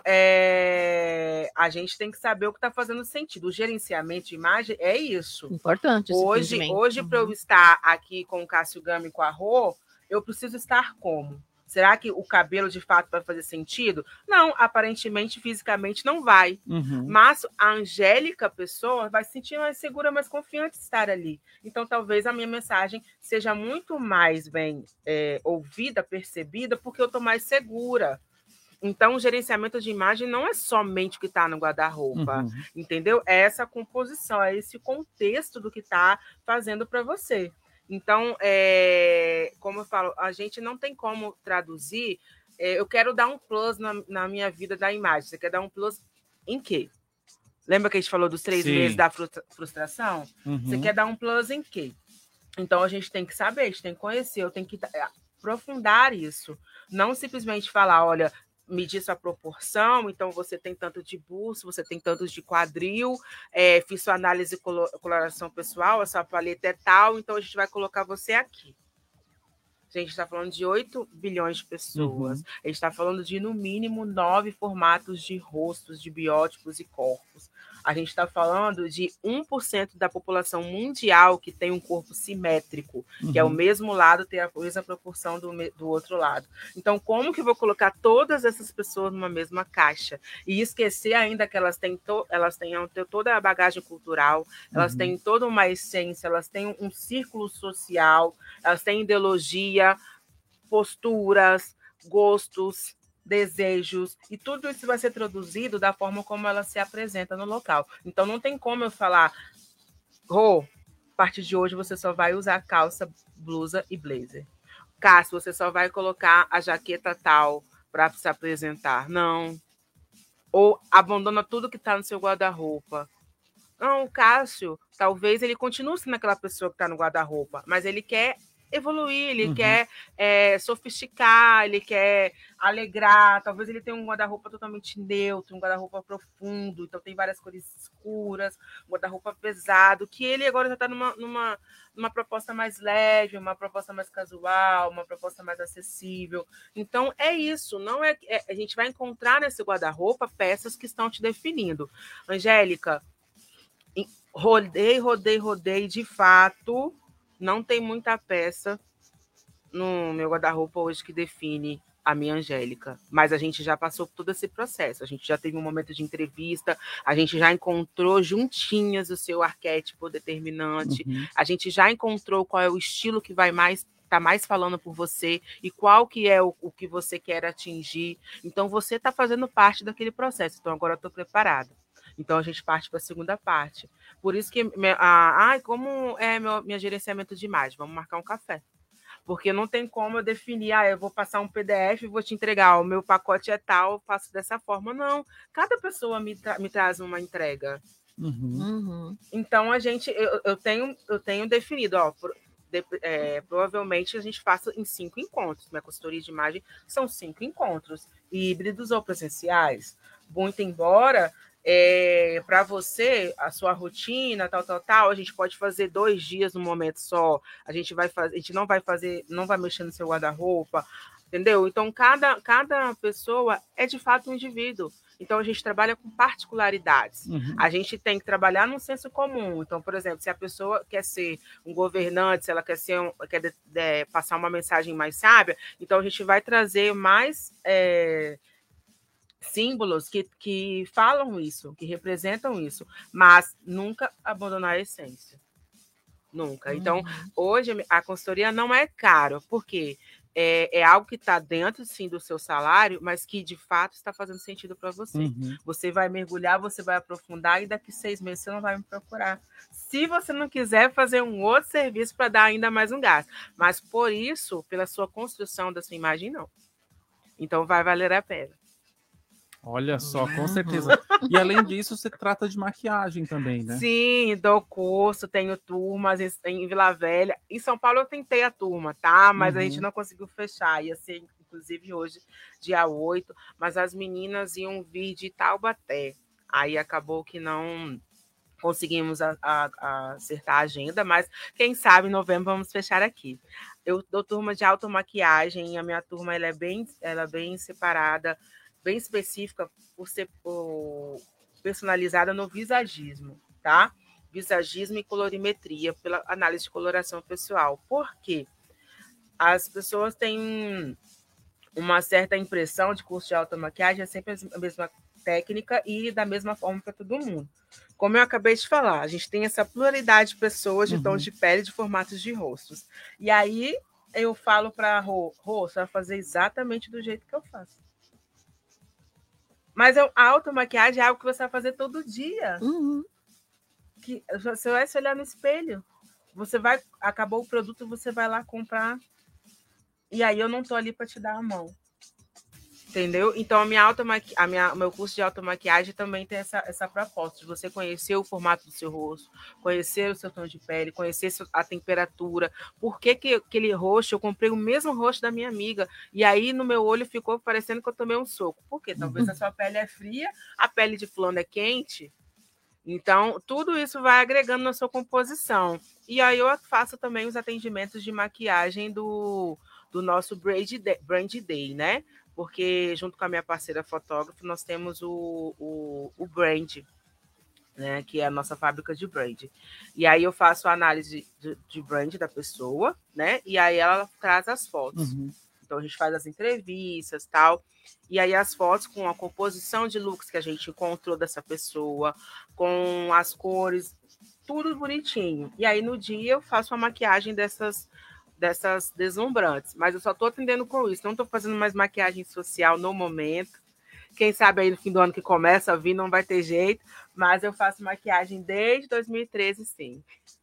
a gente tem que saber o que está fazendo sentido. O gerenciamento de imagem é isso. Importante esse Hoje para eu estar aqui com o Cássio Gama e com a Rô, eu preciso estar como? Será que o cabelo, de fato, vai fazer sentido? Não, aparentemente, fisicamente, não vai. Mas a Angélica, pessoa, vai se sentir mais segura, mais confiante de estar ali. Então, talvez a minha mensagem seja muito mais bem ouvida, percebida, porque eu estou mais segura. Então, o gerenciamento de imagem não é somente o que está no guarda-roupa, entendeu? É essa composição, é esse contexto do que está fazendo para você. Então, como eu falo, a gente não tem como traduzir. Eu quero dar um plus na minha vida da imagem. Você quer dar um plus em quê? Lembra que a gente falou dos 3 meses da frustração? Você quer dar um plus em quê? Então, a gente tem que saber, a gente tem que conhecer, eu tenho que aprofundar isso. Não simplesmente falar, olha, medir sua proporção, então você tem tanto de busto, você tem tanto de quadril, fiz sua análise de coloração pessoal, a sua paleta é tal, então a gente vai colocar você aqui. A gente está falando de 8 bilhões de pessoas, a gente está falando de, no mínimo, 9 formatos de rostos, de biótipos e corpos. A gente está falando de 1% da população mundial que tem um corpo simétrico, que é o mesmo lado, tem a mesma proporção do outro lado. Então, como que eu vou colocar todas essas pessoas numa mesma caixa? E esquecer ainda que elas têm toda a bagagem cultural, elas têm toda uma essência, elas têm um círculo social, elas têm ideologia, posturas, gostos, desejos, e tudo isso vai ser traduzido da forma como ela se apresenta no local. Então, não tem como eu falar, a partir de hoje você só vai usar calça, blusa e blazer. Cássio, você só vai colocar a jaqueta tal para se apresentar. Não. Ou abandona tudo que está no seu guarda-roupa. Não, o Cássio, talvez ele continue sendo aquela pessoa que está no guarda-roupa, mas ele quer evoluir, ele quer sofisticar, ele quer alegrar, talvez ele tenha um guarda-roupa totalmente neutro, um guarda-roupa profundo, então tem várias cores escuras, um guarda-roupa pesado, que ele agora já está numa proposta mais leve, uma proposta mais casual, uma proposta mais acessível. Então é isso, não a gente vai encontrar nesse guarda-roupa peças que estão te definindo. Angélica, rodei, de fato. Não tem muita peça no meu guarda-roupa hoje que define a minha Angélica, mas a gente já passou por todo esse processo, a gente já teve um momento de entrevista, a gente já encontrou juntinhas o seu arquétipo determinante, a gente já encontrou qual é o estilo que vai tá mais falando por você e qual que é o que você quer atingir. Então, você está fazendo parte daquele processo. Então, agora eu estou preparada. Então, a gente parte para a segunda parte. Por isso que, como é meu gerenciamento de imagem? Vamos marcar um café. Porque não tem como eu definir, eu vou passar um PDF e vou te entregar, o meu pacote é tal, eu faço dessa forma. Não, cada pessoa me traz uma entrega. Então, eu tenho definido, provavelmente a gente faça em 5 encontros. Minha consultoria de imagem são 5 encontros, híbridos ou presenciais. Muito embora... para você, a sua rotina, tal, a gente pode fazer 2 dias no momento só, a gente não vai mexer no seu guarda-roupa, entendeu? Então, cada pessoa é de fato um indivíduo. Então, a gente trabalha com particularidades. A gente tem que trabalhar num senso comum. Então, por exemplo, se a pessoa quer ser um governante, se ela quer passar uma mensagem mais sábia, então a gente vai trazer mais... símbolos que falam isso, que representam isso, mas nunca abandonar a essência. Nunca. Então, hoje, a consultoria não é caro, porque é algo que está dentro, sim, do seu salário, mas que, de fato, está fazendo sentido para você. Você vai mergulhar, você vai aprofundar, e daqui 6 meses você não vai me procurar. Se você não quiser fazer um outro serviço para dar ainda mais um gasto. Mas, por isso, pela sua construção da sua imagem, não. Então, vai valer a pena. Olha só, com certeza. E além disso, você trata de maquiagem também, né? Sim, dou curso, tenho turmas em Vila Velha. Em São Paulo eu tentei a turma, tá? Mas a gente não conseguiu fechar. Ia ser, inclusive, hoje, dia 8. Mas as meninas iam vir de Taubaté. Aí acabou que não conseguimos acertar a agenda, mas quem sabe em novembro vamos fechar aqui. Eu dou turma de automaquiagem. A minha turma ela é bem separada, bem específica, por ser personalizada no visagismo, tá? Visagismo e colorimetria, pela análise de coloração pessoal. Por quê? As pessoas têm uma certa impressão de curso de automaquiagem é sempre a mesma técnica e da mesma forma para todo mundo. Como eu acabei de falar, a gente tem essa pluralidade de pessoas, de tons de pele, de formatos de rostos. E aí eu falo para a Rô, você vai fazer exatamente do jeito que eu faço. Mas a automaquiagem é algo que você vai fazer todo dia. Que você vai se olhar no espelho. Você vai, acabou o produto, você vai lá comprar. E aí eu não tô ali para te dar a mão. Entendeu? Então, meu curso de automaquiagem também tem essa proposta de você conhecer o formato do seu rosto, conhecer o seu tom de pele, conhecer a temperatura. Por que aquele roxo, eu comprei o mesmo roxo da minha amiga, e aí no meu olho ficou parecendo que eu tomei um soco. Por quê? Talvez a sua pele é fria, a pele de fulano é quente. Então, tudo isso vai agregando na sua composição. E aí eu faço também os atendimentos de maquiagem do nosso Brand Day, né? Porque junto com a minha parceira fotógrafa, nós temos o Brand, né? Que é a nossa fábrica de brand. E aí eu faço a análise de brand da pessoa, né? E aí ela traz as fotos. Então a gente faz as entrevistas e tal. E aí as fotos com a composição de looks que a gente encontrou dessa pessoa, com as cores, tudo bonitinho. E aí no dia eu faço a maquiagem dessas deslumbrantes, mas eu só estou atendendo com isso, não estou fazendo mais maquiagem social no momento. Quem sabe aí no fim do ano que começa a vir não vai ter jeito, mas eu faço maquiagem desde 2013, sim.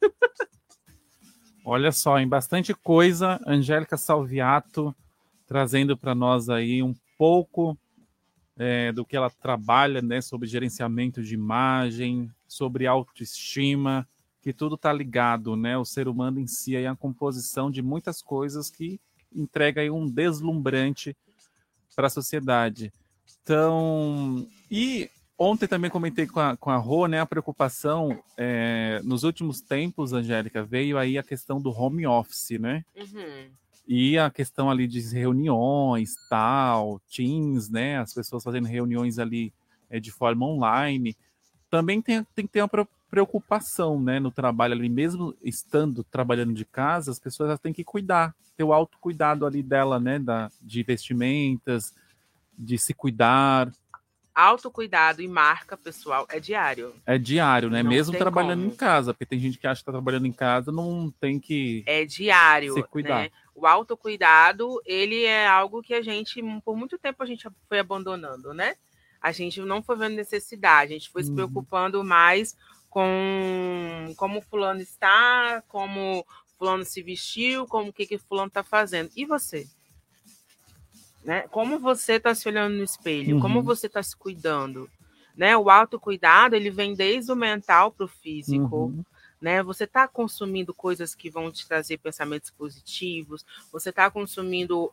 Olha só, em bastante coisa, Angélica Salviato trazendo para nós aí um pouco do que ela trabalha, né, sobre gerenciamento de imagem, sobre autoestima, que tudo está ligado, né? O ser humano em si é a composição de muitas coisas que entrega aí um deslumbrante para a sociedade. Então, e ontem também comentei com a Rô, né, a preocupação, nos últimos tempos, Angélica, veio aí a questão do home office, né? E a questão ali de reuniões, tal, Teams, né? As pessoas fazendo reuniões ali de forma online. Também tem que ter uma preocupação, né, no trabalho ali, mesmo estando trabalhando de casa, as pessoas têm que cuidar, ter o autocuidado ali dela, né, de vestimentas, de se cuidar. Autocuidado e marca, pessoal, é diário. É diário, né, Não mesmo trabalhando como. em casa, porque tem gente que acha que está trabalhando em casa, não tem que é diário, se cuidar. Né? O autocuidado, ele é algo que a gente, por muito tempo, a gente foi abandonando, né? A gente não foi vendo necessidade, a gente foi se preocupando mais com como fulano está, como fulano se vestiu, como o que fulano está fazendo. E você? Né? Como você está se olhando no espelho? Como você está se cuidando? Né? O autocuidado, ele vem desde o mental para o físico. Né? Você está consumindo coisas que vão te trazer pensamentos positivos, você está consumindo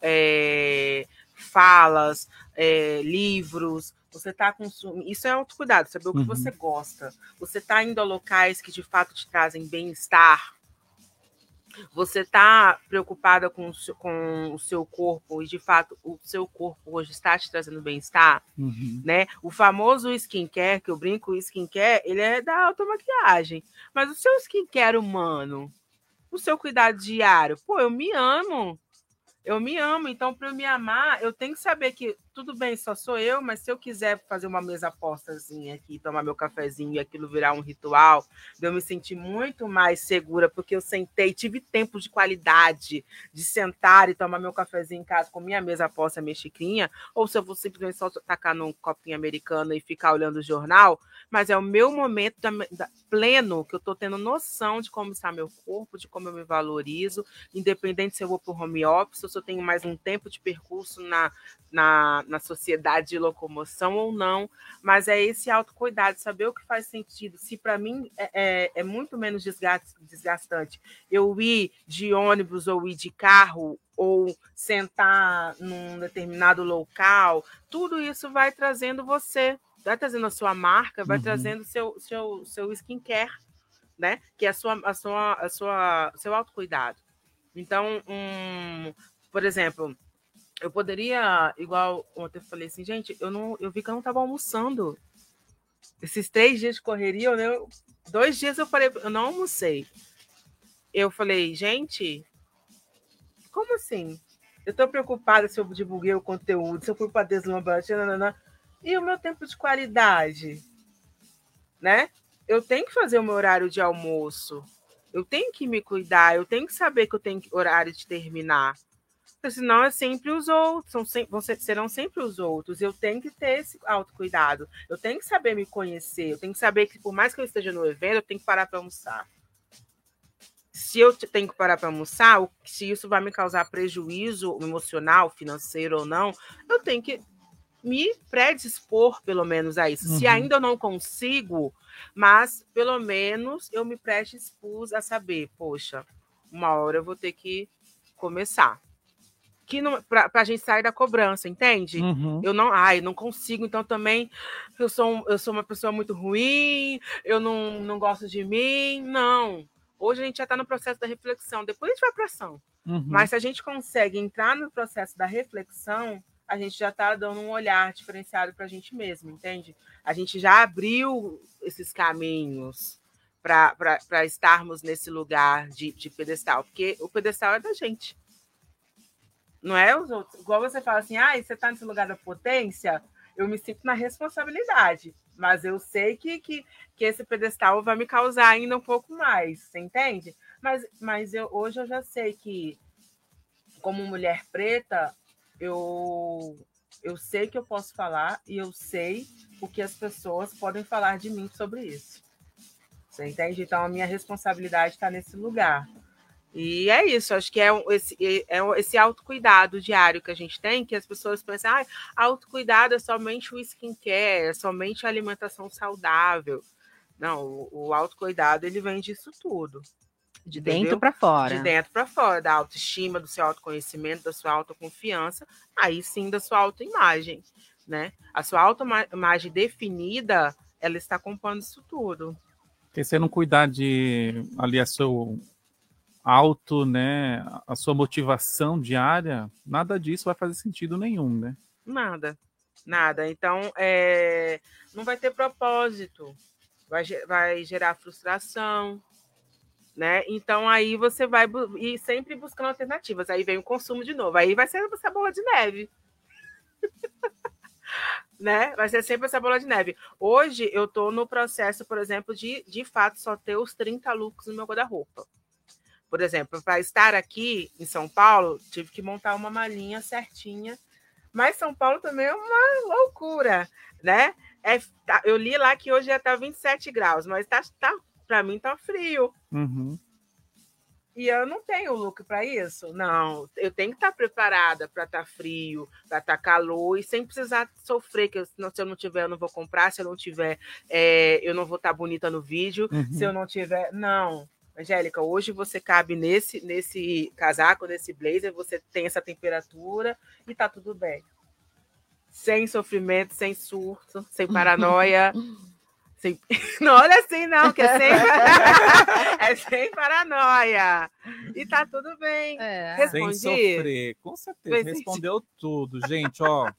falas, livros, você está consumindo. Isso é autocuidado, saber o que você gosta. Você está indo a locais que de fato te trazem bem-estar. Você está preocupada com o seu corpo e, de fato, o seu corpo hoje está te trazendo bem-estar? Né? O famoso skincare, que eu brinco, o skincare, ele é da automaquiagem. Mas o seu skincare humano, o seu cuidado diário, pô, eu me amo. Eu me amo, então para eu me amar, eu tenho que saber que tudo bem, só sou eu, mas se eu quiser fazer uma mesa apostazinha aqui, tomar meu cafezinho e aquilo virar um ritual, eu me sentir muito mais segura, porque eu sentei, tive tempo de qualidade de sentar e tomar meu cafezinho em casa com minha mesa aposta, minha xicrinha, ou se eu vou simplesmente só tacar num copinho americano e ficar olhando o jornal, mas é o meu momento pleno, que eu estou tendo noção de como está meu corpo, de como eu me valorizo, independente se eu vou para o home office, ou se eu tenho mais um tempo de percurso na sociedade de locomoção ou não, mas é esse autocuidado, saber o que faz sentido. Se para mim é muito menos desgastante eu ir de ônibus ou ir de carro ou sentar num determinado local, tudo isso vai trazendo você, vai trazendo a sua marca, vai trazendo seu skincare, né? Que é seu autocuidado. Então, por exemplo, eu poderia, igual ontem eu falei assim, gente, eu vi que eu não estava almoçando. Esses 3 dias de correria, 2 dias eu falei, eu não almocei. Eu falei, gente, como assim? Eu estou preocupada se eu divulguei o conteúdo, se eu fui para deslumbrante, e o meu tempo de qualidade, né? Eu tenho que fazer o meu horário de almoço, eu tenho que me cuidar, eu tenho que saber que eu tenho horário de terminar. Porque senão é sempre os outros, serão sempre os outros. Eu tenho que ter esse autocuidado. Eu tenho que saber me conhecer. Eu tenho que saber que, por mais que eu esteja no evento, eu tenho que parar para almoçar. Se eu tenho que parar para almoçar, se isso vai me causar prejuízo emocional, financeiro ou não, eu tenho que me predispor, pelo menos, a isso. Se ainda eu não consigo, mas, pelo menos, eu me predispus a saber, poxa, uma hora eu vou ter que começar. Para a gente sair da cobrança, entende? Eu não consigo, então também eu sou uma pessoa muito ruim, eu não gosto de mim. Não. Hoje a gente já está no processo da reflexão, depois a gente vai para ação. Mas se a gente consegue entrar no processo da reflexão, a gente já está dando um olhar diferenciado para a gente mesmo, entende? A gente já abriu esses caminhos para estarmos nesse lugar de pedestal, porque o pedestal é da gente. Não é os outros. Igual você fala assim, você está nesse lugar da potência, eu me sinto na responsabilidade, mas eu sei que esse pedestal vai me causar ainda um pouco mais, você entende? Mas hoje eu já sei que, como mulher preta, eu sei que eu posso falar e eu sei o que as pessoas podem falar de mim sobre isso. Você entende? Então, a minha responsabilidade está nesse lugar. E é isso, acho que é esse autocuidado diário que a gente tem, que as pessoas pensam, autocuidado é somente o skincare, é somente a alimentação saudável. Não, o autocuidado, ele vem disso tudo. De dentro para fora. De dentro para fora, da autoestima, do seu autoconhecimento, da sua autoconfiança, aí sim da sua autoimagem, né? A sua autoimagem definida, ela está compondo isso tudo. Porque se você não cuidar de ali a seu né, a sua motivação diária, nada disso vai fazer sentido nenhum, né? Nada. Então, não vai ter propósito, vai gerar frustração, né? Então, aí você vai ir sempre buscando alternativas. Aí vem o consumo de novo. Aí vai ser essa bola de neve. Né? Vai ser sempre essa bola de neve. Hoje, eu estou no processo, por exemplo, de fato, só ter os 30 looks no meu guarda-roupa. Por exemplo, para estar aqui em São Paulo, tive que montar uma malinha certinha. Mas São Paulo também é uma loucura, né? Eu li lá que hoje já está 27 graus, mas para mim está frio. E eu não tenho look para isso. Não, eu tenho que estar preparada para estar frio, para estar calor, e sem precisar sofrer, que se eu não tiver, eu não vou comprar. Se eu não tiver, eu não vou estar bonita no vídeo. Se eu não tiver, não. Angélica, hoje você cabe nesse casaco, nesse blazer, você tem essa temperatura e tá tudo bem. Sem sofrimento, sem surto, sem paranoia. Não olha assim, não, que é sem paranoia. E tá tudo bem. Respondi. Sem sofrer, com certeza. Respondeu tudo, gente, ó.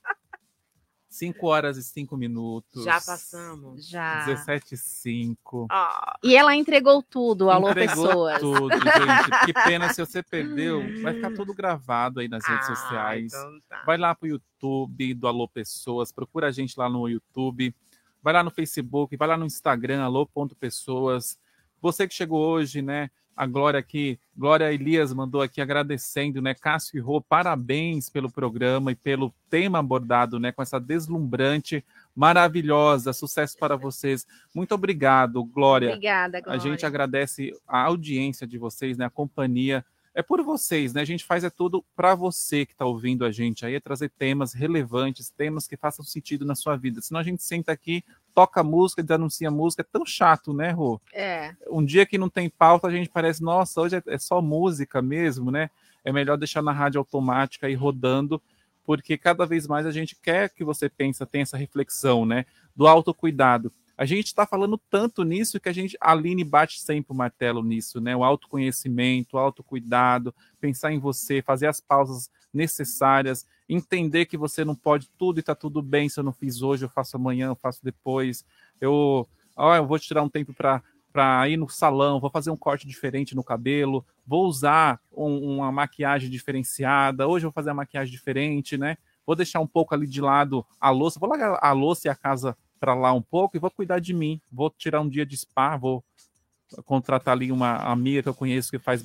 5 horas e 5 minutos. Já passamos. Já. 17h05. E ela entregou tudo, alô, pessoas. Entregou tudo, gente. Que pena se você perdeu. Vai ficar tudo gravado aí nas redes sociais. Então tá. Vai lá pro YouTube do Alô Pessoas. Procura a gente lá no YouTube. Vai lá no Facebook. Vai lá no Instagram, alô.pessoas. Você que chegou hoje, né? A Glória aqui, Glória Elias mandou aqui agradecendo, né? Cássio e Rô, parabéns pelo programa e pelo tema abordado, né? Com essa deslumbrante, maravilhosa, sucesso para vocês. Muito obrigado, Glória. Obrigada, Glória. A gente agradece a audiência de vocês, né? A companhia. É por vocês, né? A gente faz tudo para você que está ouvindo a gente aí, é trazer temas relevantes, temas que façam sentido na sua vida. Senão a gente senta aqui, toca música, desanuncia música, é tão chato, né, Rô? Um dia que não tem pauta, a gente parece, nossa, hoje é só música mesmo, né? É melhor deixar na rádio automática e rodando, porque cada vez mais a gente quer que você tenha essa reflexão, né? Do autocuidado. A gente está falando tanto nisso que a Aline bate sempre o martelo nisso, né? O autoconhecimento, o autocuidado, pensar em você, fazer as pausas necessárias, entender que você não pode tudo e está tudo bem. Se eu não fiz hoje, eu faço amanhã, eu faço depois. Eu vou tirar um tempo para ir no salão, vou fazer um corte diferente no cabelo, vou usar uma maquiagem diferenciada, hoje eu vou fazer a maquiagem diferente, né? Vou deixar um pouco ali de lado a louça, vou largar a louça e a casa para lá um pouco e vou cuidar de mim. Vou tirar um dia de spa, vou contratar ali uma amiga que eu conheço que faz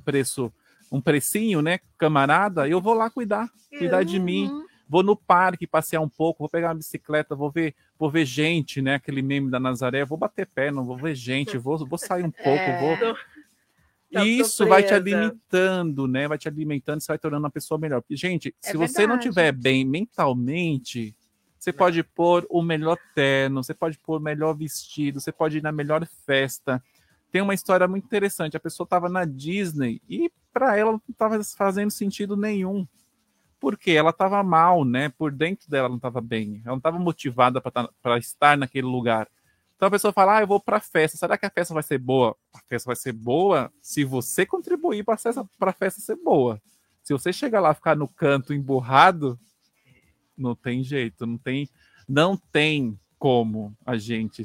um precinho, né, camarada, eu vou lá cuidar de mim. Vou no parque passear um pouco, vou pegar uma bicicleta, vou ver gente, né, aquele meme da Nazaré, vou bater pé, não vou ver gente, vou sair um pouco, E isso vai te alimentando, né? Vai te alimentando, você vai tornando uma pessoa melhor. Porque, gente, se você não estiver bem mentalmente, você pode pôr o melhor terno, você pode pôr o melhor vestido, você pode ir na melhor festa. Tem uma história muito interessante. A pessoa estava na Disney e para ela não estava fazendo sentido nenhum. Porque ela estava mal, né? Por dentro dela não estava bem. Ela não estava motivada para estar naquele lugar. Então a pessoa fala, eu vou para a festa. Será que a festa vai ser boa? A festa vai ser boa se você contribuir para a festa ser boa. Se você chegar lá e ficar no canto emburrado, não tem jeito, não tem como a gente...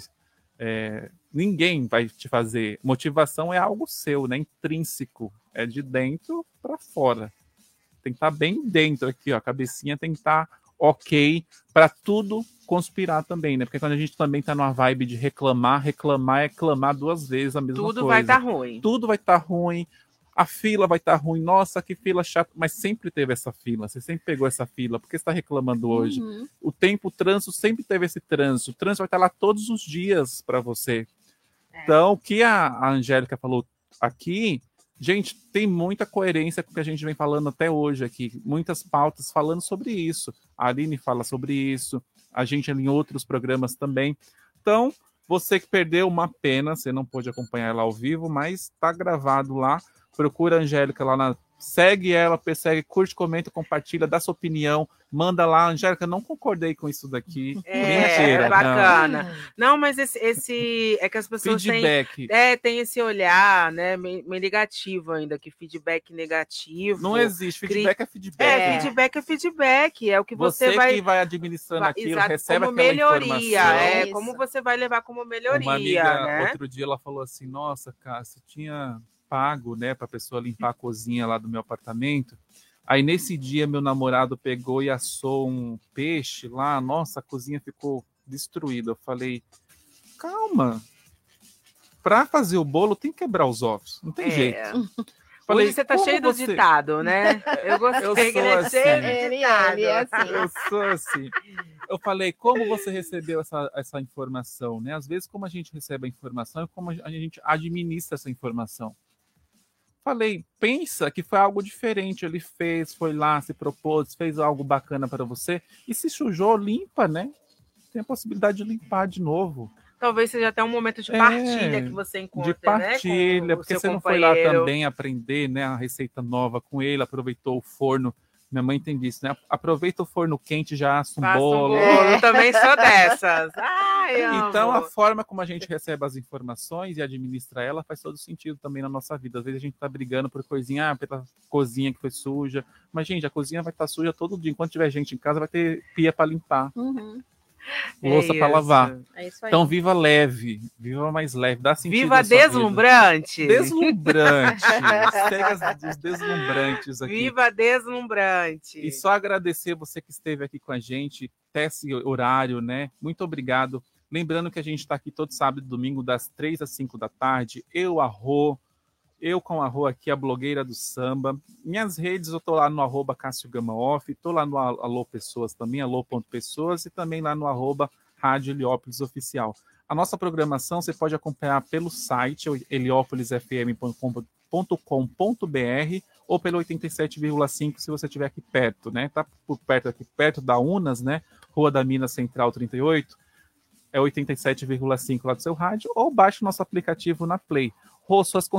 ninguém vai te fazer. Motivação é algo seu, né? Intrínseco. É de dentro para fora. Tem que estar bem dentro aqui, ó. A cabecinha tem que estar ok para tudo conspirar também, né? Porque quando a gente também tá numa vibe de reclamar é clamar 2 vezes a mesma coisa. Tudo vai estar ruim. Tudo vai estar ruim. A fila vai estar ruim. Nossa, que fila chata. Mas sempre teve essa fila. Você sempre pegou essa fila. Por que você está reclamando hoje? O trânsito sempre teve esse trânsito. O trânsito vai estar lá todos os dias para você. Então, o que a Angélica falou aqui, gente, tem muita coerência com o que a gente vem falando até hoje aqui. Muitas pautas falando sobre isso. A Aline fala sobre isso. A gente ali em outros programas também. Então, você que perdeu, uma pena. Você não pôde acompanhar ela ao vivo, mas está gravado lá. Procura a Angélica lá segue ela, persegue, curte, comenta, compartilha, dá sua opinião, manda lá. Angélica, não concordei com isso daqui. Mentira. É bacana. Não, mas esse é que as pessoas têm esse olhar, né, meio negativo ainda, que feedback negativo. Não existe, feedback é feedback. Feedback é feedback, é o que você vai... que vai administrando aquilo, recebe como aquela melhoria, informação. como você vai levar como melhoria. Uma amiga, né? outro dia, ela falou assim, nossa, cara, você tinha... pago, né, para a pessoa limpar a cozinha lá do meu apartamento. Aí nesse dia meu namorado pegou e assou um peixe lá, nossa, a cozinha ficou destruída. Eu falei, calma, para fazer o bolo tem que quebrar os ovos, não tem jeito. Falei, hoje você tá cheio do ditado, né? Eu gostei que ele é cheio de ditado. Eu sou assim. Eu falei, como você recebeu essa informação, né? Às vezes, como a gente recebe a informação e como a gente administra essa informação. Falei, pensa que foi algo diferente, ele fez, foi lá, se propôs, fez algo bacana para você, e se sujou, limpa, né? Tem a possibilidade de limpar de novo. Talvez seja até um momento de partilha que você encontra, de partilha, né? Porque você não foi lá também aprender, né, a receita nova com ele, aproveitou o forno. Minha mãe tem disso, né? Aproveita o forno quente e já assa um bolo. Eu também sou dessas. Então, a forma como a gente recebe as informações e administra ela faz todo sentido também na nossa vida. Às vezes a gente tá brigando por coisinha, pela cozinha que foi suja. Mas, gente, a cozinha vai estar suja todo dia. Enquanto tiver gente em casa, vai ter pia para limpar. Louça para lavar. Então, viva leve, viva mais leve, dá sentido. Viva deslumbrante. Deslumbrante. Segue os deslumbrantes aqui. Viva deslumbrante. E só agradecer você que esteve aqui com a gente, até esse horário, né? Muito obrigado. Lembrando que a gente está aqui todo sábado e domingo, das 3 às 5 da tarde. Eu com a Rô aqui, a blogueira do samba. Minhas redes, eu tô lá no @CássioGamaOff, tô lá no Alô Pessoas também, alô.pessoas, e também lá no @Rádio Heliópolis Oficial. A nossa programação você pode acompanhar pelo site heliopolisfm.com.br ou pelo 87,5 se você estiver aqui perto, né? Tá por perto, aqui perto da Unas, né? Rua da Minas Central 38, é 87,5 lá do seu rádio, ou baixe o nosso aplicativo na Play. Rô, suas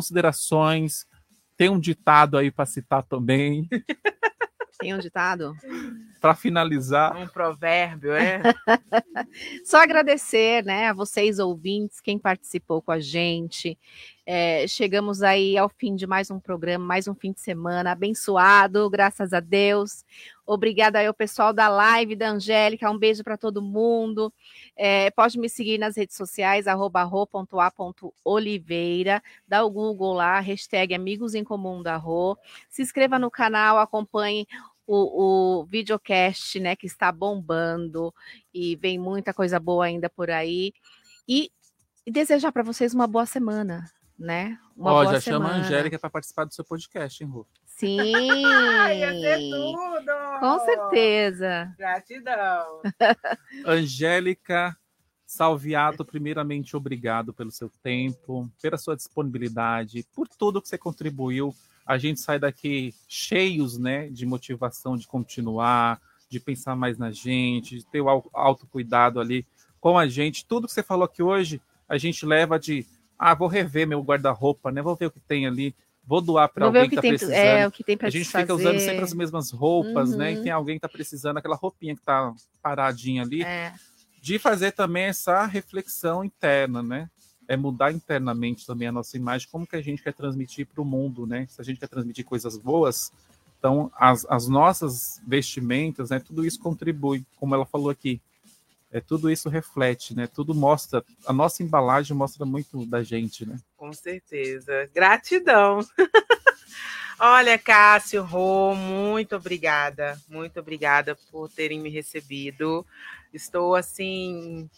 considerações, tem um ditado aí para citar também. Tem um ditado? para finalizar. Um provérbio, é? Só agradecer, né, a vocês ouvintes, quem participou com a gente. Chegamos aí ao fim de mais um programa, mais um fim de semana abençoado, graças a Deus. Obrigada aí ao pessoal da live da Angélica, um beijo para todo mundo. Pode me seguir nas redes sociais, @ro.a.oliveira, dá o Google lá, hashtag Amigos em Comum da Rô. Se inscreva no canal, acompanhe o videocast, né, que está bombando e vem muita coisa boa ainda por aí. E desejar para vocês uma boa semana, né? Uma boa já semana. Chama a Angélica para participar do seu podcast, hein, Rô? Sim! Ia ser tudo! Com certeza! Gratidão! Angélica Salviato, primeiramente, obrigado pelo seu tempo, pela sua disponibilidade, por tudo que você contribuiu. A gente sai daqui cheios, né, de motivação de continuar, de pensar mais na gente, de ter o autocuidado ali com a gente. Tudo que você falou aqui hoje, a gente leva de, vou rever meu guarda-roupa, né? Vou ver o que tem ali, vou doar para alguém que está precisando. O que tem pra a gente fica usando sempre as mesmas roupas, né? E tem alguém que está precisando, aquela roupinha que está paradinha ali. De fazer também essa reflexão interna, né? Mudar internamente também a nossa imagem, como que a gente quer transmitir para o mundo, né? Se a gente quer transmitir coisas boas, então as nossas vestimentas, né? Tudo isso contribui, como ela falou aqui. Tudo isso reflete, né? Tudo mostra, a nossa embalagem mostra muito da gente, né? Com certeza. Gratidão. Olha, Cássio, Rô, muito obrigada por terem me recebido. Estou assim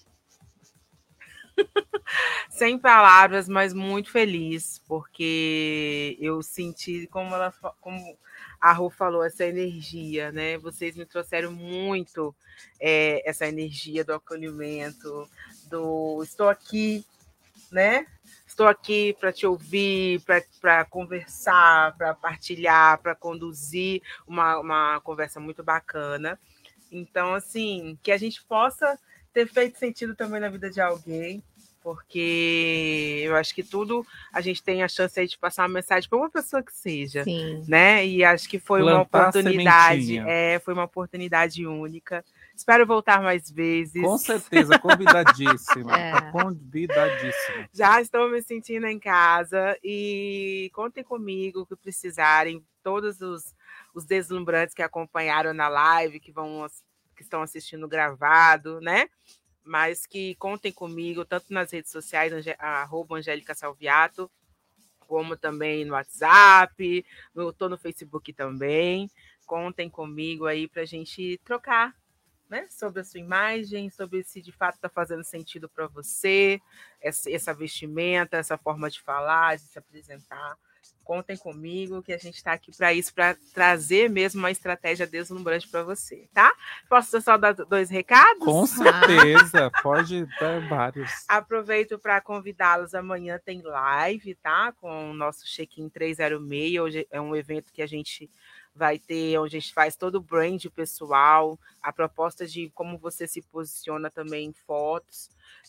sem palavras, mas muito feliz, porque eu senti, como a Rô falou, essa energia, né? Vocês me trouxeram muito essa energia do acolhimento, estou aqui, né? Estou aqui para te ouvir, para conversar, para partilhar, para conduzir uma conversa muito bacana. Então, assim, que a gente possa ter feito sentido também na vida de alguém, porque eu acho que tudo a gente tem a chance aí de passar uma mensagem para uma pessoa que seja, né? E acho que foi uma oportunidade, foi uma oportunidade única. Espero voltar mais vezes. Com certeza, convidadíssima. Convidadíssima. Já estou me sentindo em casa e contem comigo o que precisarem. Todos os deslumbrantes que acompanharam na live, que estão assistindo gravado, né? Mas que contem comigo, tanto nas redes sociais, @Angélica Salviato, como também no WhatsApp, estou no Facebook também. Contem comigo aí para a gente trocar, né, sobre a sua imagem, sobre se de fato está fazendo sentido para você, essa vestimenta, essa forma de falar, de se apresentar. Contem comigo que a gente está aqui para isso, para trazer mesmo uma estratégia deslumbrante para você, tá? Posso só dar 2 recados? Com certeza, pode dar vários. Aproveito para convidá-los, amanhã tem live, tá? Com o nosso Check-in 306, hoje é um evento que a gente vai ter, onde a gente faz todo o brand pessoal, a proposta de como você se posiciona também em fotos,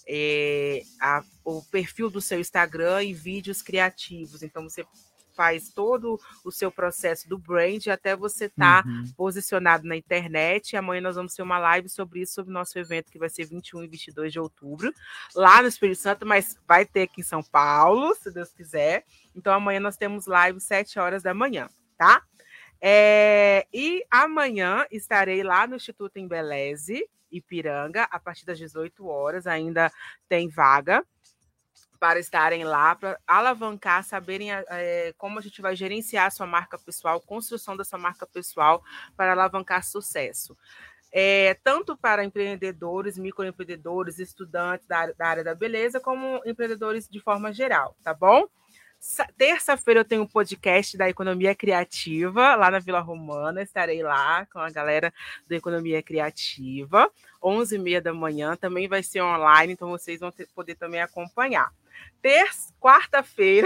o perfil do seu Instagram e vídeos criativos. Então, você faz todo o seu processo do brand até você estar posicionado na internet. E amanhã nós vamos ter uma live sobre isso, sobre o nosso evento, que vai ser 21 e 22 de outubro, lá no Espírito Santo, mas vai ter aqui em São Paulo, se Deus quiser. Então, amanhã nós temos live 7 horas da manhã, tá? E amanhã estarei lá no Instituto Embeleze, Ipiranga, a partir das 18 horas, ainda tem vaga para estarem lá, para alavancar, saberem como a gente vai gerenciar a sua marca pessoal, construção da sua marca pessoal para alavancar sucesso. Tanto para empreendedores, microempreendedores, estudantes da área da beleza, como empreendedores de forma geral, tá bom? Terça-feira eu tenho um podcast da Economia Criativa, lá na Vila Romana. Estarei lá com a galera da Economia Criativa, 11h30 da manhã. Também vai ser online, então vocês vão poder também acompanhar. Quarta-feira,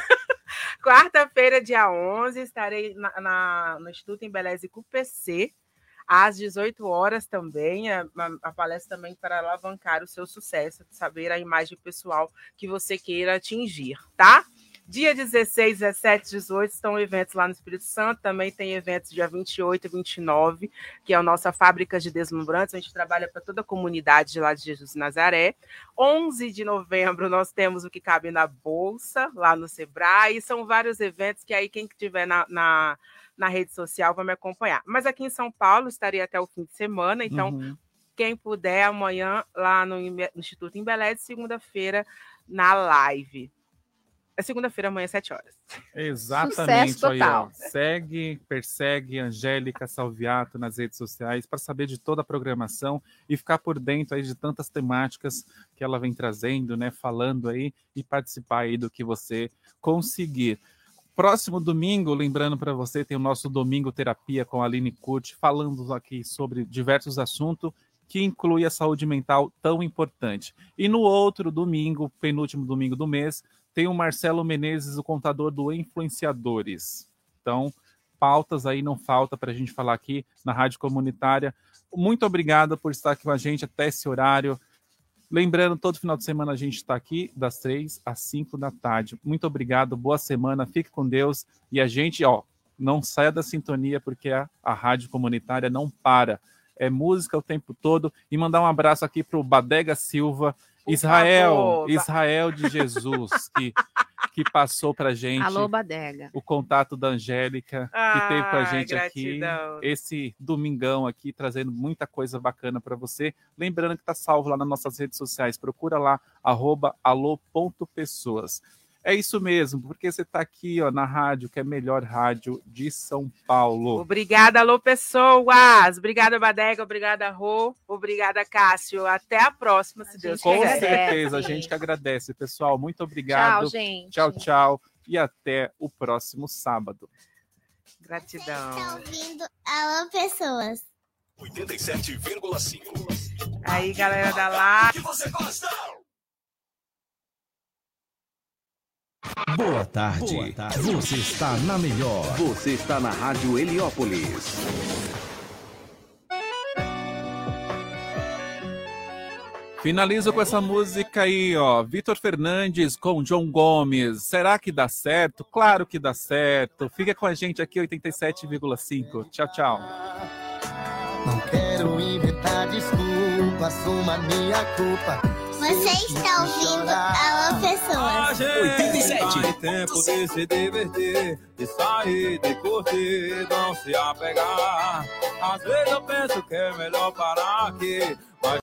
dia 11, estarei no Instituto Embeleze com o PC, às 18 horas também, a palestra também para alavancar o seu sucesso, saber a imagem pessoal que você queira atingir, tá? Dia 16, 17, 18 estão eventos lá no Espírito Santo. Também tem eventos dia 28 e 29, que é a nossa Fábrica de Deslumbrantes. A gente trabalha para toda a comunidade de lá de Jesus de Nazaré. 11 de novembro nós temos o Que Cabe na Bolsa, lá no Sebrae. São vários eventos que aí quem estiver na rede social vai me acompanhar. Mas aqui em São Paulo estarei até o fim de semana, então quem puder amanhã lá no Instituto Embeleze, segunda-feira na live. É segunda-feira, amanhã, 7 horas. Exatamente. Aí, ó. Persegue Angélica Salviato nas redes sociais para saber de toda a programação e ficar por dentro aí de tantas temáticas que ela vem trazendo, né? Falando aí e participar aí do que você conseguir. Próximo domingo, lembrando para você, tem o nosso Domingo Terapia com a Aline Curti, falando aqui sobre diversos assuntos que inclui a saúde mental tão importante. E no outro domingo, penúltimo domingo do mês, tem o Marcelo Menezes, o contador do Influenciadores. Então, pautas aí não falta para a gente falar aqui na Rádio Comunitária. Muito obrigado por estar aqui com a gente até esse horário. Lembrando, todo final de semana a gente está aqui das 3 às 5 da tarde. Muito obrigado, boa semana, fique com Deus. E a gente, não saia da sintonia, porque a Rádio Comunitária não para. É música o tempo todo. E mandar um abraço aqui para o Badega Silva, Israel de Jesus, que passou para a gente. Alô, Badega. O contato da Angélica, que teve com a gente gratidão. Aqui, esse domingão aqui, trazendo muita coisa bacana para você. Lembrando que está salvo lá nas nossas redes sociais. Procura lá, @alô.pessoas. É isso mesmo, porque você está aqui na rádio, que é a melhor rádio de São Paulo. Obrigada, alô, pessoas. Obrigada, Badega. Obrigada, Rô. Obrigada, Cássio. Até a próxima, se Deus quiser. Com certeza, a gente que agradece, pessoal. Muito obrigado. Tchau, gente. Tchau, tchau. E até o próximo sábado. Gratidão. Você está ouvindo Alô, Pessoas. 87,5. Aí, galera da lá. Que você gosta? Boa tarde. Boa tarde. Você está na melhor. Você está na Rádio Heliópolis. Finalizo com essa música aí, Vitor Fernandes com João Gomes. Será que dá certo? Claro que dá certo. Fica com a gente aqui, 87,5. Tchau, tchau. Não quero inventar desculpa, assuma minha culpa. Você está ouvindo Alô, Pessoas. 87. Vai tempo de se divertir, de sair, de curtir, não se apegar. Às vezes eu penso que é melhor parar aqui.